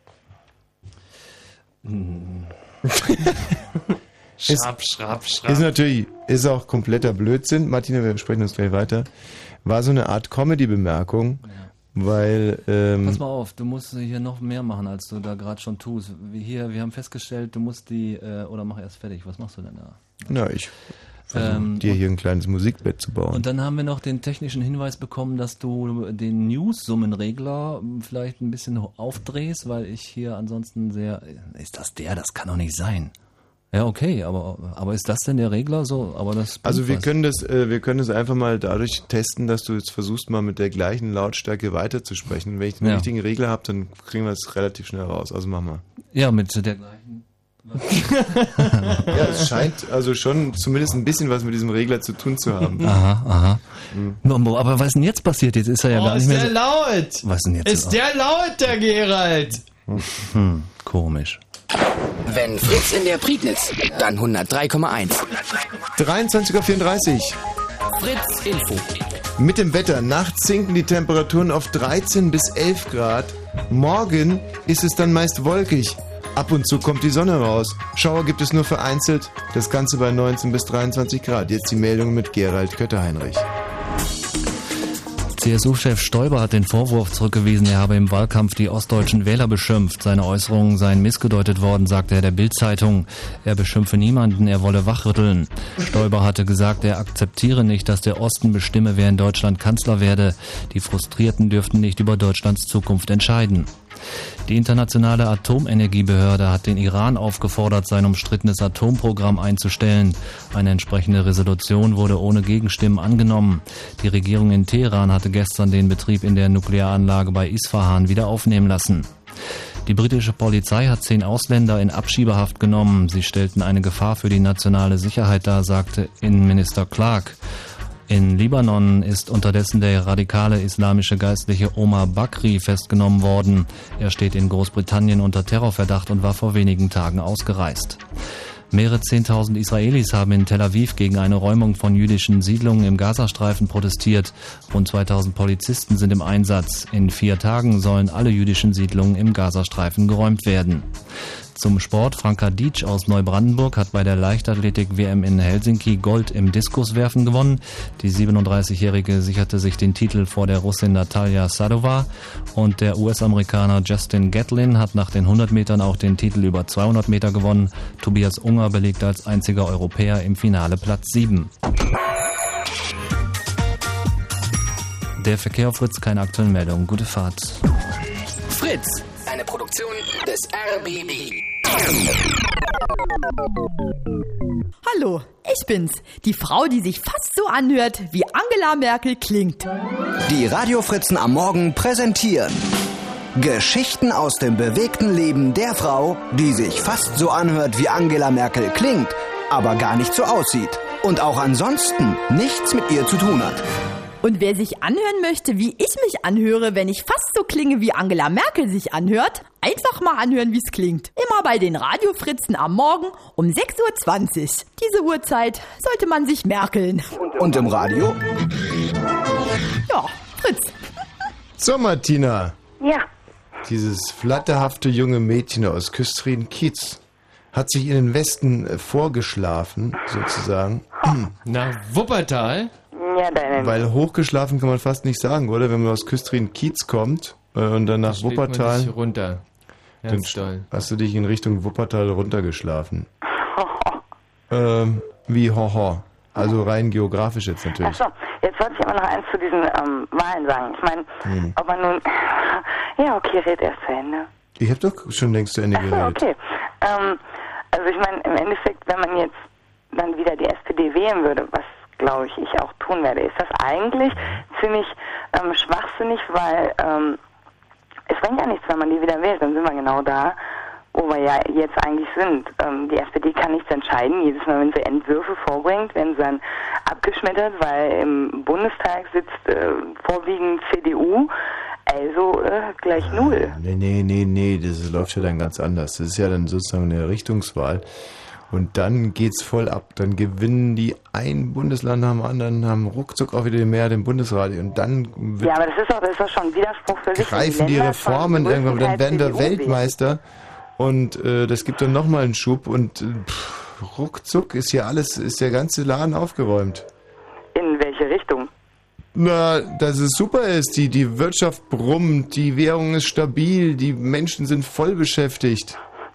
Schrapp, schrapp, schrapp. Ist natürlich, ist auch kompletter Blödsinn. Martina, wir sprechen uns gleich weiter. War so eine Art Comedy-Bemerkung, weil, ähm, Pass mal auf, du musst hier noch mehr machen, als du da gerade schon tust. Wie hier, wir haben festgestellt, du musst die, äh, oder mach erst fertig, was machst du denn da? na, ich versuche Ähm, dir hier ein kleines Musikbett zu bauen. Und dann haben wir noch den technischen Hinweis bekommen, dass du den News-Summenregler vielleicht ein bisschen aufdrehst, weil ich hier ansonsten sehr... Ist das der? Das kann doch nicht sein. Ja, okay, aber, aber ist das denn der Regler so? Aber das Also wir was. können das, äh, wir können das einfach mal dadurch testen, dass du jetzt versuchst, mal mit der gleichen Lautstärke weiterzusprechen. Und wenn ich den Ja. richtigen Regler habe, dann kriegen wir es relativ schnell raus. Also mach mal. Ja, mit der gleichen... Ja, es scheint also schon zumindest ein bisschen was mit diesem Regler zu tun zu haben. Aha, aha. Mhm. Bombo, aber was ist denn jetzt passiert? Jetzt ist er ja Oh, gar nicht ist mehr der so... laut? Was ist denn jetzt? Ist der laut, der Gerald? Hm, komisch. Wenn Fritz in der Prignitz, dann hundertdrei Komma eins. dreiundzwanzig Uhr vierunddreißig. Fritz Info. Mit dem Wetter. Nachts sinken die Temperaturen auf dreizehn bis elf Grad. Morgen ist es dann meist wolkig. Ab und zu kommt die Sonne raus. Schauer gibt es nur vereinzelt. Das Ganze bei neunzehn bis dreiundzwanzig Grad. Jetzt die Meldung mit Gerald Kötter-Heinrich. C S U-Chef Stoiber hat den Vorwurf zurückgewiesen, er habe im Wahlkampf die ostdeutschen Wähler beschimpft. Seine Äußerungen seien missgedeutet worden, sagte er der Bild-Zeitung. Er beschimpfe niemanden, er wolle wachrütteln. Stoiber hatte gesagt, er akzeptiere nicht, dass der Osten bestimme, wer in Deutschland Kanzler werde. Die Frustrierten dürften nicht über Deutschlands Zukunft entscheiden. Die internationale Atomenergiebehörde hat den Iran aufgefordert, sein umstrittenes Atomprogramm einzustellen. Eine entsprechende Resolution wurde ohne Gegenstimmen angenommen. Die Regierung in Teheran hatte gestern den Betrieb in der Nuklearanlage bei Isfahan wieder aufnehmen lassen. Die britische Polizei hat zehn Ausländer in Abschiebehaft genommen. Sie stellten eine Gefahr für die nationale Sicherheit dar, sagte Innenminister Clark. In Libanon ist unterdessen der radikale islamische Geistliche Omar Bakri festgenommen worden. Er steht in Großbritannien unter Terrorverdacht und war vor wenigen Tagen ausgereist. Mehrere Zehntausend Israelis haben in Tel Aviv gegen eine Räumung von jüdischen Siedlungen im Gazastreifen protestiert. Rund zweitausend Polizisten sind im Einsatz. In vier Tagen sollen alle jüdischen Siedlungen im Gazastreifen geräumt werden. Zum Sport. Franka Dietsch aus Neubrandenburg hat bei der Leichtathletik-W M in Helsinki Gold im Diskuswerfen gewonnen. Die siebenunddreißigjährige sicherte sich den Titel vor der Russin Natalia Sadova. Und der U S-Amerikaner Justin Gatlin hat nach den hundert Metern auch den Titel über zweihundert Meter gewonnen. Tobias Unger belegt als einziger Europäer im Finale Platz sieben. Der Verkehr auf Fritz, keine aktuellen Meldungen. Gute Fahrt. Fritz, eine Produktion des R B B. Hallo, ich bin's. Die Frau, die sich fast so anhört, wie Angela Merkel klingt. Die Radiofritzen am Morgen präsentieren Geschichten aus dem bewegten Leben der Frau, die sich fast so anhört, wie Angela Merkel klingt, aber gar nicht so aussieht und auch ansonsten nichts mit ihr zu tun hat. Und wer sich anhören möchte, wie ich mich anhöre, wenn ich fast so klinge, wie Angela Merkel sich anhört, einfach mal anhören, wie es klingt. Immer bei den Radiofritzen am Morgen um sechs Uhr zwanzig. Diese Uhrzeit sollte man sich merkeln. Und im Radio? Ja, Fritz. So, Martina. Ja. Dieses flatterhafte junge Mädchen aus Küstrin-Kiez hat sich in den Westen äh, vorgeschlafen, sozusagen. Nach Wuppertal? Ja, deine. Weil hochgeschlafen kann man fast nicht sagen, oder? Wenn man aus Küstrin-Kiez kommt äh, und dann nach Da schlägt Wuppertal. man sich runter. Ganz dann doll. hast du dich in Richtung Wuppertal runtergeschlafen. ähm, wie hoho. Also rein geografisch jetzt natürlich. Achso, jetzt wollte ich aber noch eins zu diesen ähm, Wahlen sagen. Ich meine, Hm. ob man nun... Ja, okay, red erst zu Ende. Ich habe doch schon längst zu Ende Achso, geredet. okay. Ähm, also ich meine, im Endeffekt, wenn man jetzt dann wieder die S P D wählen würde, was glaube ich, ich auch tun werde, ist das eigentlich ziemlich ähm, schwachsinnig, weil ähm, es bringt ja nichts, wenn man die wieder wählt, dann sind wir genau da, wo wir ja jetzt eigentlich sind. Ähm, die S P D kann nichts entscheiden, jedes Mal, wenn sie Entwürfe vorbringt, werden sie dann abgeschmettert, weil im Bundestag sitzt äh, vorwiegend C D U, also äh, gleich null. Nee, nee, nee, nee, das läuft ja dann ganz anders. Das ist ja dann sozusagen eine Richtungswahl. Und dann geht's voll ab. Dann gewinnen die ein Bundesland nach dem anderen, haben ruckzuck auch wieder die Mehrheit im Bundesrat. Und dann wird Ja, aber das ist doch, das ist doch schon ein Widerspruch für sich. greifen die Länder Reformen von irgendwann, dann werden wir größtenteils C D U Weltmeister. Und äh, das gibt dann nochmal einen Schub. Und äh, pff, ruckzuck ist hier alles, ist der ganze Laden aufgeräumt. wählen. In welche Richtung? Na, dass es super ist. Die, die Wirtschaft brummt, die Währung ist stabil, die Menschen sind voll beschäftigt.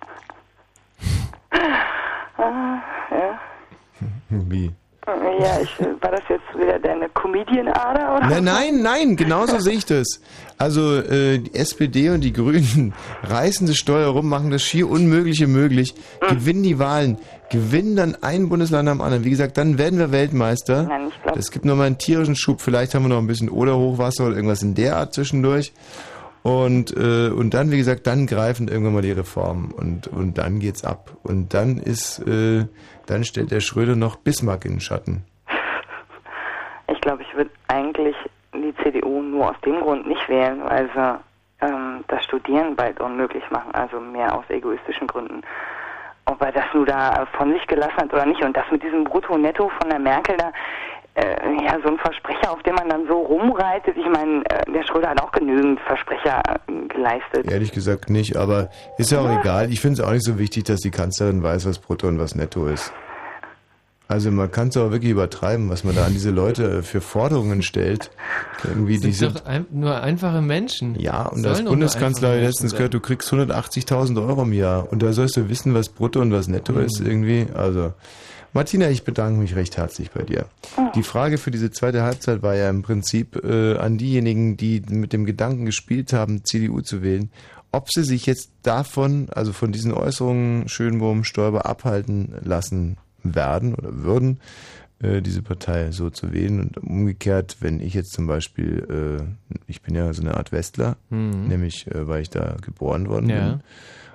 Ah, ja. Wie? Ja, ich, war das jetzt wieder deine Comedian-Ader, oder? Nein, nein, nein, genauso sehe ich das. Also äh, die S P D und die Grünen reißen das Steuer rum, machen das schier Unmögliche möglich, Hm. gewinnen die Wahlen, gewinnen dann ein Bundesland am anderen. Wie gesagt, dann werden wir Weltmeister. Nein, ich glaub- Das gibt nochmal einen tierischen Schub. Vielleicht haben wir noch ein bisschen Oderhochwasser oder irgendwas in der Art zwischendurch. Und, äh, und dann, wie gesagt, dann greifen irgendwann mal die Reformen und, und dann geht's ab. Und dann ist, äh, dann stellt der Schröder noch Bismarck in den Schatten. Ich glaube, ich würde eigentlich die C D U nur aus dem Grund nicht wählen, weil sie ähm, das Studieren bald unmöglich machen, also mehr aus egoistischen Gründen. Ob er das nur da von sich gelassen hat oder nicht. Und das mit diesem Brutto-Netto von der Merkel da, äh, ja, so ein Versprecher, auf dem man dann so rumreitet. Ich meine, äh, der Schröder hat auch genügend Versprecher äh, geleistet. Ehrlich gesagt nicht, aber ist ja auch ja. egal. Ich finde es auch nicht so wichtig, dass die Kanzlerin weiß, was Brutto und was Netto ist. Also man kann es auch wirklich übertreiben, was man da an diese Leute für Forderungen stellt. Irgendwie sind die sind doch ein, nur einfache Menschen. Ja, und als Bundeskanzler habe ich letztens gehört, du kriegst hundertachtzigtausend Euro im Jahr und da sollst du wissen, was Brutto und was Netto mhm. ist irgendwie. Also Martina, ich bedanke mich recht herzlich bei dir. Oh. Die Frage für diese zweite Halbzeit war ja im Prinzip äh, an diejenigen, die mit dem Gedanken gespielt haben, C D U zu wählen, ob sie sich jetzt davon, also von diesen Äußerungen Schönbohm, Stoiber abhalten lassen werden oder würden, äh, diese Partei so zu wählen. Und umgekehrt, wenn ich jetzt zum Beispiel, äh, ich bin ja so eine Art Westler, mhm. nämlich äh, weil ich da geboren worden ja. bin,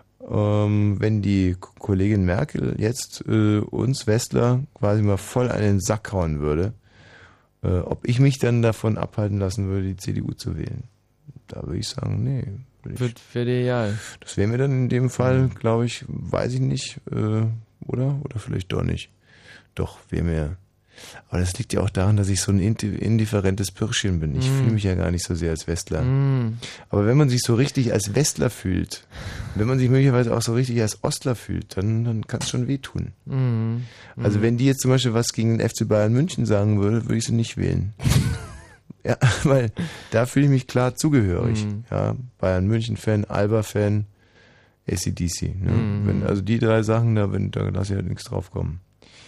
ähm, wenn die Kollegin Merkel jetzt äh, uns Westler quasi mal voll an den Sack hauen würde, äh, ob ich mich dann davon abhalten lassen würde, die C D U zu wählen. Da würde ich sagen, nee. Wird für dir ja. Das wäre mir dann in dem Fall, glaube ich, weiß ich nicht, äh, oder? Oder vielleicht doch nicht. Doch, wäre mir. Aber das liegt ja auch daran, dass ich so ein indifferentes Pürschchen bin. Ich mm. fühle mich ja gar nicht so sehr als Westler. Mm. Aber wenn man sich so richtig als Westler fühlt, wenn man sich möglicherweise auch so richtig als Ostler fühlt, dann, dann kann es schon wehtun. Mm. Also mm. wenn die jetzt zum Beispiel was gegen den F C Bayern München sagen würde, würde ich sie nicht wählen. Ja, weil da fühle ich mich klar zugehörig. Mm. Ja, Bayern München-Fan, Alba-Fan, A C D C. Ne? Mm. Wenn, also die drei Sachen, da, wenn, da lasse ich halt nichts drauf kommen.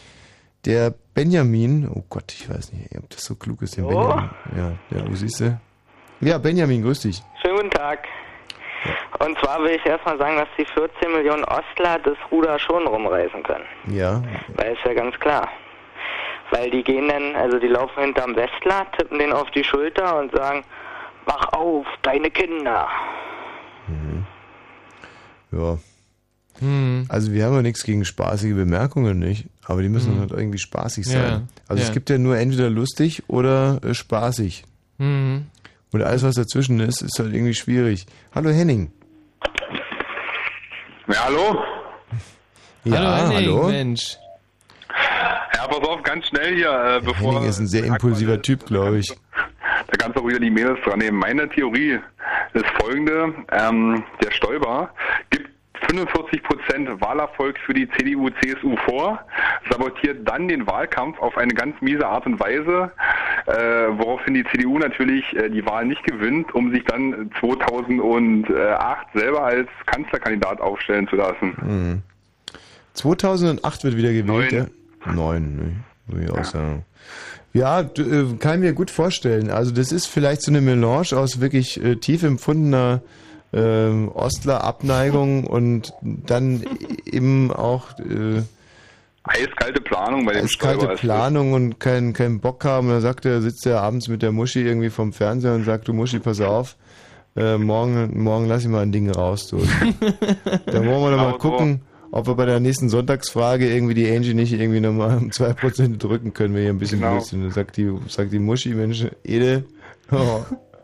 Der Benjamin, oh Gott, ich weiß nicht, ob das so klug ist, der oh. Benjamin. Ja, der, wo siehst du? Ja, Benjamin, grüß dich. Schönen guten Tag. Ja. Und zwar will ich erstmal sagen, dass die vierzehn Millionen Ostler das Ruder schon rumreißen können. Ja. Weil ist ja ganz klar. Weil die gehen dann, also die laufen hinterm Westler, tippen den auf die Schulter und sagen, wach auf, deine Kinder. Mhm. Ja. Hm. Also wir haben ja nichts gegen spaßige Bemerkungen, nicht? Aber die müssen hm. halt irgendwie spaßig sein. Ja. Also ja. es gibt ja nur entweder lustig oder äh, spaßig. Hm. Und alles, was dazwischen ist, ist halt irgendwie schwierig. Hallo Henning. Ja, hallo? Ja, hallo Henning, hallo. Mensch. Ja, pass auf, ganz schnell hier. Äh, bevor Henning ist ein sehr impulsiver Typ, glaube ich. Da kannst du auch wieder die Mails dran nehmen. Meine Theorie ist folgende. Ähm, der Stoiber gibt fünfundvierzig Prozent Wahlerfolg für die C D U C S U vor, sabotiert dann den Wahlkampf auf eine ganz miese Art und Weise, äh, woraufhin die C D U natürlich äh, die Wahl nicht gewinnt, um sich dann zweitausendacht selber als Kanzlerkandidat aufstellen zu lassen. Mhm. zweitausendacht wird wieder gewählt, ja? Neun, ne? Würde ich auch sagen. Ja, äh, kann ich mir gut vorstellen. Also das ist vielleicht so eine Melange aus wirklich äh, tief empfundener Ähm, Ostler-Abneigung und dann eben auch äh, eiskalte Planung bei dem eiskalte Planung und keinen kein Bock haben. Und dann sagt er, sitzt er abends mit der Muschi irgendwie vom Fernseher und sagt, du Muschi, pass auf, äh, morgen, morgen lass ich mal ein Ding raus. So. Dann wollen wir noch mal gucken, ob wir bei der nächsten Sonntagsfrage irgendwie die Angie nicht irgendwie nochmal um zwei Prozent drücken können, wenn hier ein bisschen genau. blöd sind. Dann sagt die, sagt die Muschi, Mensch, Ede, oh,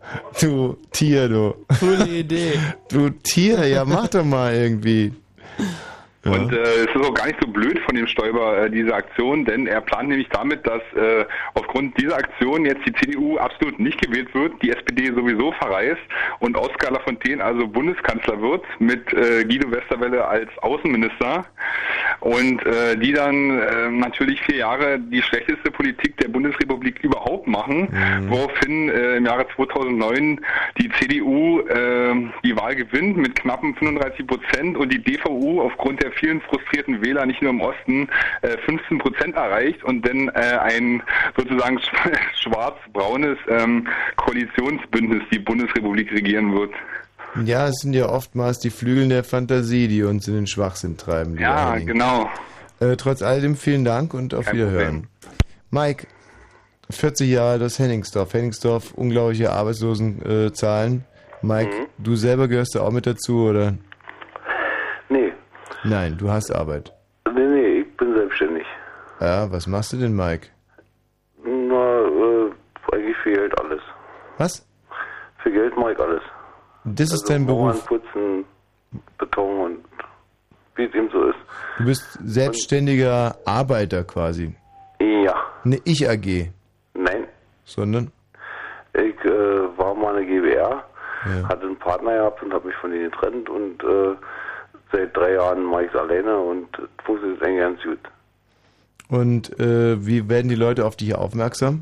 du Tier, du. Coole Idee. Du Tier, ja mach doch mal irgendwie. Ja. Und äh, es ist auch gar nicht so blöd von dem Stoiber, äh, diese Aktion, denn er plant nämlich damit, dass äh, aufgrund dieser Aktion jetzt die C D U absolut nicht gewählt wird, die S P D sowieso verreist und Oskar Lafontaine also Bundeskanzler wird mit äh, Guido Westerwelle als Außenminister und äh, die dann äh, natürlich vier Jahre die schlechteste Politik der Bundesrepublik überhaupt machen, mhm. woraufhin äh, im Jahre zweitausendneun die C D U äh, die Wahl gewinnt mit knappen fünfunddreißig Prozent und die D V U aufgrund der vielen frustrierten Wähler, nicht nur im Osten, äh, fünfzehn Prozent erreicht und dann äh, ein sozusagen schwarz-braunes ähm, Koalitionsbündnis die Bundesrepublik regieren wird. Ja, es sind ja oftmals die Flügel der Fantasie, die uns in den Schwachsinn treiben. Ja, einigen. Genau. Äh, trotz alledem vielen Dank und auf Kein Wiederhören. Problem. Mike, vierzig Jahre das Henningsdorf. Henningsdorf, unglaubliche Arbeitslosenzahlen. Mike, Mhm. du selber gehörst da auch mit dazu, oder? Nee. Nein, du hast Arbeit. Nee, nee, ich bin selbstständig. Ja, was machst du denn, Mike? Na, äh, eigentlich für Geld alles. Was? Für Geld mache ich alles. Das ist also dein Mauern, Beruf. Putzen, Beton und wie es eben so ist. Du bist selbstständiger Arbeiter quasi. Ja. Eine Ich-A G. Nein. Sondern? Ich äh, war mal eine G b R, Ja. hatte einen Partner gehabt und habe mich von denen getrennt und äh, seit drei Jahren mache ich es alleine und es funktioniert eigentlich ganz gut. Und äh, wie werden die Leute auf dich aufmerksam?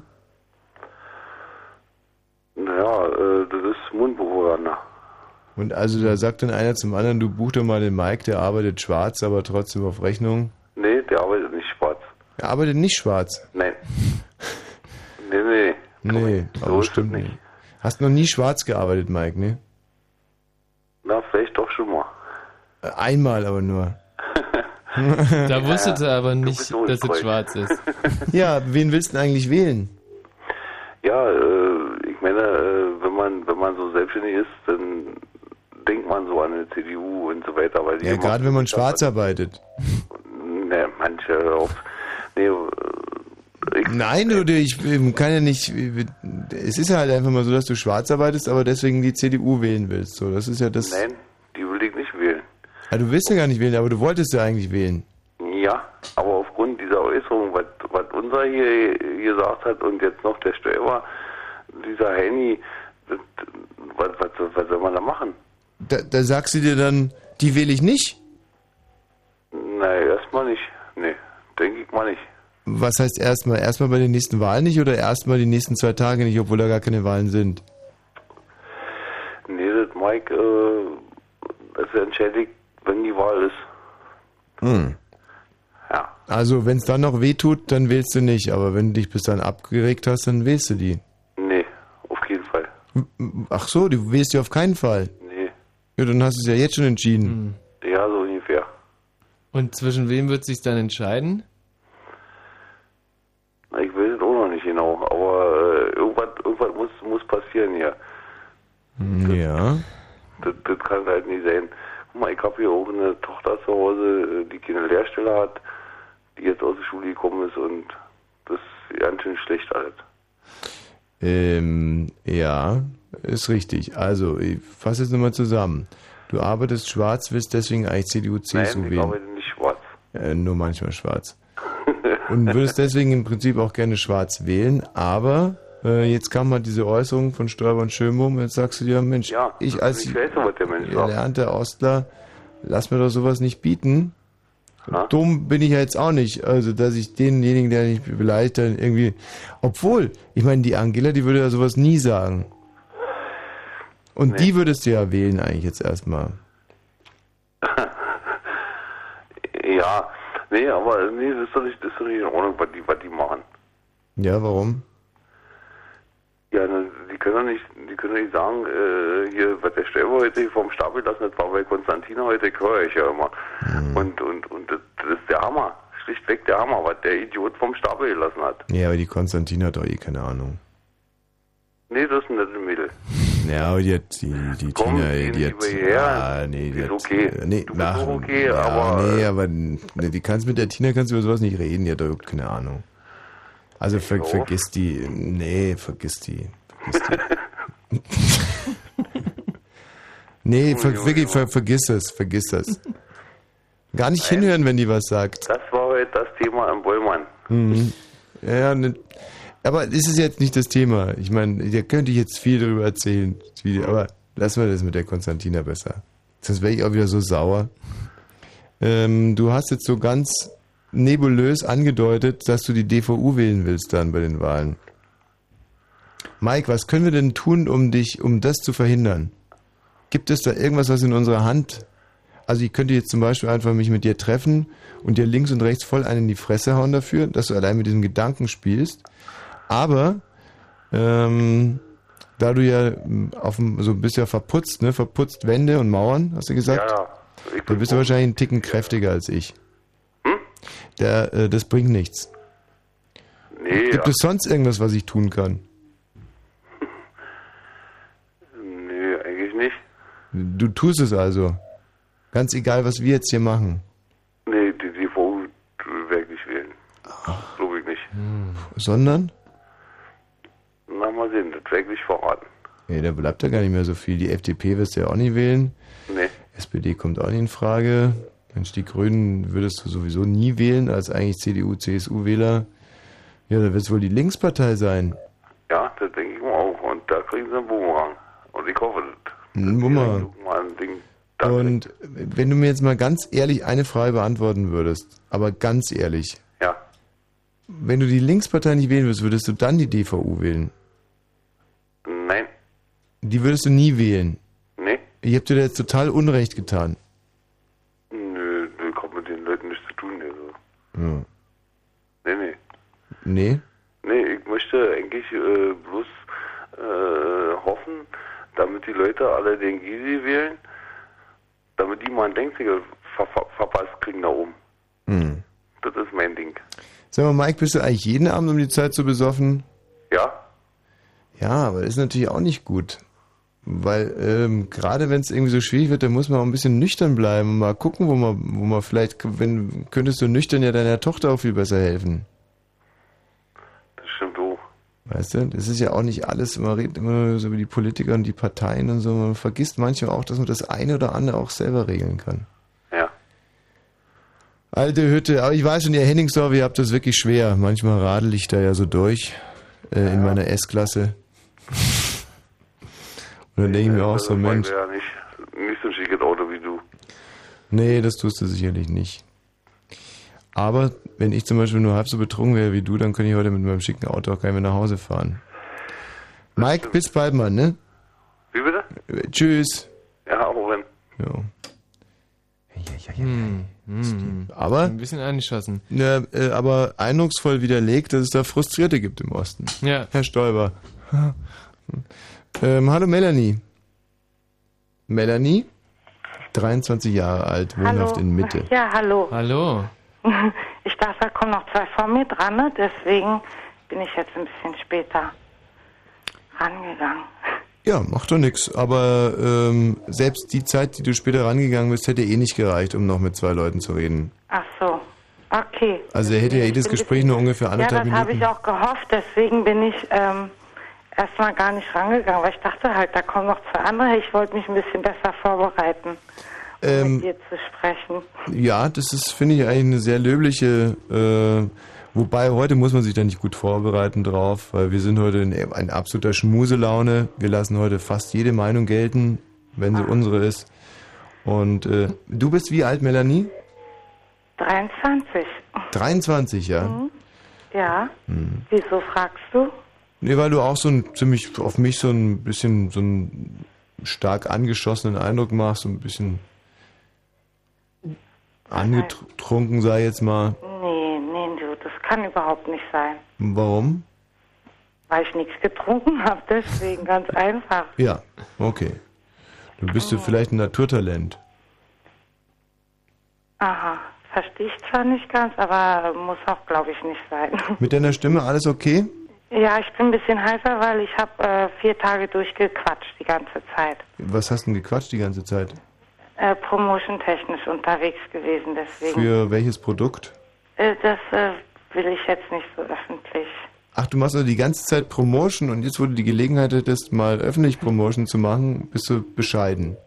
Naja, äh, das ist Mundpropaganda. Und also da sagt dann einer zum anderen, du buch doch mal den Mike, der arbeitet schwarz, aber trotzdem auf Rechnung. Nee, der arbeitet nicht schwarz. Er arbeitet nicht schwarz. Nein. nee, nee. Nee, aber stimmt nicht. Hast noch nie schwarz gearbeitet, Mike, ne? Na, vielleicht doch schon mal. Äh, Einmal aber nur. Da wusstet ihr aber du nicht, bist dass es untreu. schwarz ist. Ja, wen willst du denn eigentlich wählen? Ja, äh, ich meine, äh, wenn man wenn man so selbstständig ist, dann denkt man so an eine C D U und so weiter. Weil die Ja, immer- gerade wenn man schwarz arbeitet. Ne, manche auch. Nee, äh, ich, Nein, du, ich ähm, kann ja nicht. Es ist ja halt einfach mal so, dass du schwarz arbeitest, aber deswegen die C D U wählen willst. So, das ist ja das. Nein, die will ich nicht wählen. Ja, du willst ja gar nicht wählen, aber du wolltest ja eigentlich wählen. Ja, aber aufgrund dieser Äußerung, was, was unser hier gesagt hat und jetzt noch der Stoiber, dieser Henny, das, was, was, was soll man da machen? Da, da sagst du dir dann, die wähle ich nicht. Nein, erstmal nicht. Nee, denke ich mal nicht. Was heißt erstmal? Erstmal bei den nächsten Wahlen nicht oder erstmal die nächsten zwei Tage nicht, obwohl da gar keine Wahlen sind? Nee, das Mike, äh, das entscheidet, wenn die Wahl ist. Hm. Ja. Also, wenn es dann noch weh tut, dann wählst du nicht. Aber wenn du dich bis dann abgeregt hast, dann wählst du die. Nee, auf jeden Fall. Ach so, du wählst die auf keinen Fall. Nee. Ja, dann hast du es ja jetzt schon entschieden. Ja, so ungefähr. Und zwischen wem wird sich dann entscheiden? Na, ich weiß es auch noch nicht genau, aber äh, irgendwas, irgendwas muss, muss passieren hier. Ja. Das, das kann halt nicht sein. Guck mal, ich habe hier auch eine Tochter zu Hause, die keine Lehrstelle hat, die jetzt aus der Schule gekommen ist und das ist ganz schön schlecht alles. Ähm, ja, ist richtig. Also, ich fasse jetzt nochmal zusammen. Du arbeitest schwarz, willst deswegen eigentlich C D U, C S U Nein, ich wählen. arbeite nicht schwarz. Äh, nur manchmal schwarz. Und würdest deswegen im Prinzip auch gerne schwarz wählen, aber äh, jetzt kam mal diese Äußerung von Stoiber und Schönbohm, jetzt sagst du dir, Mensch, Ja, ich als ich weiß, was der Mensch sagt. gelernter Ostler, lass mir doch sowas nicht bieten. Ha? Dumm bin ich ja jetzt auch nicht, also dass ich denjenigen, der mich beleidigt, dann irgendwie, obwohl, ich meine, die Angela, die würde ja sowas nie sagen. Und Nee. die würdest du ja wählen eigentlich jetzt erstmal. Ja, nee, aber nee, das ist doch nicht, das ist doch nicht in Ordnung, was die, was die machen. Ja, warum? Ja, ne, die können doch nicht, die können doch nicht sagen, äh, hier, was der Stoiber heute vom Stapel lassen hat, war bei Konstantina heute, ich höre ich ja immer. Und, und, und das, das ist der Hammer. Schlichtweg der Hammer, was der Idiot vom Stapel gelassen hat. Ja, aber die Konstantin hat doch eh keine Ahnung. Nee, das ist ein nettes Mädel. Ja, aber die hat, die, die Komm, Tina, gehen die Sie hat, über hierher. ah, nee, die Die hat, ist okay. äh, nee, Du bist auch okay, ja, aber- nee, aber, nee, die kannst mit der Tina kannst du über sowas nicht reden, die hat doch überhaupt keine Ahnung. Also, ver, Doch. vergiss die, nee, vergiss die, vergiss die. nee, ver, wirklich, ver, vergiss es, vergiss das. Gar nicht Nein. hinhören, wenn die was sagt. Das war heute das Thema im Bollmann. Mhm. Ja, ne, aber das ist jetzt nicht das Thema. Ich meine, da könnte ich jetzt viel darüber erzählen. Wie- Aber lassen wir das mit der Konstantina besser. Sonst wäre ich auch wieder so sauer. Ähm, du hast jetzt so ganz nebulös angedeutet, dass du die D V U wählen willst dann bei den Wahlen. Mike, was können wir denn tun, um dich, um das zu verhindern? Gibt es da irgendwas, was in unserer Hand? Also ich könnte jetzt zum Beispiel einfach mich mit dir treffen und dir links und rechts voll einen in die Fresse hauen dafür, dass du allein mit diesem Gedanken spielst. Aber ähm, da du ja auf dem, so bist ja verputzt, ne? Verputzt Wände und Mauern, hast du gesagt? Ja, ja. Da bist du wahrscheinlich einen Ticken kräftiger als ich. Hm? Der, äh, das bringt nichts. Nee, Gibt ja. es sonst irgendwas, was ich tun kann? Nee, eigentlich Du tust es also. Ganz egal, was wir jetzt hier machen. Nee, die T V werde ich nicht wählen. Glaube ich nicht. Hm. Sondern? Na, mal sehen, das werde ich nicht verraten. Nee, da bleibt ja gar nicht mehr so viel. Die F D P wirst du ja auch nicht wählen. Nee. S P D kommt auch nicht in Frage. Mensch, die Grünen würdest du sowieso nie wählen, als eigentlich C D U, C S U-Wähler. Ja, da wird es wohl die Linkspartei sein. Ja, das denke ich mir auch. Und da kriegen sie einen Bumerang. Und ich hoffe, das Ein Bumerang. mal ein Ding. Und wenn du mir jetzt mal ganz ehrlich eine Frage beantworten würdest, aber ganz ehrlich. Ja. Wenn du die Linkspartei nicht wählen würdest, würdest du dann die D V U wählen? Nein. Die würdest du nie wählen? Nee. Ich hab dir da jetzt total Unrecht getan. Nö, das hat mit den Leuten nichts zu tun. Also. Ja. Nee, nee. Nee? Nee, ich möchte eigentlich äh, bloß äh, hoffen, damit die Leute alle den Gysi wählen, damit die mal einen Denkzettel ver ver verpasst kriegen da oben. Hm. Das ist mein Ding. Sag mal, Mike, bist du eigentlich jeden Abend um die Zeit so besoffen? Ja? Ja, aber das ist natürlich auch nicht gut. Weil ähm, gerade wenn es irgendwie so schwierig wird, dann muss man auch ein bisschen nüchtern bleiben und mal gucken, wo man, wo man vielleicht, wenn könntest du nüchtern ja deiner Tochter auch viel besser helfen. Das stimmt auch. Weißt du, das ist ja auch nicht alles, man redet immer nur so über die Politiker und die Parteien und so, man vergisst manchmal auch, dass man das eine oder andere auch selber regeln kann. Ja. Alte Hütte, aber ich weiß schon, ihr Henningsdorf, ihr habt das wirklich schwer. Manchmal radel ich da ja so durch, äh, ja. in meiner S-Klasse. Und dann denke ich mir auch so, Mensch. Ja, nicht, nicht so ein schickes Auto wie du. Nee, das tust du sicherlich nicht. Aber wenn ich zum Beispiel nur halb so betrunken wäre wie du, dann könnte ich heute mit meinem schicken Auto auch gar nicht mehr nach Hause fahren. Mike, bis bald, Mann, ne? Wie bitte? Äh, tschüss. Ja, auch wenn. Ja. Hm, hm. Aber ein bisschen eingeschossen. Ja, äh, aber eindrucksvoll widerlegt, dass es da Frustrierte gibt im Osten. Ja. Herr Stoiber. ähm, hallo Melanie. Melanie? dreiundzwanzig Jahre alt, wohnhaft Hallo. in Mitte. Ja, hallo. Hallo. Ich dachte, da kommen noch zwei vor mir dran, ne? Deswegen bin ich jetzt ein bisschen später rangegangen. Ja, macht doch nix. Aber ähm, selbst die Zeit, die du später rangegangen bist, hätte eh nicht gereicht, um noch mit zwei Leuten zu reden. Ach so, okay. Also er hätte ja jedes Gespräch nur ungefähr Ja, anderthalb das habe Minuten. ich auch gehofft, deswegen bin ich ähm, erstmal gar nicht rangegangen, weil ich dachte halt, da kommen noch zwei andere. Ich wollte mich ein bisschen besser vorbereiten, um Ähm, mit dir zu sprechen. Ja, das ist, finde ich, eigentlich eine sehr löbliche, äh, wobei heute muss man sich da nicht gut vorbereiten drauf, weil wir sind heute in, in absoluter Schmuselaune. Wir lassen heute fast jede Meinung gelten, wenn sie unsere ist. Und äh, du bist wie alt, Melanie? dreiundzwanzig. dreiundzwanzig, ja? Mhm. Ja. Hm. Wieso fragst du? Nee, weil du auch so ein ziemlich, auf mich so ein bisschen, so einen stark angeschossenen Eindruck machst, so ein bisschen angetrunken, sei jetzt mal. Nee, nee, du, das kann überhaupt nicht sein. Warum? Weil ich nichts getrunken habe, deswegen ganz einfach. Ja, okay. Du bist du vielleicht ein Naturtalent. Aha, verstehe ich zwar nicht ganz, aber muss auch, glaube ich, nicht sein. Mit deiner Stimme alles okay? Ja, ich bin ein bisschen heißer, weil ich habe äh, vier Tage durchgequatscht die ganze Zeit. Was hast du denn gequatscht die ganze Zeit? Äh, promotion-technisch unterwegs gewesen, deswegen. Für welches Produkt? Äh, das äh, will ich jetzt nicht so öffentlich. Ach, du machst also die ganze Zeit Promotion und jetzt, wo du die Gelegenheit hättest, mal öffentlich Promotion zu machen, bist du bescheiden.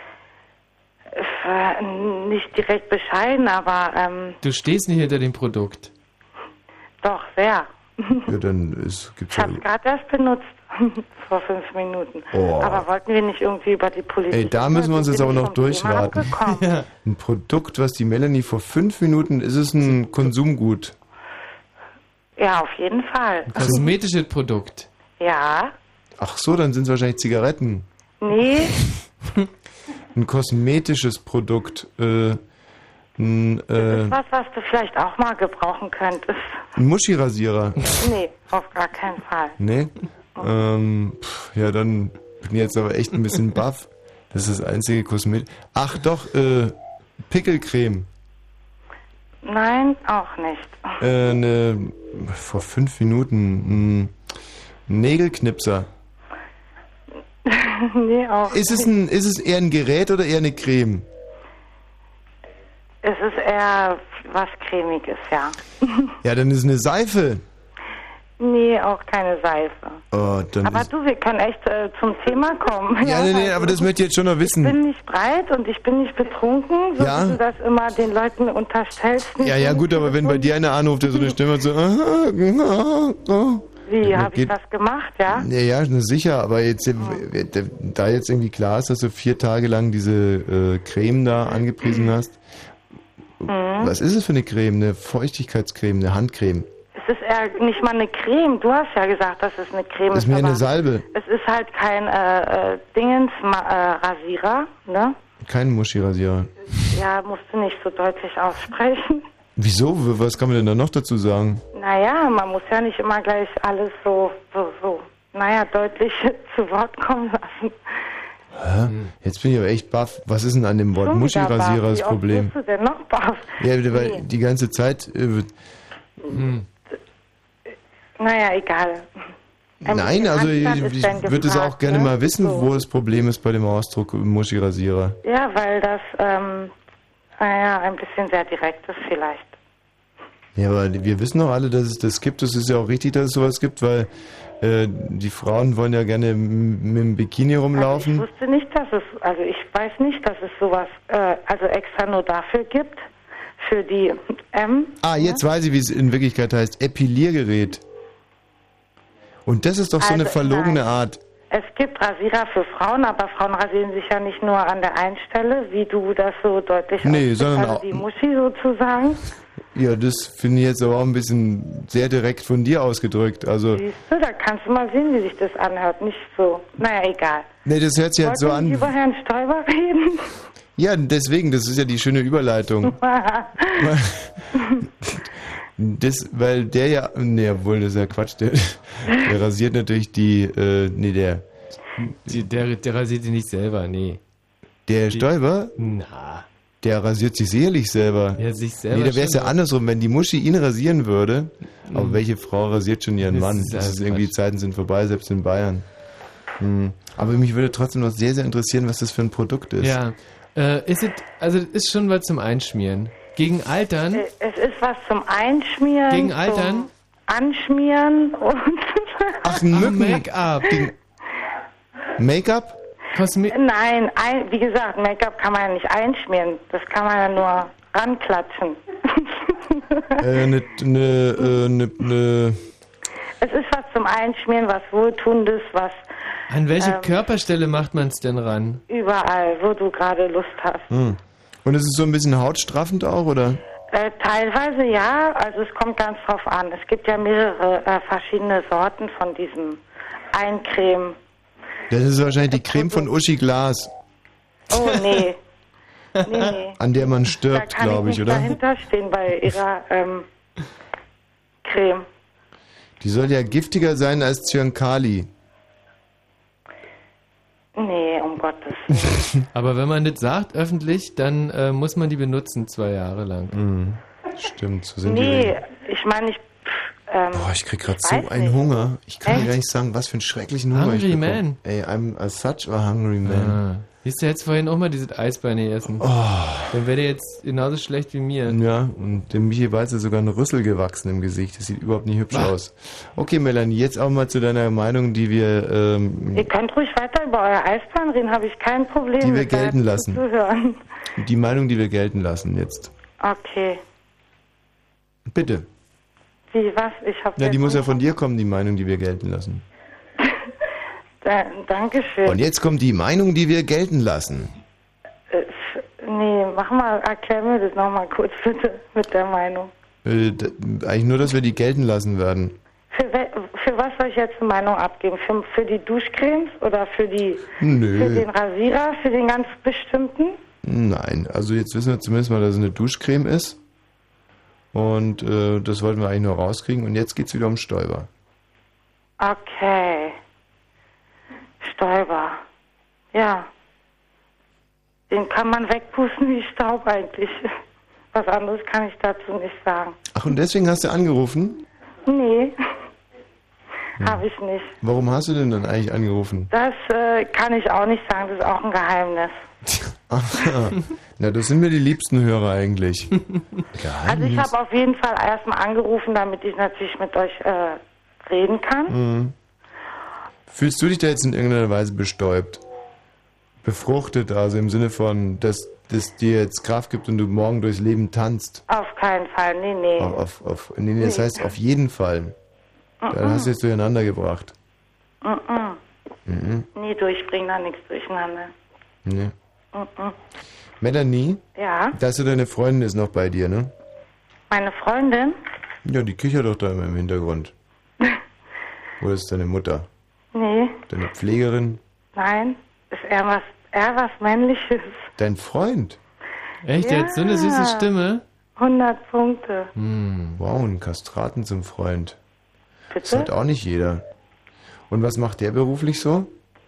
Äh, nicht direkt bescheiden, aber ähm, Du stehst nicht hinter dem Produkt. doch, sehr. Ja, dann ist, gibt's Ich habe es gerade erst benutzt, vor fünf Minuten. Oh. Aber wollten wir nicht irgendwie über die Politik... Ey, da müssen wir uns jetzt aber noch durchraten. Ja. Ein Produkt, was die Melanie vor fünf Minuten, ist es ein Konsumgut? Ja, auf jeden Fall. Ein kosmetisches Produkt. Ja, Ach so, dann sind es wahrscheinlich Zigaretten. nee, Ein kosmetisches Produkt. Äh, ein, äh, was, was du vielleicht auch mal gebrauchen könntest. ein Muschirasierer. Nee, auf gar keinen Fall. Nee? Ähm, pff, ja, dann bin ich jetzt aber echt ein bisschen baff. Das ist das einzige Kosmetik. Ach doch, äh, Pickelcreme. Nein, auch nicht. Äh, ne, vor fünf Minuten. Ein Nägelknipser. Nee, auch Ist es, ein, ist es eher ein Gerät oder eher eine Creme? Es ist eher was Cremiges, ja. Ja, dann ist es eine Seife. Nee, auch keine Seife. Oh, dann Aber ist, du, wir können echt äh, zum Thema kommen. ja, nee, nee, also, aber das möchte ich jetzt schon noch ich wissen. bin nicht breit und ich bin nicht betrunken, so Ja. wie du das immer den Leuten unterstellst. Ja, ja, gut, aber wenn bei dir einer anruft, der so eine Stimme hat, so... ah, ah, ah. Wie, Ja, habe ich geht- was gemacht, ja? Ja, ja, na sicher, aber jetzt, äh, da jetzt irgendwie klar ist, dass du vier Tage lang diese äh, Creme da angepriesen hast. Mhm. Was ist es für eine Creme? Eine Feuchtigkeitscreme, eine Handcreme? Es ist eher nicht mal eine Creme. Du hast ja gesagt, dass es eine Creme Das ist. ist mehr eine aber Salbe. Es ist halt kein äh, äh, Dingens-Rasierer, ne? Kein Muschirasierer. Ja, musst du nicht so deutlich aussprechen. Wieso? Was kann man denn da noch dazu sagen? Naja, man muss ja nicht immer gleich alles so, so, so, naja, deutlich zu Wort kommen lassen. Hä? Jetzt bin ich aber echt baff. Was ist denn an dem Wort Schon wieder Muschirasierer baff. das Wie oft Problem? bist du denn noch baff? Ja, weil Nee. die ganze Zeit... Äh, wird- hm. Naja, egal. Ein Nein, bisschen also ich, Anstand ist ich dann würde es auch gefragt, gerne ne? mal wissen, So. wo das Problem ist bei dem Ausdruck Muschirasierer. Ja, weil das, ähm, naja, ein bisschen sehr direkt ist vielleicht. Ja, aber wir wissen doch alle, dass es das gibt. Es ist ja auch richtig, dass es sowas gibt, weil äh, die Frauen wollen ja gerne m- mit dem Bikini rumlaufen. Ich wusste nicht, dass es, also ich weiß nicht, dass es sowas, äh, also extra nur dafür gibt, für die M. Ah, jetzt weiß ich, wie es in Wirklichkeit heißt. Epiliergerät. Und das ist doch so eine Also, verlogene nein. Art. Es gibt Rasierer für Frauen, aber Frauen rasieren sich ja nicht nur an der einen Stelle, wie du das so deutlich Nee, aussprichst, sondern also auch- die Muschi sozusagen. Ja, das finde ich jetzt aber auch ein bisschen sehr direkt von dir ausgedrückt. Also, Siehst du, da kannst du mal sehen, wie sich das anhört. Nicht so, naja, egal. nee, das hört sich halt so Wollten wir an. über Herrn Stoiber reden? Ja, deswegen, das ist ja die schöne Überleitung. Das, weil der ja, nee, obwohl, das ist ja Quatsch, der, der rasiert natürlich die, äh, nee, der. Die, der, der rasiert die nicht selber, nee. Der Die- Stoiber? Na. Der rasiert sich sicherlich selber. Ja, sich selber Nee, da wäre es schon, ja andersrum, wenn die Muschi ihn rasieren würde. Aber Mhm. welche Frau rasiert schon ihren Das Mann? ist Das ja ist irgendwie, Quatsch. Zeiten sind vorbei, selbst in Bayern. Hm. Aber mich würde trotzdem noch sehr, sehr interessieren, was das für ein Produkt ist. Ja. Äh, ist es, also das ist schon was zum Einschmieren. Gegen Altern? Äh, Es ist was zum Einschmieren. Gegen Altern? Zum Anschmieren und... Ach, ein Mücken. Make-up. Make-up? Kosme Nein, ein, wie gesagt, Make-up kann man ja nicht einschmieren. Das kann man ja nur ranklatschen. Äh, ne, ne, äh, ne, ne. Es ist was zum Einschmieren, was Wohltuendes, was An welche ähm, Körperstelle macht man es denn ran? überall, wo du gerade Lust hast. Hm. Und ist es so ein bisschen hautstraffend auch, oder? Äh, teilweise ja, also es kommt ganz drauf an. Es gibt ja mehrere äh, verschiedene Sorten von diesem Eincreme. Das ist wahrscheinlich die Creme von Uschi Glas, Oh nee. Nee, nee. an der man Da stirbt, kann ich glaube ich, nicht oder? dahinter stehen bei ihrer ähm, Creme. Die soll ja giftiger sein als Zyankali. Nee, um Gottes Willen. Aber wenn man das sagt öffentlich, dann äh, muss man die benutzen zwei Jahre lang. Mhm. Stimmt, so sind die Nee, Regeln. ich meine, ich. Ähm, Boah, ich krieg gerade ich so weiß einen nicht. Hunger. Ich kann dir Echt? gar nicht sagen, was für einen schrecklichen Hunger ich Hungry bekomme. man. Ey, I'm a such a hungry man. Ah. Siehst du, jetzt vorhin auch mal dieses Eisbein gegessen. Oh. Dann wäre der jetzt genauso schlecht wie mir. Ja, und dem Michi Weiß ist sogar ein Rüssel gewachsen im Gesicht. Das sieht überhaupt nicht hübsch Ah. aus. Okay, Melanie, jetzt auch mal zu deiner Meinung, die wir, ähm, Ihr könnt ruhig weiter über euer Eisbahn reden, habe ich kein Problem Die wir mit, da gelten lassen. zuzuhören. die Meinung, die wir gelten lassen jetzt. Okay. Bitte. Wie, was? Ich habe Ja, die muss ja von dir kommen, die Meinung, die wir gelten lassen. da, Dankeschön. Und jetzt kommt die Meinung, die wir gelten lassen. Äh, f- nee, mach mal, erklär mir das nochmal kurz bitte mit der Meinung. Äh, d- eigentlich nur, dass wir die gelten lassen werden. Für, we für was soll ich jetzt eine Meinung abgeben? Für, für die Duschcremes oder für die Nö. für den Rasierer, für den ganz bestimmten? Nein, also jetzt wissen wir zumindest mal, dass es eine Duschcreme ist. Und äh, das wollten wir eigentlich nur rauskriegen. Und jetzt geht's wieder um Stäuber. Okay. Stäuber. Ja. Den kann man wegpusten wie Staub eigentlich. Was anderes kann ich dazu nicht sagen. Ach, und deswegen hast du angerufen? Nee. Habe ich nicht. Warum hast du denn dann eigentlich angerufen? Das äh, kann ich auch nicht sagen, das ist auch ein Geheimnis. Na, das sind mir die liebsten Hörer eigentlich. Also ich habe auf jeden Fall erstmal angerufen, damit ich natürlich mit euch äh, reden kann. Mhm. Fühlst du dich da jetzt in irgendeiner Weise bestäubt? Befruchtet, also im Sinne von, dass das dir jetzt Kraft gibt und du morgen durchs Leben tanzt? Auf keinen Fall, nee, nee. Auf, auf, auf, nee, nee, das Nee. heißt auf jeden Fall. Mhm. Dann hast du jetzt durcheinander gebracht. Mhm. Mhm. Nee, du, ich bring da nichts durcheinander. Nee. Mhm. Melanie, Ja, da ist so deine Freundin ist noch bei dir, ne? meine Freundin? Ja, die kichert doch da immer im Hintergrund. Oder ist deine Mutter? Nee, Deine Pflegerin? nein, ist eher was, eher was Männliches. Dein Freund? Echt, der hat so eine süße Stimme. hundert Punkte. Hm, wow, ein Kastraten zum Freund. Das Bitte? hat auch nicht jeder. Und was macht der beruflich so?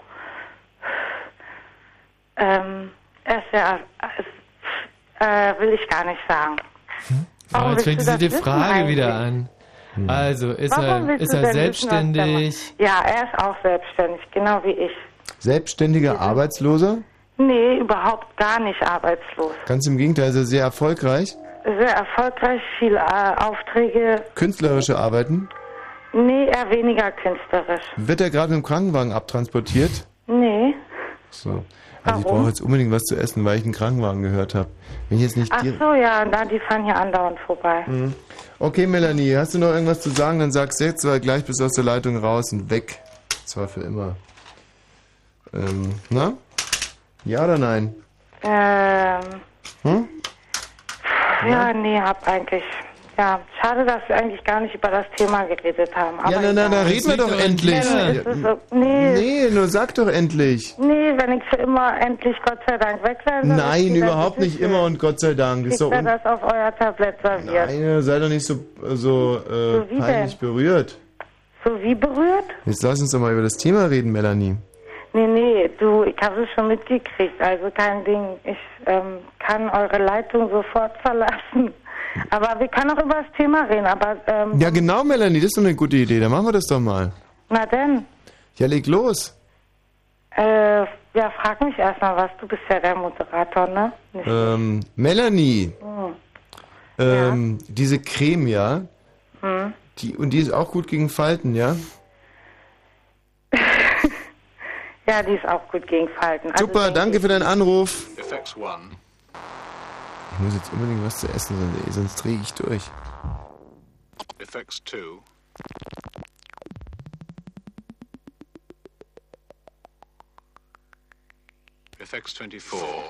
Ähm, er ist ja, äh, will ich gar nicht sagen. Warum Oh, jetzt willst fängt du sie das die wissen Frage eigentlich? wieder an. Also, ist Warum er, willst ist du er denn wissen, selbstständig? was der macht? Ja, er ist auch selbstständig, genau wie ich. Selbstständiger Arbeitsloser? Nee, überhaupt gar nicht arbeitslos. Ganz im Gegenteil, ist er sehr erfolgreich. Sehr erfolgreich, viele äh, Aufträge. Künstlerische Arbeiten. Nee, eher weniger künstlerisch. Wird er gerade mit dem Krankenwagen abtransportiert? Nee. So. Also ich Warum? brauche jetzt unbedingt was zu essen, weil ich einen Krankenwagen gehört habe. Wenn ich jetzt nicht Ach direkt- so, ja, na, die fahren hier andauernd vorbei. Mhm. Okay, Melanie, hast du noch irgendwas zu sagen? Dann sag's jetzt, weil gleich bist du aus der Leitung raus und weg. Zwar für immer. Ähm, na? Ja oder nein? Ähm, Hm? ja, nee, hab eigentlich. Ja, schade, dass wir eigentlich gar nicht über das Thema geredet haben. Aber Ja, na, na, na, egal. reden wir doch endlich. Dann ist es so, nee, Nee, nur sag doch endlich. nee, wenn ich für immer endlich Gott sei Dank weg sein soll. Nein, ist die überhaupt Welt nicht immer und Gott sei Dank. Das ist Kriegt doch er un das auf euer Tablett serviert? Nein, sei doch nicht so, so, äh, So wie peinlich berührt. So wie berührt? Jetzt lass uns doch mal über das Thema reden, Melanie. Nee, nee, du, ich habe es schon mitgekriegt, also kein Ding. Ich ähm, kann eure Leitung sofort verlassen. Aber wir können auch über das Thema reden, aber, ähm, Ja, genau, Melanie, das ist doch eine gute Idee. Dann machen wir das doch mal. na denn, Ja, leg los. äh, ja, frag mich erstmal was, du bist ja der Moderator, ne? Nicht Ähm, Melanie, hm. ähm, diese Creme, ja, Hm. die, und die ist auch gut gegen Falten, ja? Ja, die ist auch gut gegen Falten. Also Super, denke danke ich- für deinen Anruf. F X one. Ich muss jetzt unbedingt was zu essen, sonst, sonst drehe ich durch. F X two. F X twenty-four.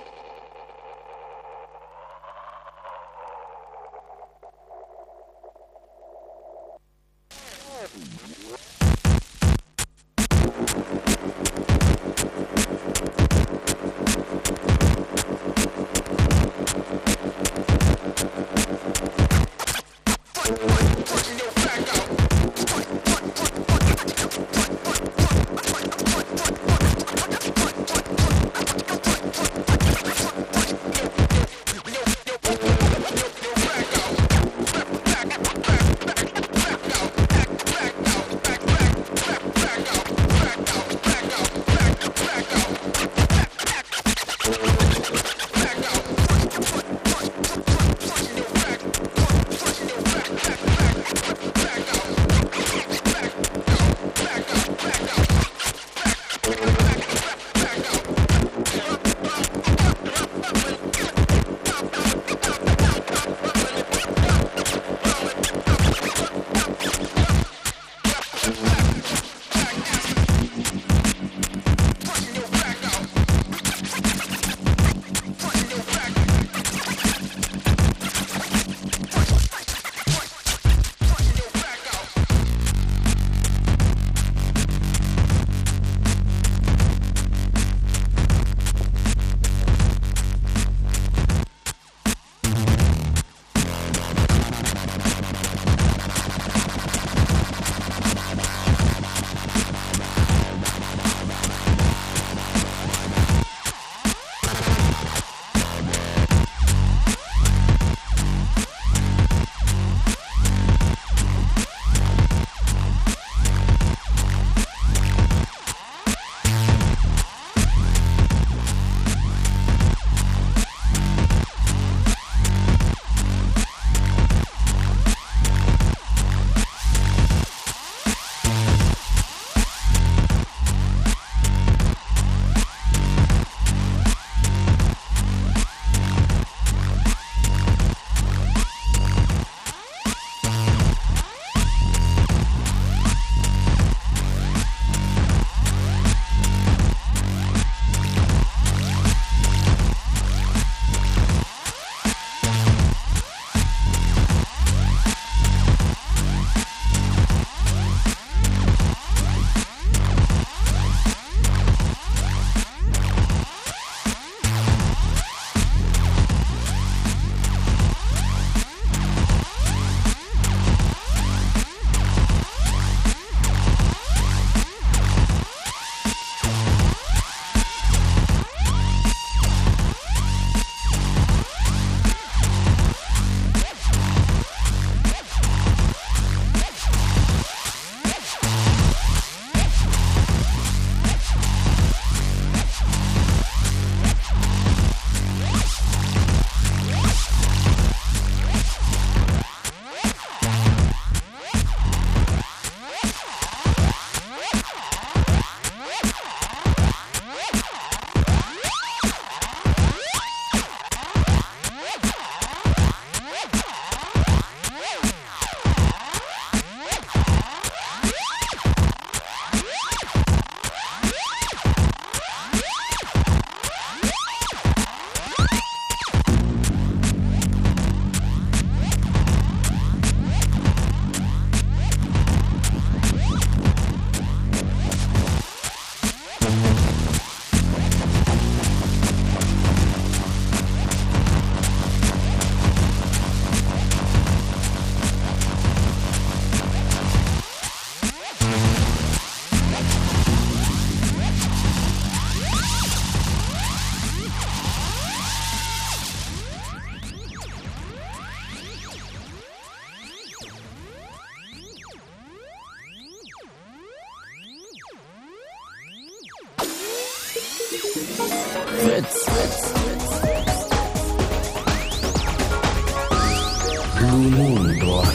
Fritz. Blue Moon Boy.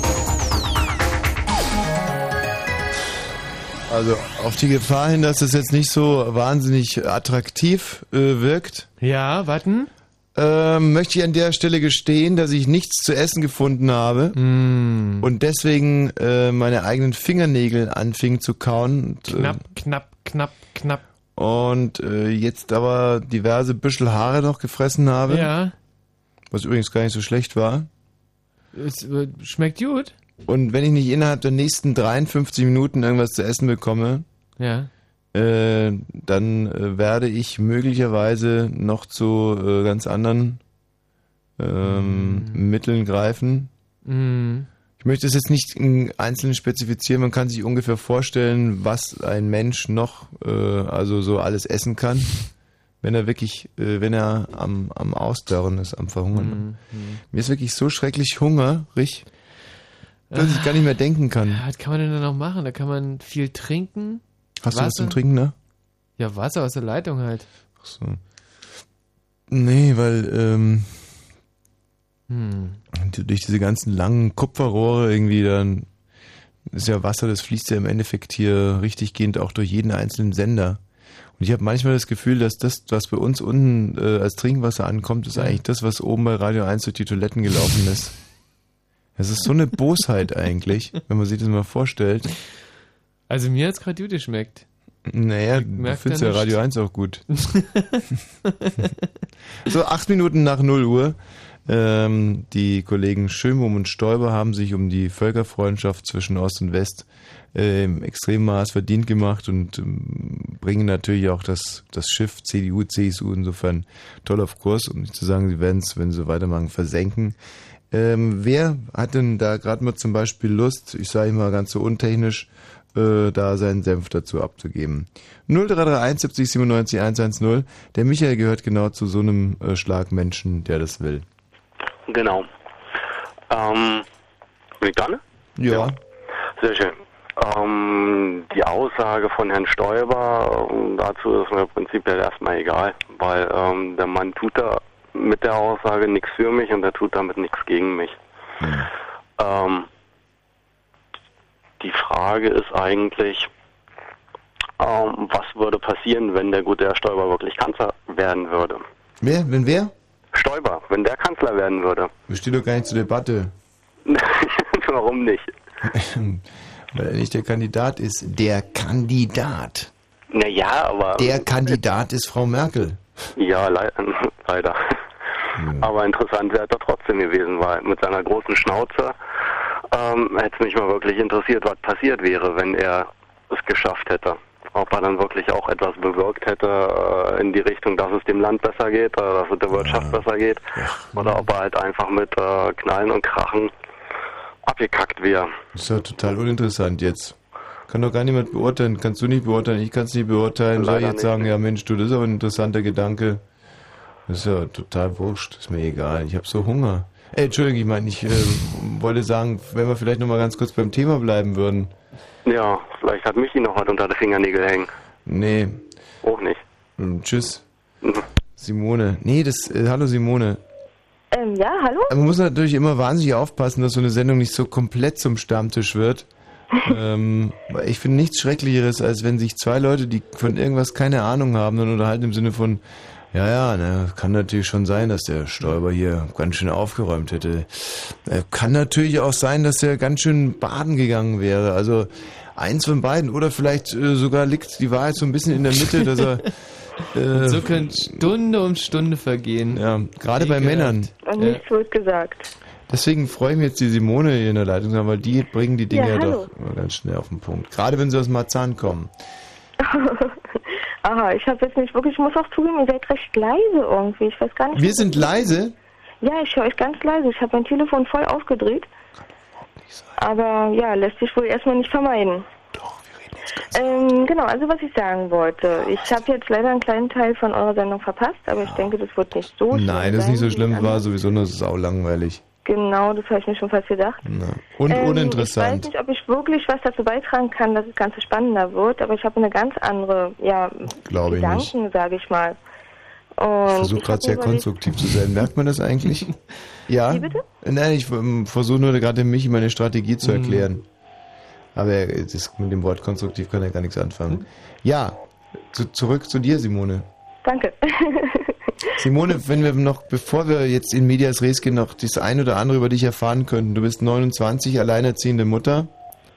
Also auf die Gefahr hin, dass es jetzt nicht so wahnsinnig attraktiv äh, wirkt. Ja, warten. Ähm, möchte ich an der Stelle gestehen, dass ich nichts zu essen gefunden habe mm. und deswegen äh, meine eigenen Fingernägel anfing zu kauen. Und, knapp, äh, knapp, knapp, knapp. Und äh, jetzt aber diverse Büschel Haare noch gefressen habe. Ja. Was übrigens gar nicht so schlecht war. Es äh, schmeckt gut. Und wenn ich nicht innerhalb der nächsten dreiundfünfzig Minuten irgendwas zu essen bekomme, ja. äh, dann äh, werde ich möglicherweise noch zu äh, ganz anderen ähm, mm. Mitteln greifen. Mm. Ich möchte es jetzt nicht in Einzelnen spezifizieren, man kann sich ungefähr vorstellen, was ein Mensch noch äh, also so alles essen kann, wenn er wirklich, äh, wenn er am, am Ausdörren ist, am Verhungern. Mm. Mir ist wirklich so schrecklich hungrig, dass ich gar nicht mehr denken kann. Ja, was kann man denn da noch machen? Da kann man viel trinken. Hast Wasser? du was zum Trinken, ne? Ja, Wasser aus der Leitung halt. Ach so. Nee, weil ähm, hm. durch diese ganzen langen Kupferrohre irgendwie dann ist ja Wasser, das fließt ja im Endeffekt hier richtiggehend auch durch jeden einzelnen Sender. Und ich habe manchmal das Gefühl, dass das, was bei uns unten äh, als Trinkwasser ankommt, ist ja. eigentlich das, was oben bei Radio eins durch die Toiletten gelaufen ist. Das ist so eine Bosheit eigentlich, wenn man sich das mal vorstellt. Also mir hat's gerade gut geschmeckt. Naja, du findest ja Radio eins auch gut. So, acht Minuten nach null Uhr. Ähm, die Kollegen Schönbohm und Stoiber haben sich um die Völkerfreundschaft zwischen Ost und West äh, im extremen Maß verdient gemacht und ähm, bringen natürlich auch das, das Schiff C D U, C S U insofern toll auf Kurs, um nicht zu sagen, sie werden es, wenn sie weitermachen, versenken. Ähm, wer hat denn da gerade mal zum Beispiel Lust, ich sage mal ganz so untechnisch, äh, da seinen Senf dazu abzugeben? null drei drei eins siebzig siebenundneunzig hundertzehn. Der Michael gehört genau zu so einem äh, Schlag Menschen, der das will. Genau. Ähm, bin ich dran? Ja. Sehr schön. Ähm, die Aussage von Herrn Stoiber, ähm, dazu ist mir prinzipiell erstmal egal, weil ähm, der Mann tut da mit der Aussage nichts für mich und er tut damit nichts gegen mich. Mhm. Ähm, die Frage ist eigentlich, ähm, was würde passieren, wenn der gute Herr Stoiber wirklich Kanzler werden würde? Wer? Wenn wer? Stoiber, wenn der Kanzler werden würde. Das steht doch gar nicht zur Debatte. Warum nicht? Weil er nicht der Kandidat ist. Der Kandidat. Naja, aber... Der Kandidat ist Frau Merkel. Ja, le leider. Mhm. Aber interessant wäre es doch trotzdem gewesen, weil mit seiner großen Schnauze ähm, hätte es mich mal wirklich interessiert, was passiert wäre, wenn er es geschafft hätte. Ob er dann wirklich auch etwas bewirkt hätte äh, in die Richtung, dass es dem Land besser geht, äh, dass es der Wirtschaft ja. besser geht. Ja. Oder ob er halt einfach mit äh, Knallen und Krachen abgekackt wäre. Das ist ja total uninteressant jetzt. Kann doch gar niemand beurteilen. Kannst du nicht beurteilen, ich kann es nicht beurteilen. Soll ich jetzt sagen, nicht. Ja Mensch, du, das ist aber ein interessanter Gedanke. Das ist ja total wurscht, ist mir egal. Ich habe so Hunger. Ey, Entschuldigung, ich meine, ich äh, wollte sagen, wenn wir vielleicht nochmal ganz kurz beim Thema bleiben würden. Ja, vielleicht hat Michi noch was unter den Fingernägel hängen. Nee. Auch nicht. Hm, tschüss. Mhm. Simone. Nee, das, äh, hallo Simone. Ähm, ja, hallo? Man muss natürlich immer wahnsinnig aufpassen, dass so eine Sendung nicht so komplett zum Stammtisch wird. ähm, weil ich finde nichts Schrecklicheres, als wenn sich zwei Leute, die von irgendwas keine Ahnung haben, dann unterhalten im Sinne von, ja, ja, ne, kann natürlich schon sein, dass der Stoiber hier ganz schön aufgeräumt hätte. Äh, kann natürlich auch sein, dass er ganz schön baden gegangen wäre. Also eins von beiden. Oder vielleicht äh, sogar liegt die Wahrheit so ein bisschen in der Mitte, dass er... Äh, so können Stunde um Stunde vergehen. Ja, gerade bei Männern. Und nichts wird gesagt. Deswegen freue ich mich jetzt, die Simone hier in der Leitung zu haben, weil die bringen die Dinge ja, ja doch immer ganz schnell auf den Punkt. Gerade wenn sie aus Marzahn kommen. Aha, ich habe jetzt nicht wirklich, ich muss auch zugeben, ihr seid recht leise irgendwie. Ich weiß gar nicht. Wir sind leise? Ja, ich höre euch ganz leise. Ich habe mein Telefon voll aufgedreht. Aber ja, lässt sich wohl erstmal nicht vermeiden. Doch, wir reden jetzt ganz ähm, Genau, also was ich sagen wollte. Ich habe jetzt leider einen kleinen Teil von eurer Sendung verpasst, aber ich denke, das wird nicht so schlimm. Nein, das ist nicht so schlimm, war sowieso nur saulangweilig. Genau, das habe ich mir schon fast gedacht. Na. Und ähm, uninteressant. Ich weiß nicht, ob ich wirklich was dazu beitragen kann, dass das Ganze spannender wird, aber ich habe eine ganz andere, ja, Gedanken, sage ich mal. Und versuche ich gerade hab sehr mir überlegt- konstruktiv zu sein. Merkt man das eigentlich? Ja? Wie bitte? Nein, ich ähm, versuche nur gerade Michi meine Strategie zu Mhm. erklären. Aber er- das, mit dem Wort konstruktiv kann er gar nichts anfangen. Ja, zu, zurück zu dir, Simone. Danke. Simone, wenn wir noch, bevor wir jetzt in Medias Res gehen, noch das ein oder andere über dich erfahren könnten. Du bist neunundzwanzig, alleinerziehende Mutter.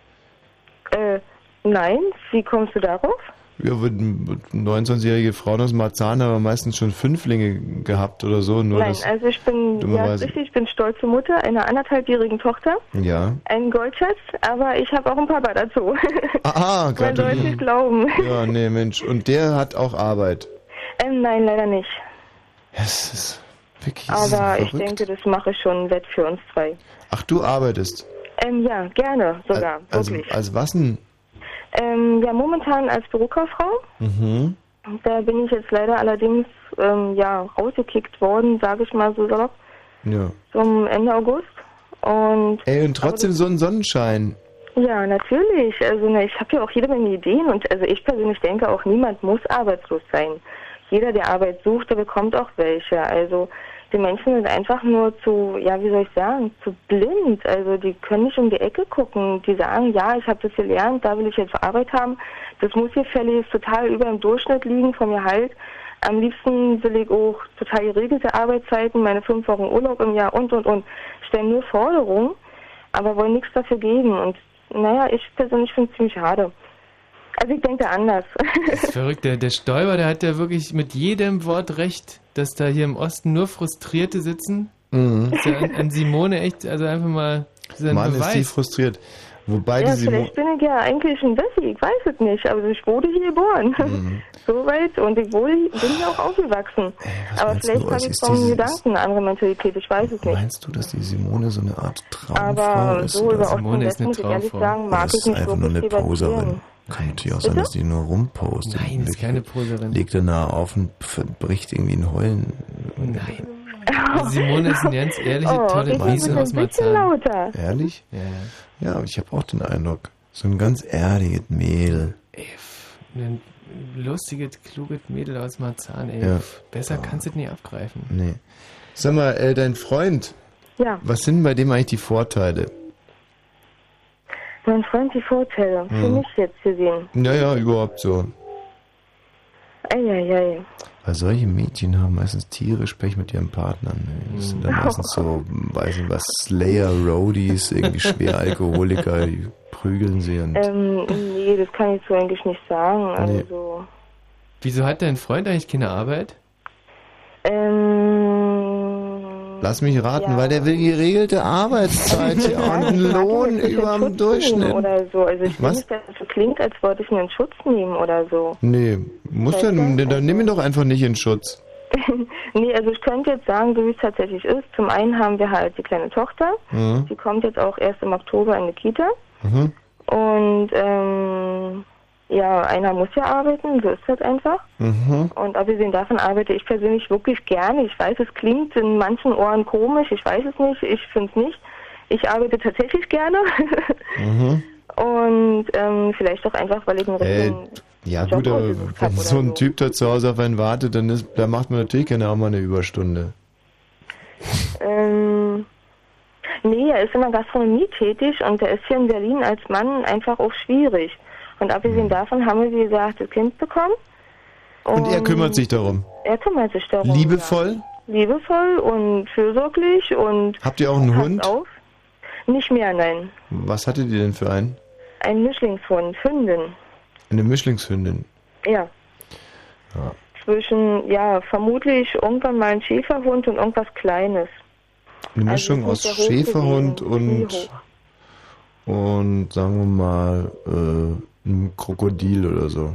äh, nein, wie kommst du darauf? Ja, neunundzwanzigjährige Frauen aus Marzahn haben meistens schon Fünflinge gehabt oder so. Nur Nein, das, also ich bin, ja, dummerweise- ist richtig, ich bin stolze Mutter einer anderthalbjährigen Tochter, ja. einen Goldschatz, aber ich habe auch einen Papa dazu. Ah, Man soll es gratuliere. nicht glauben. Ja, nee, Mensch. Und der hat auch Arbeit. Ähm, nein, leider nicht. Es ist wirklich es ist Aber ich verrückt. denke, das mache ich schon wett für uns zwei. Ach, du arbeitest. Ähm, ja, gerne sogar, Also, wirklich. als was denn? Ähm, ja, momentan als Bürokauffrau. Mhm. Da bin ich jetzt leider allerdings ähm, ja rausgekickt worden, sage ich mal so salopp, Ja. zum Ende August. Und Ey, und trotzdem so ein Sonnenschein. ja, natürlich. Also ne, ich habe ja auch jede Menge Ideen und also ich persönlich denke auch, niemand muss arbeitslos sein. Jeder, der Arbeit sucht, der bekommt auch welche. Also die Menschen sind einfach nur zu, ja, wie soll ich sagen, zu blind. Also die können nicht um die Ecke gucken. Die sagen, ja, ich habe das gelernt, da will ich jetzt Arbeit haben. Das muss hier fällig total über dem Durchschnitt liegen vom Gehalt. Am liebsten will ich auch total geregelte Arbeitszeiten, meine fünf Wochen Urlaub im Jahr und, und, und. Stellen nur Forderungen, aber wollen nichts dafür geben. Und naja, ich persönlich finde es ziemlich schade. Also ich denke anders. Das ist verrückt. Der, der Stoiber, der hat ja wirklich mit jedem Wort recht, dass da hier im Osten nur Frustrierte sitzen. Mhm. Das ist ja an, an Simone echt, also einfach mal, das ist ein Mann, ist die Beweis. frustriert. Wobei Ja, die Simone... vielleicht bin ich ja eigentlich ein Bessi, ich weiß es nicht, aber ich wurde hier geboren. Mhm. Soweit und ich wurde, bin hier auch aufgewachsen. aber meinst vielleicht du, habe es ich ist vom dieses- Gedanken eine andere Mentalität, ich weiß es nicht. Meinst du, dass die Simone so eine Art Traumfrau Aber ist? so oder über so? Ost und West muss ich ehrlich sagen, Oder mag ist ich es nicht einfach nur wirklich eine Poserin? debattieren. Kann natürlich auch sein, Bitte? dass die nur rumpostet. Nein, ist keine Poserin. Legt dann da auf und bricht irgendwie ein Heulen. Nein. Also Simone ist eine ganz ehrliche, Oh, tolle ich Wiese bin aus ein bisschen Marzahn. lauter. Ehrlich? Ja, Ja, aber ich habe auch den Eindruck, so ein ganz ehrliches Mädel. ein lustiges, kluges Mädel aus Marzahn, ey. Ja. Besser kannst du es nie abgreifen. Nee. Sag mal, äh, dein Freund, Ja, was sind bei dem eigentlich die Vorteile? mein Freund, die Vorteile, für Hm. mich jetzt gesehen. Naja, überhaupt so. Eieiei. Weil solche Mädchen haben meistens tierisch Pech mit ihren Partnern. Ne? Das sind dann meistens so, weiß nicht was, Slayer, Roadies, irgendwie schwer Alkoholiker, die prügeln sie und... Ähm, nee, das kann ich so eigentlich nicht sagen. Nee. Also, Wieso hat dein Freund eigentlich keine Arbeit? ähm, Lass mich raten, ja. weil der will geregelte Arbeitszeit ja, und einen Ich mag Lohn nicht, dass ich über in dem Schutz Durchschnitt. nehme Oder so. Also ich Was? finde nicht, dass es so klingt, als wollte ich ihn in Schutz nehmen oder so. Nee, muss dann, dann nimm ihn doch einfach nicht in Schutz. Nee, also ich könnte jetzt sagen, so wie es tatsächlich ist. Zum einen haben wir halt die kleine Tochter. Mhm. Die kommt jetzt auch erst im Oktober in die Kita. Mhm. Und ähm, ja, einer muss ja arbeiten, so ist das einfach. Mhm. Und abgesehen davon arbeite ich persönlich wirklich gerne. Ich weiß, es klingt in manchen Ohren komisch, ich weiß es nicht, ich finde es nicht. Ich arbeite tatsächlich gerne. Mhm. Und ähm, vielleicht auch einfach, weil ich einen Ey, richtigen ja Job gut, aber ausgesucht hab wenn oder so ein so. Typ da zu Hause auf einen wartet, dann ist, da macht man natürlich gerne auch mal eine Überstunde. Ähm, nee, er ist in der Gastronomie tätig und der ist hier in Berlin als Mann einfach auch schwierig. Und abgesehen Mhm. davon haben wir, wie gesagt, das Kind bekommen. Und er kümmert sich darum. Er kümmert sich darum. Liebevoll? Ja. Liebevoll und fürsorglich und Habt ihr auch einen passt Hund? auf. Nicht mehr, nein. Was hattet ihr denn für einen? Ein Mischlingshund, Hündin. Eine Mischlingshündin. Ja. Ja. Zwischen, ja, vermutlich irgendwann mal ein Schäferhund und irgendwas Kleines. Eine Also Mischung es aus muss ja hoch Schäferhund gewesen, und, und sagen wir mal äh, einem Krokodil oder so.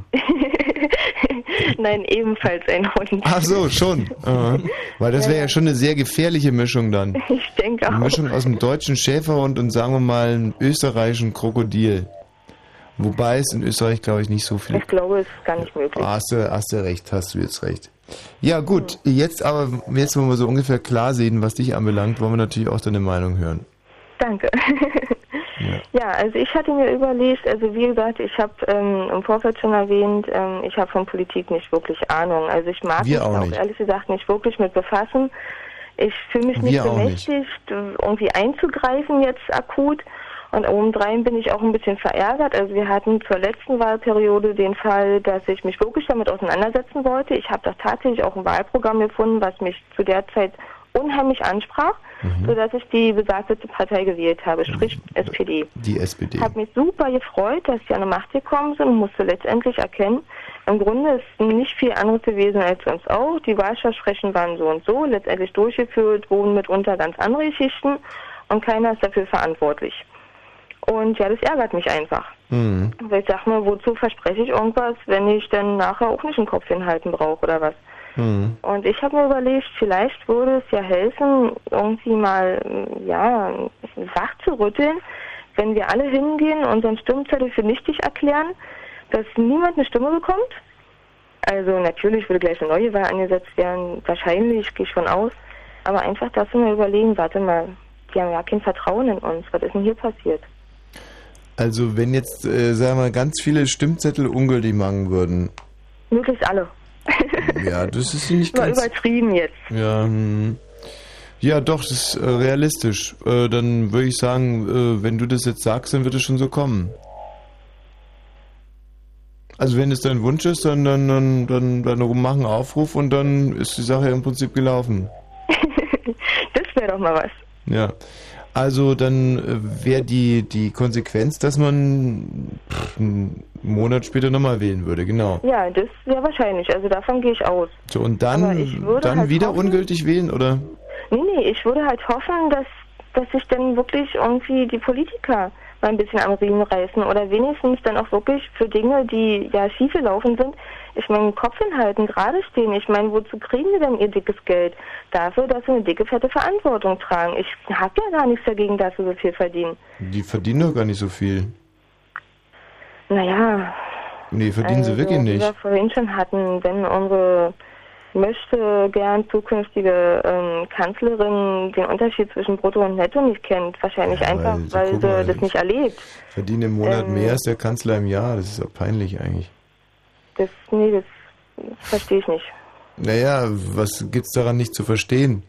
Nein, ebenfalls ein Hund. Ach so, schon. Aha. Weil das wäre ja schon eine sehr gefährliche Mischung dann. Ich denke Eine auch. Mischung aus einem deutschen Schäferhund und sagen wir mal einem österreichischen Krokodil. Wobei es in Österreich, glaube ich, nicht so viel... Ich glaube, es ist gar nicht möglich. Ah, hast du, hast du recht, hast du jetzt recht. Ja gut, jetzt aber, jetzt wo wir so ungefähr klar sehen, was dich anbelangt, wollen wir natürlich auch deine Meinung hören. Danke. Ja. Ja, also ich hatte mir überlegt, also wie gesagt, ich habe ähm, im Vorfeld schon erwähnt, ähm, ich habe von Politik nicht wirklich Ahnung. Also ich mag Wir mich auch auch nicht. ehrlich gesagt nicht wirklich mit befassen. Ich fühle mich Wir nicht auch nicht. berechtigt, irgendwie einzugreifen jetzt akut. Und obendrein bin ich auch ein bisschen verärgert. Also wir hatten zur letzten Wahlperiode den Fall, dass ich mich wirklich damit auseinandersetzen wollte. Ich habe da tatsächlich auch ein Wahlprogramm gefunden, was mich zu der Zeit unheimlich ansprach, Mhm. sodass ich die besagte Partei gewählt habe, sprich S P D. Die S P D. Ich habe mich super gefreut, dass sie an die Macht gekommen sind und musste letztendlich erkennen, im Grunde ist nicht viel anderes gewesen als sonst auch. Die Wahlversprechen waren so und so, letztendlich durchgeführt wurden mitunter ganz andere Geschichten und keiner ist dafür verantwortlich. Und ja, das ärgert mich einfach. Mhm. Weil ich sag mal, wozu verspreche ich irgendwas, wenn ich dann nachher auch nicht einen Kopf hinhalten brauche oder was? Mhm. Und ich habe mir überlegt, vielleicht würde es ja helfen, irgendwie mal, ja, wach zu rütteln, wenn wir alle hingehen und unseren Stimmzettel für nichtig erklären, dass niemand eine Stimme bekommt. Also natürlich würde gleich eine neue Wahl angesetzt werden, wahrscheinlich, gehe ich von aus. Aber einfach, dass wir mal überlegen, warte mal, die haben ja kein Vertrauen in uns, was ist denn hier passiert? Also wenn jetzt, äh, sagen wir mal, ganz viele Stimmzettel ungültig machen würden. Möglichst alle. Ja, das ist nicht War ganz... übertrieben jetzt. Ja, hm. Ja, doch, das ist äh, realistisch. Äh, dann würde ich sagen, äh, wenn du das jetzt sagst, dann wird es schon so kommen. Also wenn es dein Wunsch ist, dann, dann, dann, dann, dann mach einen Aufruf und dann ist die Sache im Prinzip gelaufen. Das wäre doch mal was. Ja. Also dann äh, wäre die, die Konsequenz, dass man pff, einen Monat später nochmal wählen würde, genau. Ja, das wäre wahrscheinlich. Also davon gehe ich aus. So, und Aber dann, ich würde dann halt wieder hoffen- ungültig wählen, oder? Nee, nee, ich würde halt hoffen, dass, dass sich dann wirklich irgendwie die Politiker mal ein bisschen am Riemen reißen oder wenigstens dann auch wirklich für Dinge, die ja schief gelaufen sind, ich meine, den Kopf hinhalten, gerade stehen. Ich meine, wozu kriegen die denn ihr dickes Geld? Dafür, dass sie eine dicke, fette Verantwortung tragen. Ich habe ja gar nichts dagegen, dass sie so viel verdienen. Die verdienen doch gar nicht so viel. Naja. Nee, verdienen sie also, wirklich Wie nicht. wir vorhin schon hatten, wenn unsere möchte gern zukünftige ähm, Kanzlerin den Unterschied zwischen Brutto und Netto nicht kennt, wahrscheinlich Ja, einfach, weil sie- weil guck sie mal, das nicht erlebt. Verdienen im Monat Ähm, mehr als der Kanzler im Jahr. Das ist ja peinlich eigentlich. Das, nee, das verstehe ich nicht. Naja, was gibt's daran nicht zu verstehen?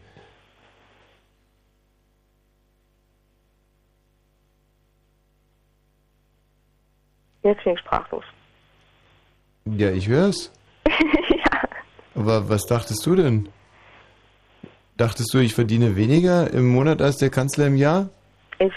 Jetzt bin ich sprachlos. Ja, ich hör's. Ja. Aber was dachtest du denn? Dachtest du, ich verdiene weniger im Monat als der Kanzler im Jahr? Ich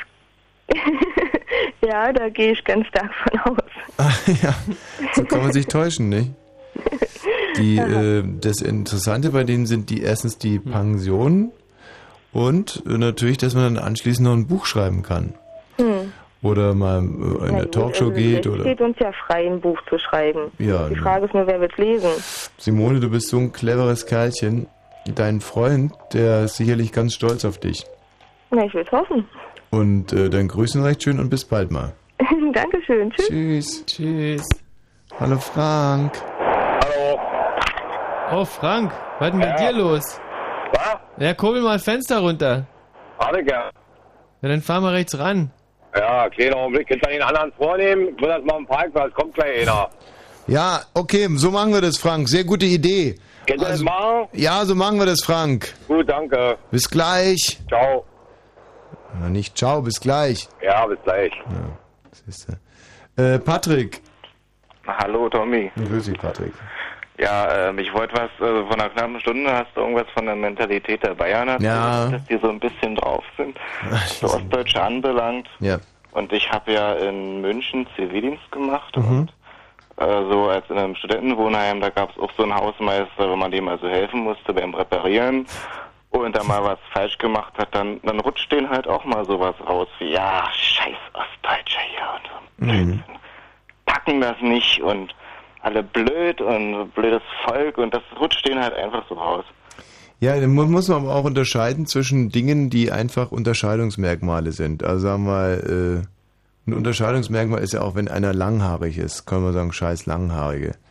ja, da gehe ich ganz stark von aus. Ach ja, so kann man sich täuschen, nicht? Die, äh, das Interessante bei denen sind die erstens die Pensionen und äh, natürlich, dass man dann anschließend noch ein Buch schreiben kann. Hm. Oder mal äh, in Na eine gut, Talkshow also geht. Es Oder steht uns ja frei, ein Buch zu schreiben. Ja, Die ne. Frage ist nur, wer wird lesen? Simone, du bist so ein cleveres Kerlchen. Dein Freund, der ist sicherlich ganz stolz auf dich. Na, ich will es hoffen. Und äh, dann grüßen recht schön und bis bald mal. Dankeschön. Tschüss. Tschüss. Tschüss. Hallo Frank. Hallo. Oh, Frank, was ist denn Ja. mit dir los? Was? Ja, kurbel mal Fenster runter. Warte gern. Ja, dann fahr mal rechts ran. Ja, kleiner Augenblick. Könnt ihr den anderen vornehmen? Ich will das mal im Parkplatz. Kommt gleich einer. Ja, okay, so machen wir das, Frank. Sehr gute Idee. Könnt ihr das machen? Ja, so machen wir das, Frank. Gut, danke. Bis gleich. Ciao. Na, nicht ciao, bis gleich. Ja, bis gleich. Siehste. Äh, Patrick. Hallo Tommy. Grüß dich, Patrick. Ja, ähm, ich wollte was, äh, vor einer knappen Stunde hast du irgendwas von der Mentalität der Bayern erzählt, Ja. dass die so ein bisschen drauf sind, was das Ostdeutsche anbelangt. Ja. Und ich habe ja in München Zivildienst gemacht Mhm. und äh, so als in einem Studentenwohnheim, da gab es auch so einen Hausmeister, wenn man dem also helfen musste beim Reparieren und da mal was falsch gemacht hat, dann, dann rutscht denen halt auch mal sowas raus wie, ja, scheiß Ostdeutscher hier und so. Mhm. Packen das nicht und alle blöd und blödes Volk und das rutscht denen halt einfach so raus. Ja, dann mu- muss man aber auch unterscheiden zwischen Dingen, die einfach Unterscheidungsmerkmale sind. Also sagen wir mal, äh, ein Unterscheidungsmerkmal ist ja auch, wenn einer langhaarig ist, kann man sagen, scheiß Langhaarige.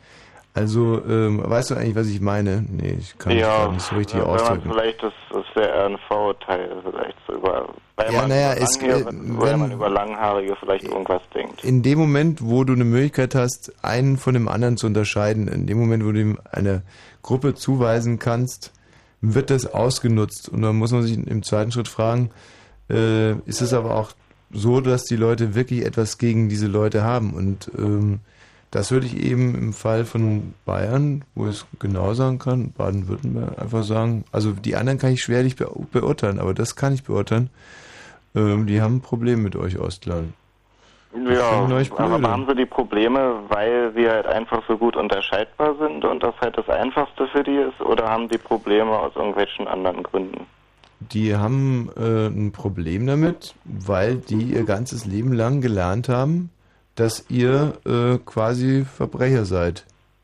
Also, ähm, weißt du eigentlich, was ich meine? Nee, ich kann es Ja, gar nicht so richtig wenn man ausdrücken. vielleicht, das, das wäre eher ein Vorurteil, vielleicht so über, weil Ja, man, naja, über, es, Langhaarige- äh, weil wenn- man über Langhaarige vielleicht irgendwas denkt. In dem Moment, wo du eine Möglichkeit hast, einen von dem anderen zu unterscheiden, in dem Moment, wo du ihm eine Gruppe zuweisen kannst, wird das ausgenutzt. Und dann muss man sich im zweiten Schritt fragen, äh, ist es aber auch so, dass die Leute wirklich etwas gegen diese Leute haben? Und ähm, das würde ich eben im Fall von Bayern, wo ich es genau sagen kann, Baden-Württemberg, einfach sagen, also die anderen kann ich schwerlich be beurteilen, aber das kann ich beurteilen. Ähm, die haben ein Problem mit euch Ostlern. Ja, finden euch aber blöde. haben sie die Probleme, weil wir halt einfach so gut unterscheidbar sind und das halt das Einfachste für die ist, oder haben die Probleme aus irgendwelchen anderen Gründen? Die haben äh, ein Problem damit, weil die ihr ganzes Leben lang gelernt haben, dass ihr äh, quasi Verbrecher seid.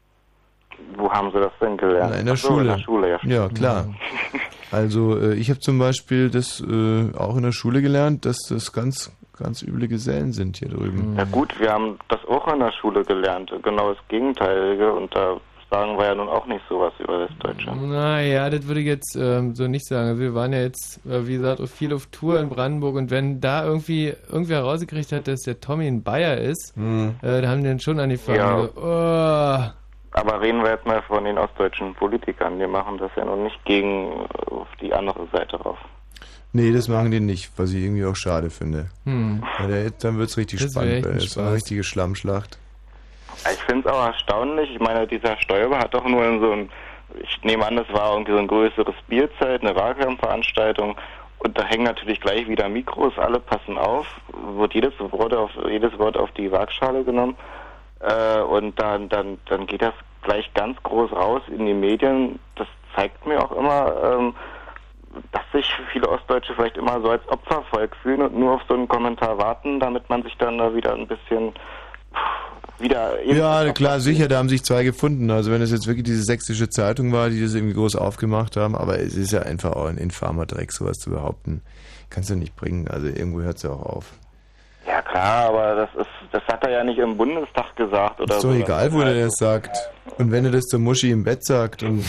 Wo haben sie das denn gelernt? Na, in der Ach so, Schule. In der Schule, ja. Ja, klar. Also äh, ich habe zum Beispiel das äh, auch in der Schule gelernt, dass das ganz, ganz üble Gesellen sind hier drüben. Ja gut, wir haben das auch in der Schule gelernt, genau das Gegenteilige, und da sagen wir ja nun auch nicht sowas über Westdeutsche. Naja, das würde ich jetzt ähm, so nicht sagen. Also wir waren ja jetzt, äh, wie gesagt, viel auf Tour in Brandenburg, und wenn da irgendwie irgendwer rausgekriegt hat, dass der Tommy ein Bayer ist, Mhm. äh, da haben die dann schon angefangen. Ja. So, oh. Aber reden wir jetzt mal von den ostdeutschen Politikern, die machen das ja nun nicht gegen äh, auf die andere Seite rauf. Nee, das machen die nicht, was ich irgendwie auch schade finde. Hm. Weil der, dann wird's richtig Das wär spannend, echt weil ein das ist eine Spaß. richtige Schlammschlacht. Ich finde es auch erstaunlich, ich meine, dieser Stoiber hat doch nur in so ein, ich nehme an, das war irgendwie so ein größeres Bierzelt, eine Wahlkampfveranstaltung, und da hängen natürlich gleich wieder Mikros, alle passen auf, wird jedes Wort auf, jedes Wort auf die Waagschale genommen, äh, und dann, dann, dann geht das gleich ganz groß raus in die Medien. Das zeigt mir auch immer, ähm, dass sich viele Ostdeutsche vielleicht immer so als Opfervolk fühlen und nur auf so einen Kommentar warten, damit man sich dann da wieder ein bisschen wieder... Ja, klar, sicher, da haben sich zwei gefunden. Also wenn es jetzt wirklich diese sächsische Zeitung war, die das irgendwie groß aufgemacht haben, aber es ist ja einfach auch ein infamer Dreck, sowas zu behaupten. Kannst du nicht bringen, also irgendwo hört es ja auch auf. Ja klar, aber das ist, das hat er ja nicht im Bundestag gesagt oder Ist so. doch egal, wo der das sagt. Und wenn er das zur Muschi im Bett sagt und...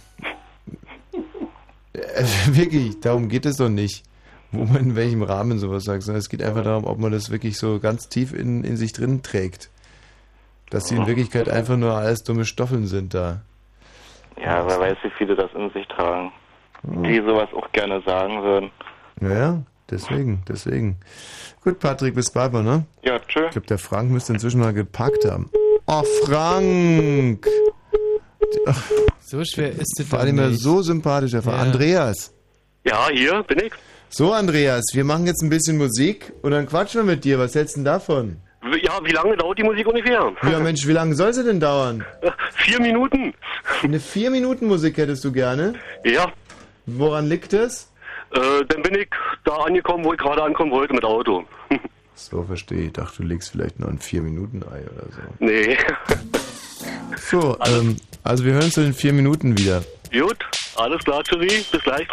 Also wirklich, darum geht es doch nicht, wo man in welchem Rahmen sowas sagt, sondern es geht einfach darum, ob man das wirklich so ganz tief in, in sich drin trägt. Dass sie in Wirklichkeit einfach nur alles dumme Stoffeln sind da. Ja, wer weiß, wie viele das in sich tragen. Die sowas auch gerne sagen würden. Naja, deswegen, deswegen. Gut, Patrick, bis bald mal, ne? Ja, tschö. Ich glaube, der Frank müsste inzwischen mal geparkt haben. Oh, Frank! Ach, so schwer ist es war doch nicht mehr nicht. so sympathisch, der Ja. Andreas. Ja, hier bin ich. So, Andreas, wir machen jetzt ein bisschen Musik und dann quatschen wir mit dir. Was hältst du denn davon? Ja, wie lange dauert die Musik ungefähr? Ja, Mensch, wie lange soll sie denn dauern? Vier Minuten. Eine vier-Minuten-Musik hättest du gerne? Ja. Woran liegt es? Äh, dann bin ich da angekommen, wo ich gerade ankommen wollte mit Auto. So, verstehe. Ich dachte, du legst vielleicht noch ein vier-Minuten-Ei oder so. Nee. So, ähm, also wir hören uns in vier Minuten wieder. Gut, alles klar, Jury. Bis gleich.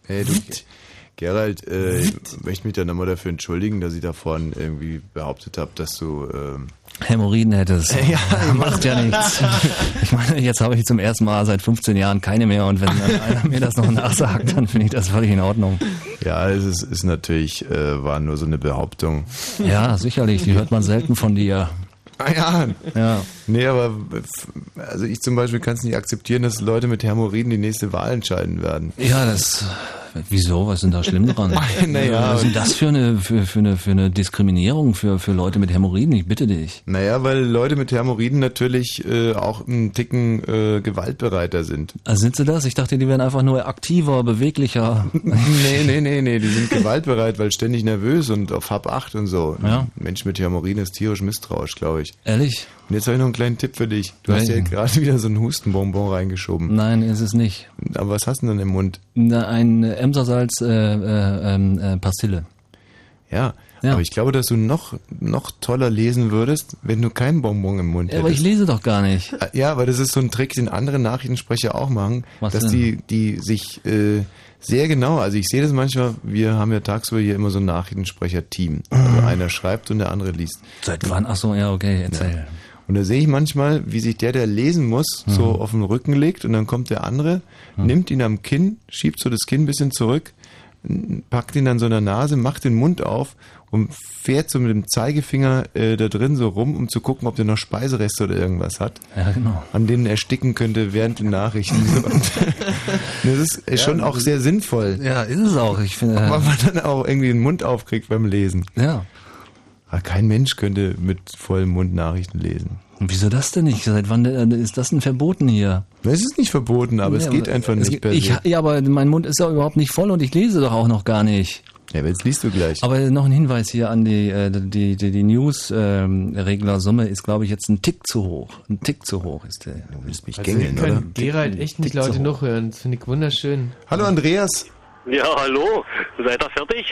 Hey, du, Gerald, äh, ich möchte mich dann nochmal dafür entschuldigen, dass ich da vorhin irgendwie behauptet habe, dass du... Ähm Hämorrhoiden hättest. Ja, macht ja nichts. Ich meine, jetzt habe ich zum ersten Mal seit fünfzehn Jahren keine mehr und wenn dann einer mir das noch nachsagt, dann finde ich das völlig in Ordnung. Ja, es ist, ist natürlich, äh, war nur so eine Behauptung. Ja, sicherlich, die hört man selten von dir. Ah ja. Ja. Nee, aber also ich zum Beispiel kann es nicht akzeptieren, dass Leute mit Hämorrhoiden die nächste Wahl entscheiden werden. Ja, das... Wieso? Was ist denn da schlimm dran? Naja, was ist denn das für eine, für, für eine, für eine Diskriminierung für, für Leute mit Hämorrhoiden? Ich bitte dich. Naja, weil Leute mit Hämorrhoiden natürlich äh, auch einen Ticken äh, gewaltbereiter sind. Also sind sie das? Ich dachte, die wären einfach nur aktiver, beweglicher. nee, nee, nee, nee, die sind gewaltbereit, weil ständig nervös und auf Hab acht und so. Ja. Ein Mensch mit Hämorrhoiden ist tierisch misstrauisch, glaube ich. Ehrlich? Und jetzt habe ich noch einen kleinen Tipp für dich. Du hast ja gerade wieder so einen Hustenbonbon reingeschoben. Nein, ist es nicht. Aber was hast du denn im Mund? Na, ein Emsersalz äh, äh, äh, Pastille. Ja, Ja. aber ich glaube, dass du noch, noch toller lesen würdest, wenn du keinen Bonbon im Mund Ja, hättest. aber ich lese doch gar nicht. Ja, aber das ist so ein Trick, den andere Nachrichtensprecher auch machen, Was dass denn? die, die sich äh, sehr genau, also ich sehe das manchmal, wir haben ja tagsüber hier immer so ein Nachrichtensprecher-Team. Also einer schreibt und der andere liest. Seit wann? Ach so, ja, okay, erzähl. Ja. Und da sehe ich manchmal, wie sich der, der lesen muss, Mhm. so auf den Rücken legt und dann kommt der andere, Mhm. nimmt ihn am Kinn, schiebt so das Kinn ein bisschen zurück, n- packt ihn an so einer Nase, macht den Mund auf und fährt so mit dem Zeigefinger äh, da drin so rum, um zu gucken, ob der noch Speisereste oder irgendwas hat. Ja, genau. An denen er ersticken könnte während den Nachrichten. Und das ist äh, schon Ja, auch sehr sinnvoll. Ja, ist es auch. Ich finde, Weil man dann auch irgendwie den Mund aufkriegt beim Lesen. Ja. Aber kein Mensch könnte mit vollem Mund Nachrichten lesen. Und wieso das denn nicht? Seit wann äh, ist das denn verboten hier? Es ist nicht verboten, aber Ja, es geht aber einfach es nicht geht- per ich, se. Ja, aber mein Mund ist ja überhaupt nicht voll und ich lese doch auch noch gar nicht. Ja, aber jetzt liest du gleich. Aber noch ein Hinweis hier an die äh, die die, die News-Regler-Summe ist, glaube ich, jetzt ein Tick zu hoch. Ein Tick zu hoch ist der. Du willst mich Also ich kann Gerald echt nicht laut genug hören. Das finde ich wunderschön. Hallo Andreas. Ja, hallo. Seid ihr fertig?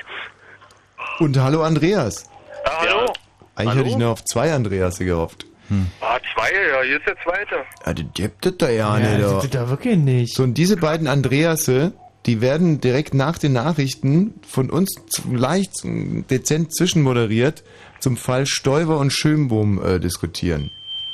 Und hallo Andreas. Ja, hallo. Eigentlich Hallo? hatte ich nur auf zwei Andreas gehofft. Ah, zwei, ja, hier ist der zweite. Ja, das gibt es da ja, Ja, nicht. das doch. gibt es da wirklich nicht. So, und diese beiden Andreasse, die werden direkt nach den Nachrichten von uns zu- leicht dezent zwischenmoderiert zum Fall Stoiber und Schönbohm äh, diskutieren.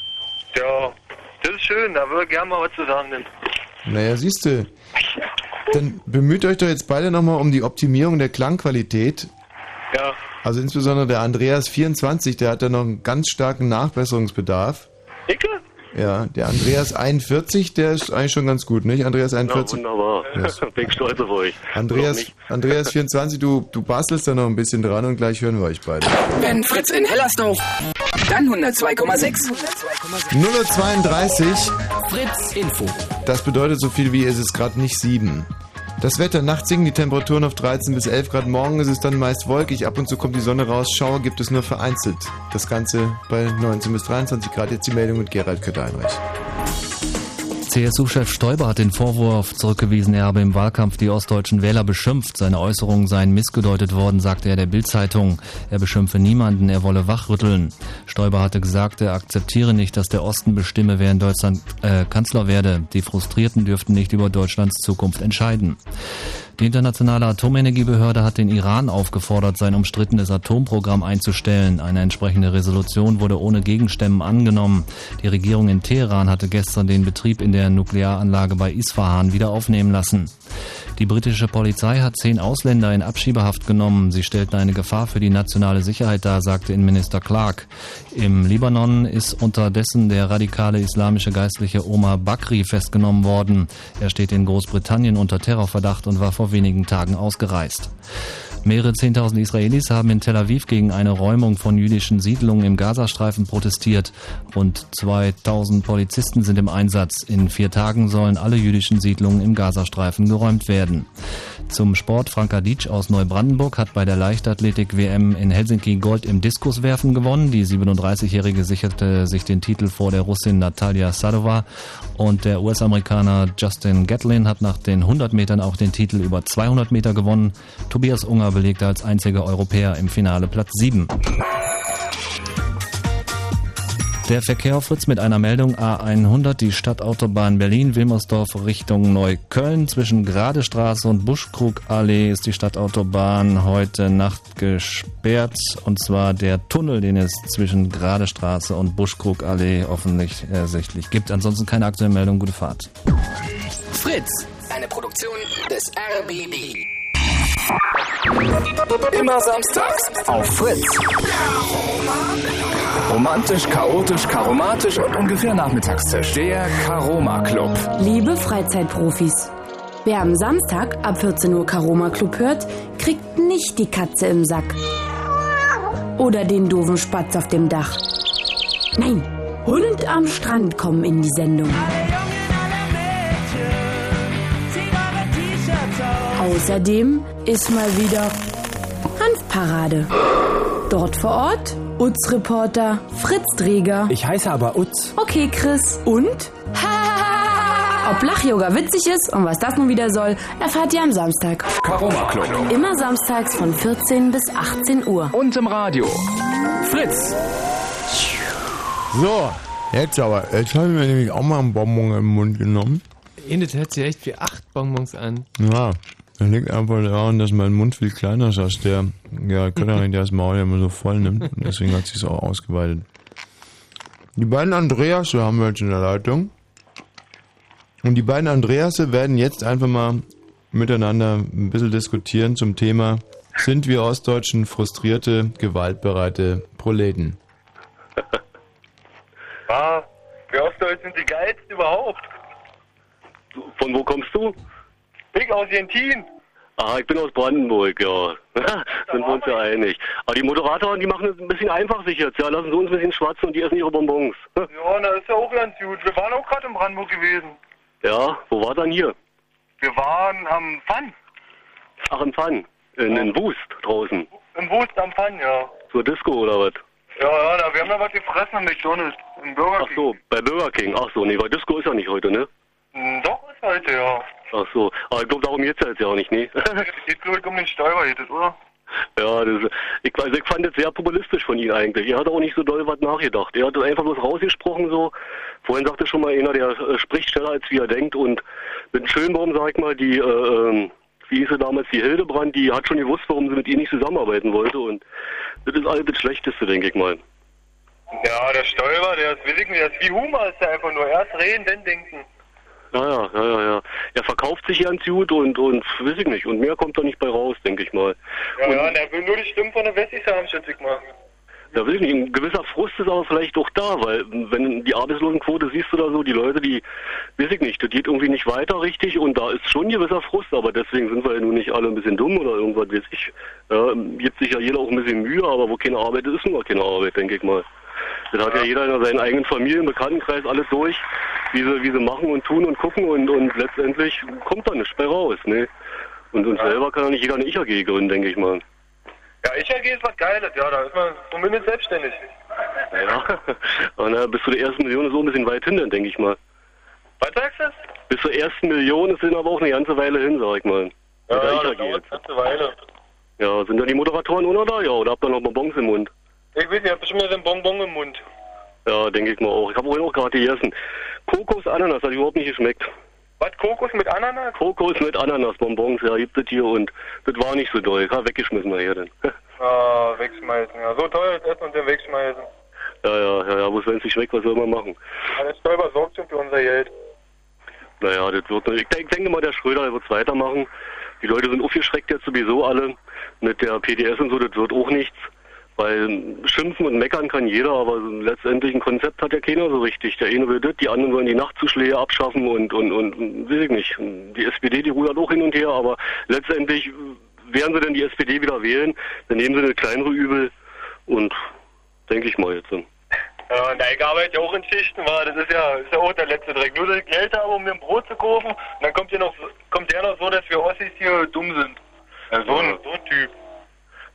Ja, das ist schön, da würde ich gerne mal was zu sagen. Denn. Naja, siehst du. Dann bemüht euch doch jetzt beide nochmal um die Optimierung der Klangqualität. Ja. Also insbesondere der Andreas vierundzwanzig, der hat da noch einen ganz starken Nachbesserungsbedarf. Icke? Ja, der Andreas einundvierzig, der ist eigentlich schon ganz gut, nicht? Andreas Ja, einundvierzig. wunderbar. Yes. Bin ich stolz auf euch. Noch Andreas, nicht. Andreas vierundzwanzig, du, du bastelst da noch ein bisschen dran und gleich hören wir euch beide. Wenn Fritz in Hellersdorf, dann hundertzwei Komma sechs. null Uhr zweiunddreißig. Fritz Info. Das bedeutet so viel wie es ist gerade nicht sieben. Das Wetter, nachts sinken die Temperaturen auf dreizehn bis elf Grad. Morgen ist es dann meist wolkig, ab und zu kommt die Sonne raus. Schauer gibt es nur vereinzelt. Das Ganze bei neunzehn bis dreiundzwanzig Grad. Jetzt die Meldung mit Gerald Kötter-Heinrich. C S U-Chef Stoiber hat den Vorwurf zurückgewiesen, er habe im Wahlkampf die ostdeutschen Wähler beschimpft. Seine Äußerungen seien missgedeutet worden, sagte er der Bild-Zeitung. Er beschimpfe niemanden, er wolle wachrütteln. Stoiber hatte gesagt, er akzeptiere nicht, dass der Osten bestimme, wer in Deutschland äh, Kanzler werde. Die Frustrierten dürften nicht über Deutschlands Zukunft entscheiden. Die internationale Atomenergiebehörde hat den Iran aufgefordert, sein umstrittenes Atomprogramm einzustellen. Eine entsprechende Resolution wurde ohne Gegenstimmen angenommen. Die Regierung in Teheran hatte gestern den Betrieb in der Nuklearanlage bei Isfahan wieder aufnehmen lassen. Die britische Polizei hat zehn Ausländer in Abschiebehaft genommen. Sie stellten eine Gefahr für die nationale Sicherheit dar, sagte Innenminister Clark. Im Libanon ist unterdessen der radikale islamische Geistliche Omar Bakri festgenommen worden. Er steht in Großbritannien unter Terrorverdacht und war vor wenigen Tagen ausgereist. Mehrere Zehntausend Israelis haben in Tel Aviv gegen eine Räumung von jüdischen Siedlungen im Gazastreifen protestiert. Rund zweitausend Polizisten sind im Einsatz. In vier Tagen sollen alle jüdischen Siedlungen im Gazastreifen geräumt werden. Zum Sport: Franka Dietsch aus Neubrandenburg hat bei der Leichtathletik-W M in Helsinki Gold im Diskuswerfen gewonnen. Die siebenunddreißigjährige sicherte sich den Titel vor der Russin Natalia Sadova. Und der U S-Amerikaner Justin Gatlin hat nach den hundert Metern auch den Titel über zweihundert Meter gewonnen. Tobias Unger belegte als einziger Europäer im Finale Platz sieben. Der Verkehr auf Fritz mit einer Meldung A hundert, die Stadtautobahn Berlin-Wilmersdorf Richtung Neukölln. Zwischen Gradestraße und Buschkrugallee ist die Stadtautobahn heute Nacht gesperrt. Und zwar der Tunnel, den es zwischen Gradestraße und Buschkrugallee offensichtlich gibt. Ansonsten keine aktuelle Meldung, gute Fahrt. Fritz, eine Produktion des R B B. Immer samstags auf Fritz. Romantisch, chaotisch, karomatisch und ungefähr Nachmittagstisch. Der Karoma Club. Liebe Freizeitprofis, wer am Samstag ab vierzehn Uhr Karoma Club hört, kriegt nicht die Katze im Sack. Oder den doofen Spatz auf dem Dach. Nein, Hund am Strand kommen in die Sendung. Außerdem ist mal wieder Hanfparade. Dort vor Ort Utz-Reporter Fritz Dreger. Ich heiße aber Utz. Okay, Chris. Und? Ob Lach-Yoga witzig ist und was das nun wieder soll, erfahrt ihr am Samstag. Karoma Club. Immer samstags von vierzehn bis achtzehn Uhr. Und im Radio. Fritz. So, jetzt aber. Jetzt habe ich mir nämlich auch mal einen Bonbon im Mund genommen. Endet hört sich echt wie acht Bonbons an. Ja, das liegt einfach daran, dass mein Mund viel kleiner ist als der. Ja, Kötterin, der das Maul immer so voll nimmt. Und deswegen hat sich auch ausgeweitet. Die beiden Andreasse haben wir jetzt in der Leitung. Und die beiden Andreasse werden jetzt einfach mal miteinander ein bisschen diskutieren zum Thema: Sind wir Ostdeutschen frustrierte, gewaltbereite Proleten? Ah, wir Ostdeutschen sind die geilsten überhaupt. Von wo kommst du? Ich aus Jentin. Ah, ich bin aus Brandenburg, ja. Sind wir uns ja einig. Aber die Moderatoren, die machen es ein bisschen einfach sich jetzt, ja. Lassen sie uns ein bisschen schwatzen und die essen ihre Bonbons. Ja, na ist ja auch ganz gut. Wir waren auch gerade in Brandenburg gewesen. Ja, wo war dann hier? Wir waren am Pfann. Ach, im Pfann. In, in Wust draußen. Im Wust am Pfann, ja. Zur Disco oder was? Ja, ja, da, wir haben da was gefressen am McDonalds. Im Burger King. Ach so, bei Burger King. Ach so, nee, weil Disco ist ja nicht heute, ne? Doch, ist heute, ja. Ach so, aber ich glaube, darum geht's ja jetzt ja auch nicht, ne? Es geht, glaube ich, um den Steuer, geht das, oder? Ja, das, ich, also ich fand das sehr populistisch von Ihnen eigentlich. Er hat auch nicht so doll was nachgedacht. Er hat einfach bloß rausgesprochen so. Vorhin sagte schon mal einer, der äh, spricht schneller, als wie er denkt. Und mit Schönbaum, sag ich mal, die, äh, äh, wie hieß sie damals, die Hildebrand, die hat schon gewusst, warum sie mit ihm nicht zusammenarbeiten wollte. Und das ist alles das Schlechteste, denke ich mal. Ja, der Steuer, der ist, weiß ich nicht, der ist wie Humor, ist der einfach nur erst reden, dann denken. Ja, ja, ja, ja, ja. Er verkauft sich ganz gut und, und, weiß ich nicht, und mehr kommt da nicht bei raus, denke ich mal. Ja, und, ja, und er will nur die Stimmen von der Wessis haben, schätze ich mal. Ja, weiß ich nicht, ein gewisser Frust ist aber vielleicht auch da, weil, wenn die Arbeitslosenquote siehst oder so, die Leute, die, weiß ich nicht, das geht irgendwie nicht weiter richtig und da ist schon ein gewisser Frust, aber deswegen sind wir ja nun nicht alle ein bisschen dumm oder irgendwas, weiß ich. Ja, gibt sich ja jeder auch ein bisschen Mühe, aber wo keine Arbeit ist, ist nur keine Arbeit, denke ich mal. Das hat ja jeder in seinen eigenen Familien, Bekanntenkreis alles durch, wie sie, wie sie machen und tun und gucken und, und letztendlich kommt da nichts bei raus, ne? Und uns ja. selber kann ja nicht jeder eine Ich-A G gründen, denke ich mal. Ja, Ich-A G ist was Geiles, ja, da ist man zumindest selbstständig. Ja, aber na, bis zu der ersten Million ist so ein bisschen weit hin, dann denke ich mal. Was sagst du? Bis zur ersten Million ist dann aber auch eine ganze Weile hin, sag ich mal. Ja, ja, ja das dauert eine ganze Weile. Ja, sind da die Moderatoren auch noch da? Ja, oder habt ihr noch Bonbons im Mund? Ich weiß nicht, ich hab bestimmt so einen Bonbon im Mund. Ja, denke ich mal auch. Ich habe vorhin auch gerade gegessen. Kokos, Ananas, hat überhaupt nicht geschmeckt. Was, Kokos mit Ananas? Kokos mit Ananas, Bonbons, ja, gibt es hier und das war nicht so doll. Ich habe weggeschmissen nachher dann. Ah, wegschmeißen, ja. So teuer ist Essen und dann wegschmeißen. Ja, ja, ja, ja, wo es wenn es nicht schmeckt, was soll man machen? Ja, der Stolper sorgt schon für unser Geld. Naja, das wird, ich, ich denke mal, der Schröder, der wird es weitermachen. Die Leute sind aufgeschreckt jetzt sowieso alle. Mit der P D S und so, das wird auch nichts. Weil schimpfen und meckern kann jeder, aber letztendlich ein Konzept hat ja keiner so richtig. Der eine will das, die anderen wollen die Nachtzuschläge abschaffen und, und, und, weiß ich nicht. Die S P D, die rudert auch hin und her, aber letztendlich werden sie denn die S P D wieder wählen, dann nehmen sie eine kleinere Übel und denke ich mal jetzt. Ja, und ich arbeite ja auch in Schichten, war das ist ja, ist ja auch der letzte Dreck. Nur, dass ich Geld habe, um mir ein Brot zu kaufen, und dann kommt ja noch, kommt der noch so, dass wir Ossis hier dumm sind. Ja, so, ein, so ein Typ.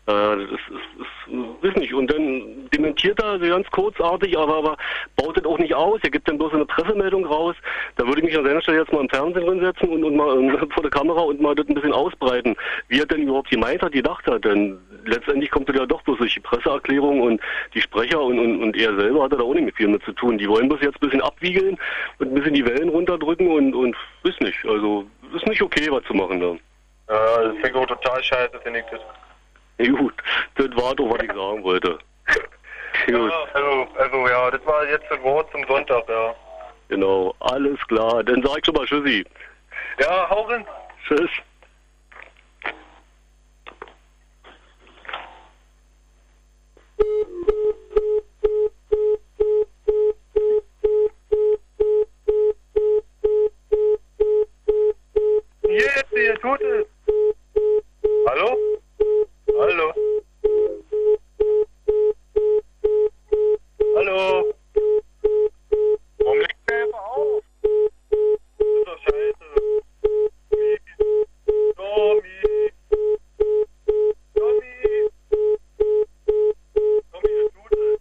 Äh, das ist, ist, ist, weiß nicht. Und dann dementiert er also ganz kurzartig, aber, aber baut das auch nicht aus. Er gibt dann bloß eine Pressemeldung raus. Da würde ich mich an seiner Stelle jetzt mal im Fernsehen drin setzen und, und mal äh, vor der Kamera und mal das ein bisschen ausbreiten, wie er denn überhaupt gemeint hat, gedacht hat. Denn letztendlich kommt es ja doch bloß durch die Presseerklärung und die Sprecher und, und, und er selber hat da auch nicht mehr viel mit zu tun. Die wollen bloß jetzt ein bisschen abwiegeln und ein bisschen die Wellen runterdrücken und, und weiß nicht. Also ist nicht okay, was zu machen da. Ja, das finde ich auch total scheiße, finde ich das. Ja, gut, das war doch, was ich sagen wollte. Ja, also, also ja, das war jetzt das Wort zum Sonntag, ja. Genau, alles klar. Dann sag ich schon mal Tschüssi. Ja, hau rein. Tschüss. Jetzt, ihr tut es. Hallo? Hallo? Hallo? Warum legt der einfach auf? Das ist doch scheiße. Tommy. Tommy. Tommy, ihr tut es.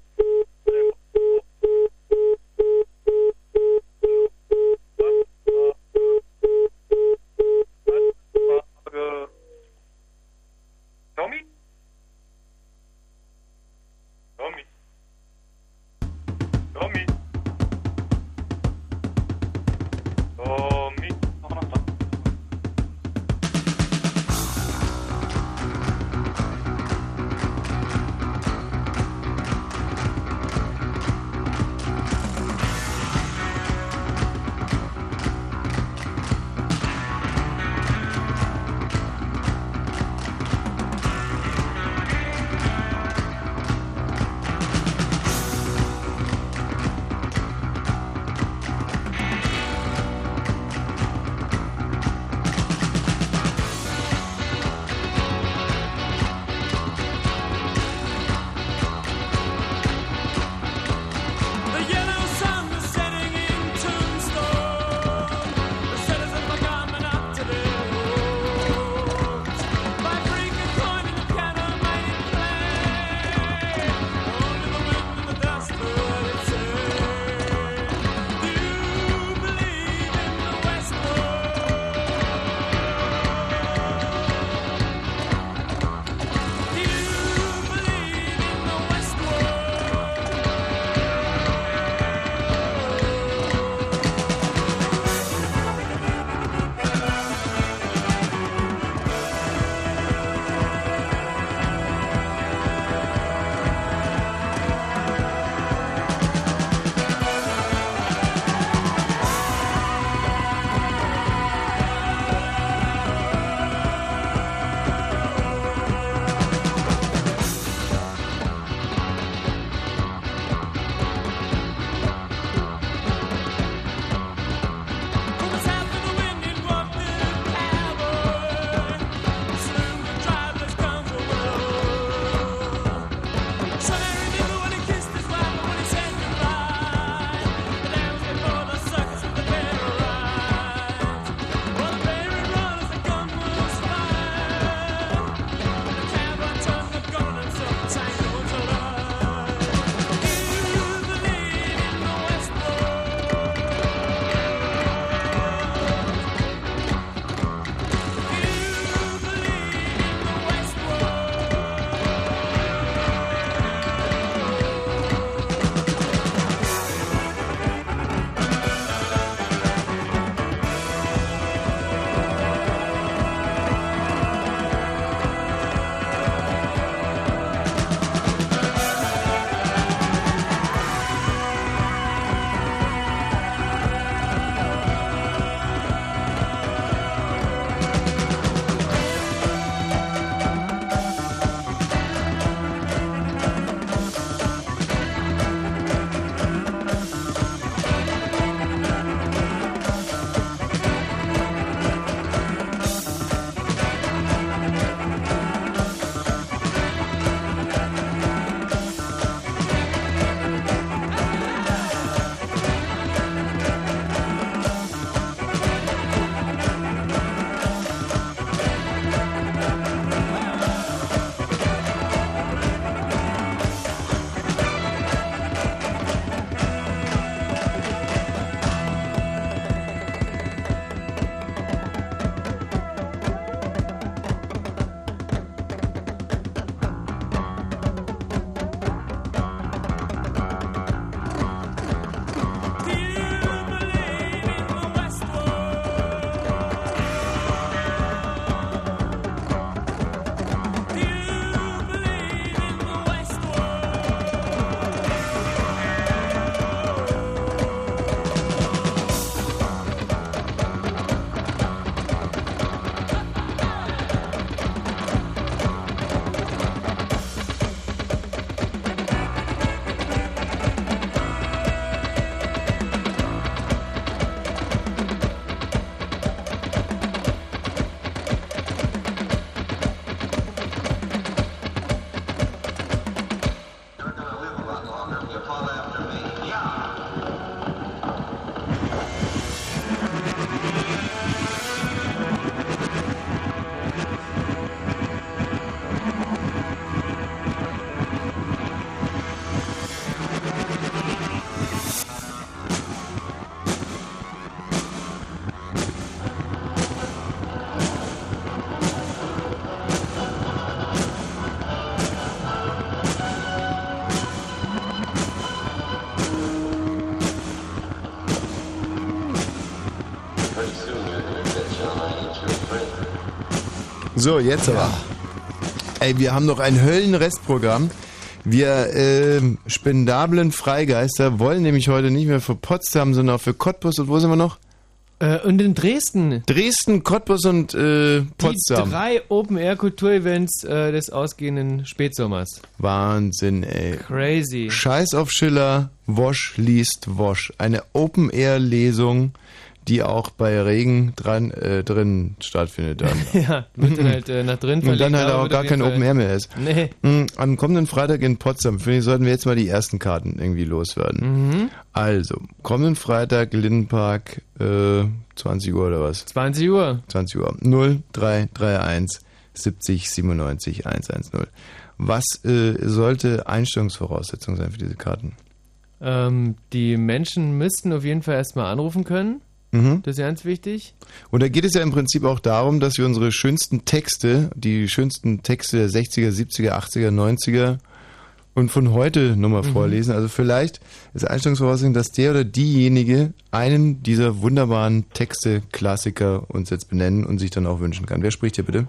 So, jetzt aber. Ey, wir haben noch ein Höllenrestprogramm. Wir äh, spendablen Freigeister wollen nämlich heute nicht mehr für Potsdam, sondern auch für Cottbus. Und wo sind wir noch? Äh, und in Dresden. Dresden, Cottbus und äh, Potsdam. Die drei Open-Air-Kulturevents äh, des ausgehenden Spätsommers. Wahnsinn, ey. Crazy. Scheiß auf Schiller, Wosch liest Wosch. Eine Open-Air-Lesung, die auch bei Regen dran, äh, drin stattfindet dann. Ja, wird dann halt äh, nach drin Und dann halt aber auch wird gar auf kein jeden Open Fall- Air mehr ist. Nee. Mhm, Am kommenden Freitag in Potsdam, finde ich, sollten wir jetzt mal die ersten Karten irgendwie loswerden. Mhm. Also, kommenden Freitag, Lindenpark, äh, zwanzig Uhr oder was? zwanzig Uhr. zwanzig Uhr. null drei drei eins siebzig siebenundneunzig hundertzehn. Was äh, sollte Einstellungsvoraussetzung sein für diese Karten? Ähm, die Menschen müssten auf jeden Fall erstmal anrufen können. Mhm. Das ist ganz wichtig. Und da geht es ja im Prinzip auch darum, dass wir unsere schönsten Texte, die schönsten Texte der sechziger, siebziger, achtziger, neunziger und von heute nochmal Mhm. vorlesen. Also vielleicht ist Einstellungsvoraussetzung, dass der oder diejenige einen dieser wunderbaren Texte, Klassiker uns jetzt benennen und sich dann auch wünschen kann. Wer spricht hier bitte?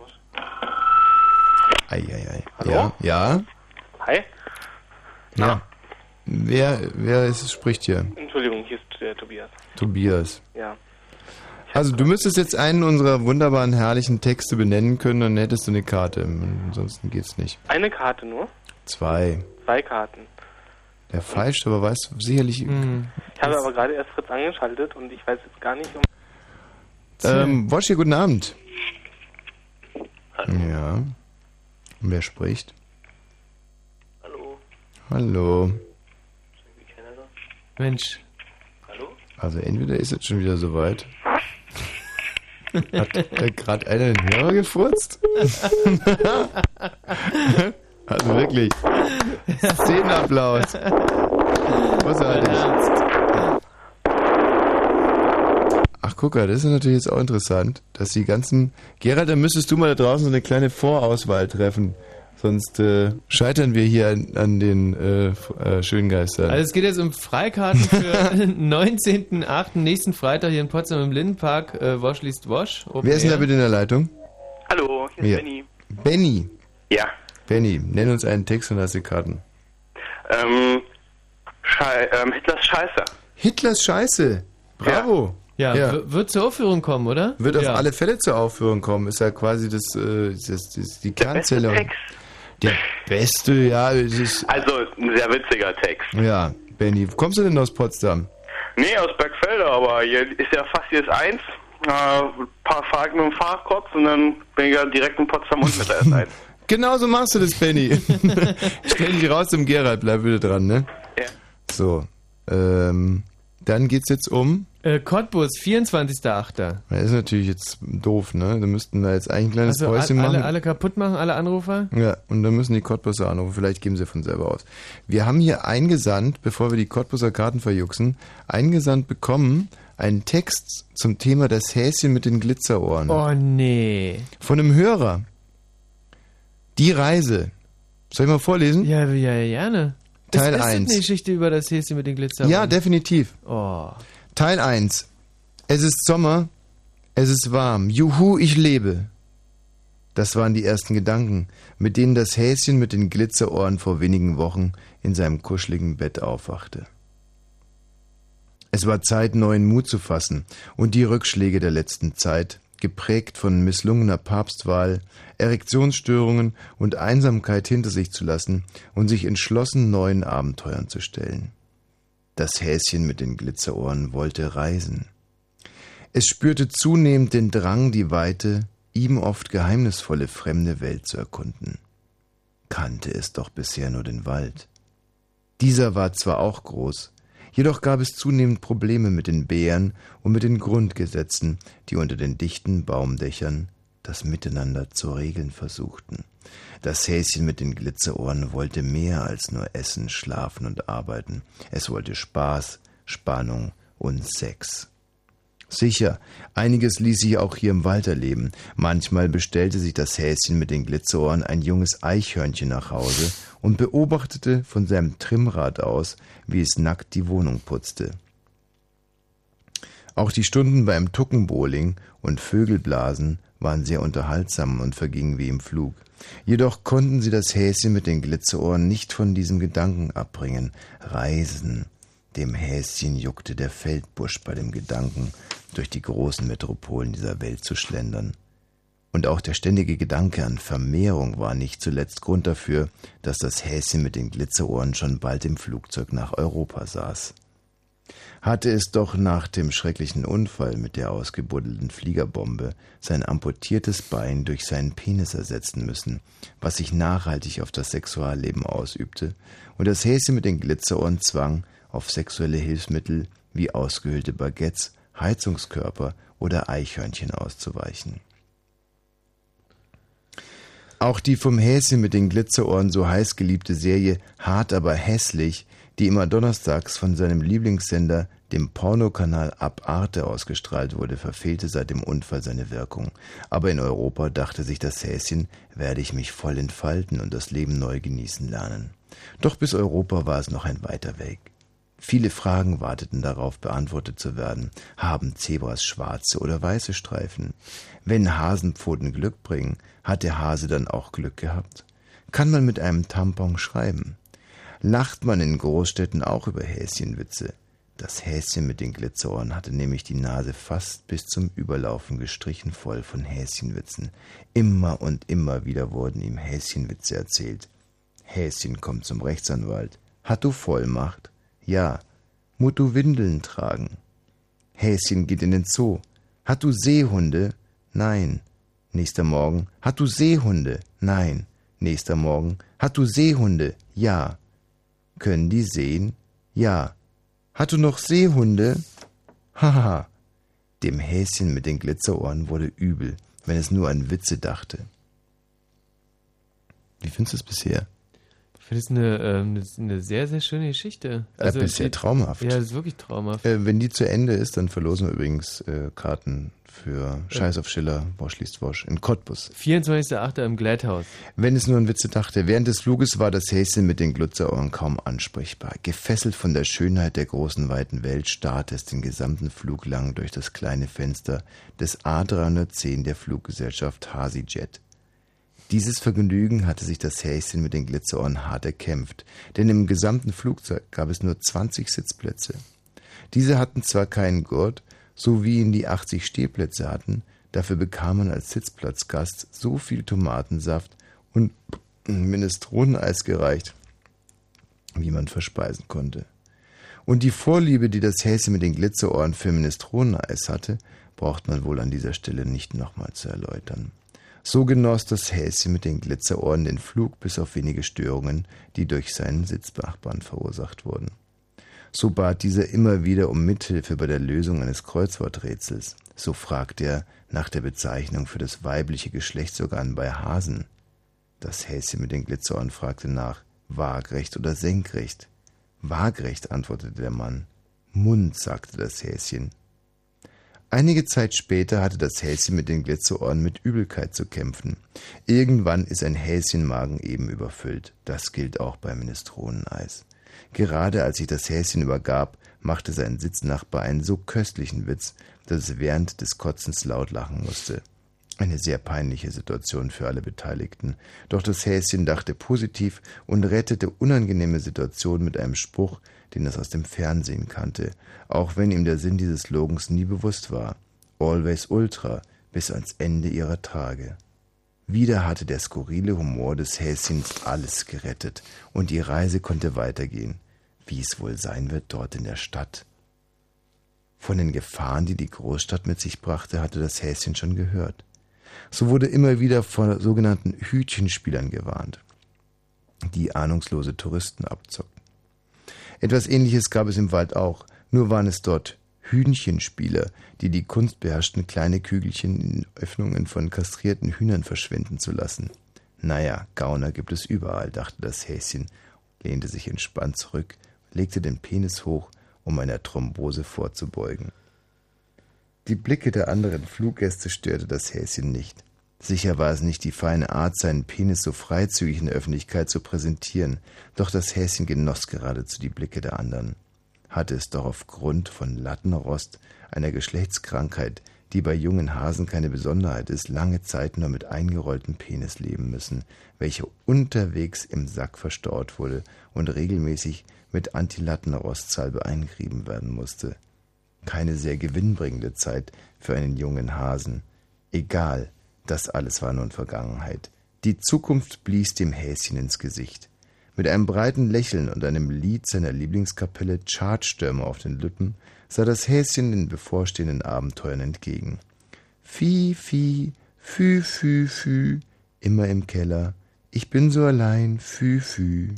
Eieiei. Hallo? Ja, ja. Hi. Ja. Wer, wer ist, spricht hier? Entschuldigung, hier ist der Tobias. Tobias. Ja. Also du müsstest jetzt einen unserer wunderbaren, herrlichen Texte benennen können, dann hättest du eine Karte. Ansonsten geht's nicht. Eine Karte nur? Zwei. Zwei Karten. Der falsch, aber weißt du sicherlich... Ich habe aber gerade erst Fritz angeschaltet und ich weiß jetzt gar nicht, um... Ähm, Woschi, guten Abend. Hallo. Ja. Und wer spricht? Hallo. Hallo. Mensch. Hallo? Also entweder ist es schon wieder soweit. Hat da gerade einer den Hörer gefurzt? Also wirklich. Szenenapplaus. Großartig. Ach guck mal, das ist natürlich jetzt auch interessant, dass die ganzen... Gerald, da müsstest du mal da draußen so eine kleine Vorauswahl treffen. Sonst äh, scheitern wir hier an, an den äh, äh, Schöngeistern. Also es geht jetzt um Freikarten für neunzehnten achten nächsten Freitag hier in Potsdam im Lindenpark. Äh, Wosch liest Wosch. Open Wer ist denn da Air. bitte in der Leitung? Hallo, hier ist Ja. Benny. Benny. Ja. Benny, nenn uns einen Text und hast die Karten. Ähm, Schei ähm, Hitlers Scheiße. Hitlers Scheiße. Bravo. Ja, Ja. w- wird zur Aufführung kommen, oder? Wird auf ja. alle Fälle zur Aufführung kommen. Ist ja quasi das, äh, das, das die Kernzelle. Text. Der beste, ja. Es ist, Also, ein sehr witziger Text. ja, Benny. Wo kommst du denn aus Potsdam? Nee, aus Bergfelder, aber hier ist ja fast jedes eins. Äh, ein paar Fragen mit dem Fahrrad kurz und dann bin ich ja direkt in Potsdam und mit der S eins. Genau so machst du das, Benny. Stell dich raus zum Gerald, bleib bitte dran, ne? Ja. So, ähm, dann geht's jetzt um... Äh, Cottbus, vierundzwanzigsten achten Das ist natürlich jetzt doof, ne? Da müssten wir jetzt eigentlich ein kleines Also Päuschen alle, machen. alle kaputt machen, alle Anrufer? Ja, und dann müssen die Cottbuser anrufen. Vielleicht geben sie von selber aus. Wir haben hier eingesandt, bevor wir die Cottbuser Karten verjuxen, eingesandt bekommen einen Text zum Thema das Häschen mit den Glitzerohren. Oh nee. Von einem Hörer. Die Reise. Soll ich mal vorlesen? Ja, ja, ja, gerne. Teil ist, ist eins. das eine Geschichte über das Häschen mit den Glitzern? Ja, definitiv. Oh. Teil eins. Es ist Sommer, es ist warm. Juhu, ich lebe. Das waren die ersten Gedanken, mit denen das Häschen mit den Glitzerohren vor wenigen Wochen in seinem kuscheligen Bett aufwachte. Es war Zeit, neuen Mut zu fassen und die Rückschläge der letzten Zeit, geprägt von misslungener Papstwahl, Erektionsstörungen und Einsamkeit hinter sich zu lassen und sich entschlossen neuen Abenteuern zu stellen. Das Häschen mit den Glitzerohren wollte reisen. Es spürte zunehmend den Drang, die weite, ihm oft geheimnisvolle fremde Welt zu erkunden. Kannte es doch bisher nur den Wald. Dieser war zwar auch groß, jedoch gab es zunehmend Probleme mit den Bären und mit den Grundgesetzen, die unter den dichten Baumdächern das Miteinander zu regeln versuchten. Das Häschen mit den Glitzerohren wollte mehr als nur essen, schlafen und arbeiten. Es wollte Spaß, Spannung und Sex. Sicher, einiges ließ sich auch hier im Wald erleben. Manchmal bestellte sich das Häschen mit den Glitzerohren ein junges Eichhörnchen nach Hause und beobachtete von seinem Trimmrad aus, wie es nackt die Wohnung putzte. Auch die Stunden beim Tuckenbowling und Vögelblasen waren sehr unterhaltsam und vergingen wie im Flug. Jedoch konnten sie das Häschen mit den Glitzerohren nicht von diesem Gedanken abbringen. Reisen. Dem Häschen juckte der Feldbusch bei dem Gedanken, durch die großen Metropolen dieser Welt zu schlendern. Und auch der ständige Gedanke an Vermehrung war nicht zuletzt Grund dafür, dass das Häschen mit den Glitzerohren schon bald im Flugzeug nach Europa saß. Hatte es doch nach dem schrecklichen Unfall mit der ausgebuddelten Fliegerbombe sein amputiertes Bein durch seinen Penis ersetzen müssen, was sich nachhaltig auf das Sexualleben ausübte, und das Häschen mit den Glitzerohren zwang, auf sexuelle Hilfsmittel wie ausgehöhlte Baguettes, Heizungskörper oder Eichhörnchen auszuweichen. Auch die vom Häschen mit den Glitzerohren so heiß geliebte Serie Hart aber hässlich, die immer donnerstags von seinem Lieblingssender, dem Pornokanal Ab Arte, ausgestrahlt wurde, verfehlte seit dem Unfall seine Wirkung. Aber in Europa dachte sich das Häschen, werde ich mich voll entfalten und das Leben neu genießen lernen. Doch bis Europa war es noch ein weiter Weg. Viele Fragen warteten darauf, beantwortet zu werden. Haben Zebras schwarze oder weiße Streifen? Wenn Hasenpfoten Glück bringen, hat der Hase dann auch Glück gehabt? Kann man mit einem Tampon schreiben? Lacht man in Großstädten auch über Häschenwitze? Das Häschen mit den Glitzerohren hatte nämlich die Nase fast bis zum Überlaufen gestrichen voll von Häschenwitzen. Immer und immer wieder wurden ihm Häschenwitze erzählt. Häschen kommt zum Rechtsanwalt. Hat du Vollmacht? Ja. Mut du Windeln tragen? Häschen geht in den Zoo. Hat du Seehunde? Nein. Nächster Morgen. Hat du Seehunde? Nein. Nächster Morgen. Hat du Seehunde? Ja. Können die sehen? Ja. Hat du noch Seehunde? Haha. Dem Häschen mit den Glitzerohren wurde übel, wenn es nur an Witze dachte. Wie findest du es bisher? Ich finde es eine, ähm, eine sehr, sehr schöne Geschichte. Also, das ist ja traumhaft. Ja, das ist wirklich traumhaft. Äh, wenn die zu Ende ist, dann verlosen wir übrigens äh, Karten für Scheiß auf Schiller, Wosch liest Wosch in Cottbus. vierundzwanzigster achter im Gleithaus. Wenn es nur an Witze dachte. Während des Fluges war das Häschen mit den Glitzerohren kaum ansprechbar. Gefesselt von der Schönheit der großen, weiten Welt starrte es den gesamten Flug lang durch das kleine Fenster des A dreihundertzehn der Fluggesellschaft HasiJet. Dieses Vergnügen hatte sich das Häschen mit den Glitzerohren hart erkämpft, denn im gesamten Flugzeug gab es nur zwanzig Sitzplätze. Diese hatten zwar keinen Gurt, so wie ihn die achtzig Stehplätze hatten, dafür bekam man als Sitzplatzgast so viel Tomatensaft und Minestroneneis gereicht, wie man verspeisen konnte. Und die Vorliebe, die das Häschen mit den Glitzerohren für Minestroneneis hatte, braucht man wohl an dieser Stelle nicht nochmal zu erläutern. So genoss das Häschen mit den Glitzerohren den Flug bis auf wenige Störungen, die durch seinen Sitznachbarn verursacht wurden. So bat dieser immer wieder um Mithilfe bei der Lösung eines Kreuzworträtsels. So fragte er nach der Bezeichnung für das weibliche Geschlechtsorgan bei Hasen. Das Häschen mit den Glitzerohren fragte nach, waagrecht oder senkrecht? Waagrecht, antwortete der Mann. Mund, sagte das Häschen. Einige Zeit später hatte das Häschen mit den Glitzerohren mit Übelkeit zu kämpfen. Irgendwann ist ein Häschenmagen eben überfüllt. Das gilt auch beim Minestroneneis. Gerade als sich das Häschen übergab, machte sein Sitznachbar einen so köstlichen Witz, dass es während des Kotzens laut lachen musste. Eine sehr peinliche Situation für alle Beteiligten. Doch das Häschen dachte positiv und rettete unangenehme Situationen mit einem Spruch, den es aus dem Fernsehen kannte, auch wenn ihm der Sinn dieses Slogans nie bewusst war. Always Ultra, bis ans Ende ihrer Tage. Wieder hatte der skurrile Humor des Häschens alles gerettet und die Reise konnte weitergehen. Wie es wohl sein wird dort in der Stadt. Von den Gefahren, die die Großstadt mit sich brachte, hatte das Häschen schon gehört. So wurde immer wieder vor sogenannten Hütchenspielern gewarnt, die ahnungslose Touristen abzockten. Etwas Ähnliches gab es im Wald auch, nur waren es dort Hühnchenspieler, die die Kunst beherrschten, kleine Kügelchen in Öffnungen von kastrierten Hühnern verschwinden zu lassen. Naja, Gauner gibt es überall, dachte das Häschen, lehnte sich entspannt zurück, legte den Penis hoch, um einer Thrombose vorzubeugen. Die Blicke der anderen Fluggäste störte das Häschen nicht. Sicher war es nicht die feine Art, seinen Penis so freizügig in der Öffentlichkeit zu präsentieren, doch das Häschen genoss geradezu die Blicke der anderen. hatte es doch aufgrund von Lattenrost, einer Geschlechtskrankheit, die bei jungen Hasen keine Besonderheit ist, lange Zeit nur mit eingerolltem Penis leben müssen, welcher unterwegs im Sack verstaut wurde und regelmäßig mit Anti-Lattenrostsalbe eingerieben werden musste. Keine sehr gewinnbringende Zeit für einen jungen Hasen. Egal, das alles war nun Vergangenheit. Die Zukunft blies dem Häschen ins Gesicht. Mit einem breiten Lächeln und einem Lied seiner Lieblingskapelle Chartstürmer auf den Lippen sah das Häschen den bevorstehenden Abenteuern entgegen. Fi, fi, fü, fü, fü, immer im Keller. Ich bin so allein, fü, fü.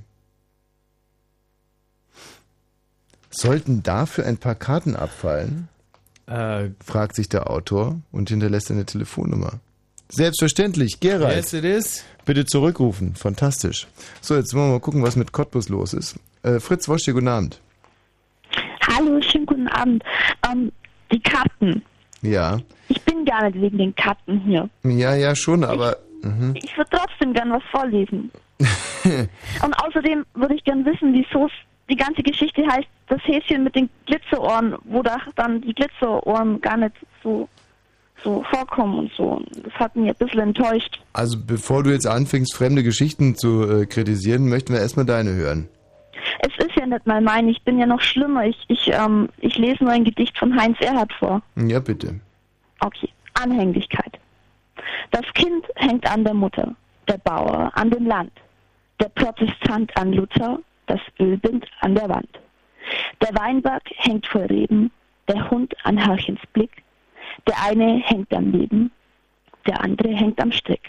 Sollten dafür ein paar Karten abfallen? Äh, fragt sich der Autor und hinterlässt eine Telefonnummer. Selbstverständlich, Gerald. Yes, it is. Bitte zurückrufen. Fantastisch. So, jetzt wollen wir mal gucken, was mit Cottbus los ist. Äh, Fritz Wosch, guten Abend. Hallo, schönen guten Abend. Ähm, die Karten. Ja. Ich bin gar nicht wegen den Karten hier. Ja, ja, schon, aber... Ich, mhm. ich würde trotzdem gern was vorlesen. Und außerdem würde ich gern wissen, wieso es die ganze Geschichte heißt, das Häschen mit den Glitzerohren, wo da dann die Glitzerohren gar nicht so, so vorkommen und so. Das hat mich ein bisschen enttäuscht. Also bevor du jetzt anfängst, fremde Geschichten zu äh, kritisieren, möchten wir erstmal deine hören. Es ist ja nicht mal meine, ich bin ja noch schlimmer. Ich, ich, ähm, ich lese nur ein Gedicht von Heinz Erhardt vor. Ja, bitte. Okay, Anhänglichkeit. Das Kind hängt an der Mutter, der Bauer an dem Land, der Protestant an Luther, das Ölbild an der Wand. Der Weinberg hängt vor Reben, der Hund an Herrchens Blick, der eine hängt am Leben, der andere hängt am Strick.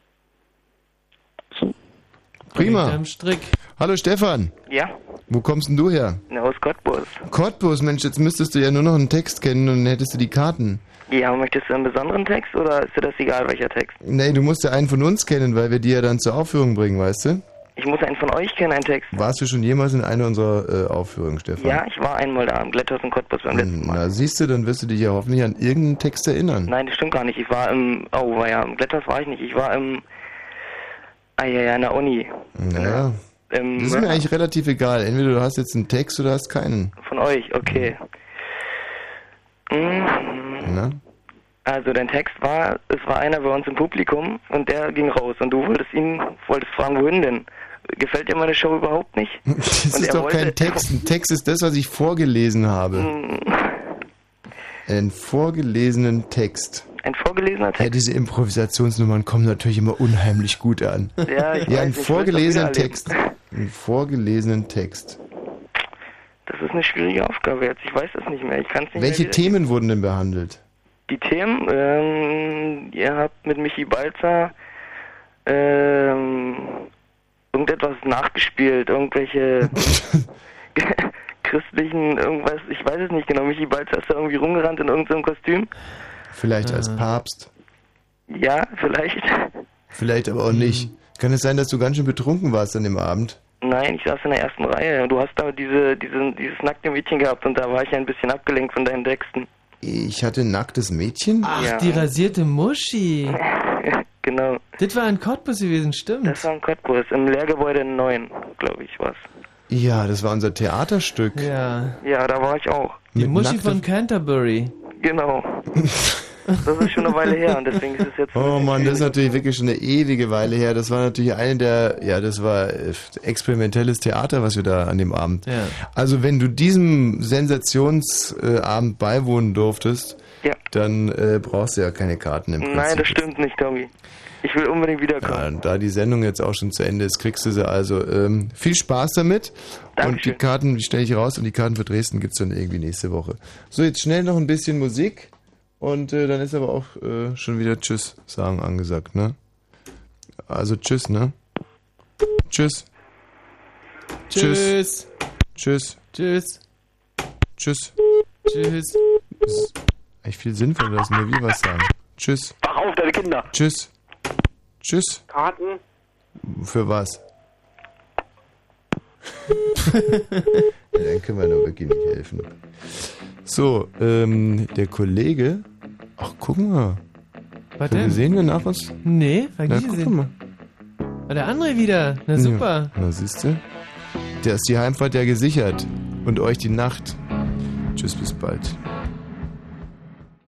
So. Prima. Am Strick. Hallo Stefan. Ja? Wo kommst denn du her? Na, aus Cottbus. Cottbus, Mensch, jetzt müsstest du ja nur noch einen Text kennen und dann hättest du die Karten. Ja, möchtest du einen besonderen Text oder ist dir das egal, welcher Text? Nee, du musst ja einen von uns kennen, weil wir die ja dann zur Aufführung bringen, weißt du? Ich muss einen von euch kennen, einen Text. Warst du schon jemals in einer unserer äh, Aufführungen, Stefan? Ja, ich war einmal da im Glätthaus in Cottbus beim letzten Mal. Na, siehst du, dann wirst du dich ja hoffentlich an irgendeinen Text erinnern. Nein, das stimmt gar nicht. Ich war im, oh, war ja, im Glätthaus war ich nicht. Ich war im, ah ja, ja, in der Uni. Naja, Im, das ist mir eigentlich relativ egal. Entweder du hast jetzt einen Text oder hast keinen. Von euch, okay. Mhm. Na? Also dein Text war, es war einer bei uns im Publikum und der ging raus und du wolltest ihn, wolltest fragen, wohin denn? Gefällt dir meine Show überhaupt nicht? Das und ist doch kein Text. Ein Text ist das, was ich vorgelesen habe. Einen vorgelesenen Text. Ein vorgelesener Text? Ja, diese Improvisationsnummern kommen natürlich immer unheimlich gut an. Ja, ich ja, weiß einen nicht, vorgelesenen ich will das Text. Einen vorgelesenen Text. Das ist eine schwierige Aufgabe jetzt. Ich weiß es nicht mehr. Ich kann es nicht Welche mehr Themen wurden denn behandelt? Die Themen, ähm, ihr habt mit Michi Balzer ähm, irgendetwas nachgespielt, irgendwelche christlichen, irgendwas, ich weiß es nicht genau. Michi Balzer ist da irgendwie rumgerannt in irgendeinem Kostüm. Vielleicht als Papst. Ja, vielleicht. Vielleicht aber auch nicht. Kann es sein, dass du ganz schön betrunken warst an dem Abend? Nein, ich saß in der ersten Reihe. Du hast da diese, diese, dieses nackte Mädchen gehabt und da war ich ein bisschen abgelenkt von deinen Texten. Ich hatte ein nacktes Mädchen? Ach, Ja. die rasierte Muschi. Genau. Das war in Cottbus gewesen, stimmt. Das war in Cottbus, im Lehrgebäude neun, glaube ich, war's. Ja, das war unser Theaterstück. Ja. Ja, da war ich auch. Die Mit Muschi nackter- von Canterbury. Genau. Das ist schon eine Weile her und deswegen ist es jetzt... Oh Mann, das ist natürlich wirklich schon eine ewige Weile her. Das war natürlich eine der, ja, das war äh, experimentelles Theater, was wir da an dem Abend. Ja. Also wenn du diesem Sensationsabend beiwohnen durftest, Ja. dann äh, brauchst du ja keine Karten im Prinzip. Nein, das stimmt nicht, Tommy. Ich will unbedingt wiederkommen. Ja, da die Sendung jetzt auch schon zu Ende ist, kriegst du sie also. Ähm, viel Spaß damit. Dankeschön. Und die Karten, die stelle ich raus und die Karten für Dresden gibt's dann irgendwie nächste Woche. So, jetzt schnell noch ein bisschen Musik und äh, dann ist aber auch äh, schon wieder Tschüss sagen angesagt, ne? Also Tschüss, ne? Tschüss. Tschüss. Tschüss. Tschüss. Tschüss. Tschüss. Das ist echt viel sinnvoller, dass wir wie was sagen. Tschüss. Wach auf, deine Kinder. Tschüss. Tschüss. Karten? Für was? Ja, dann können wir doch wirklich nicht helfen. So, ähm, der Kollege. Ach, guck mal. Was Haben wir denn? gesehen, wer nach uns? Nee, war Na, nicht guck gesehen. mal. War der andere wieder. Na super. Ja, na, siehst du? Der ist die Heimfahrt ja gesichert. und euch die Nacht. Tschüss, bis bald.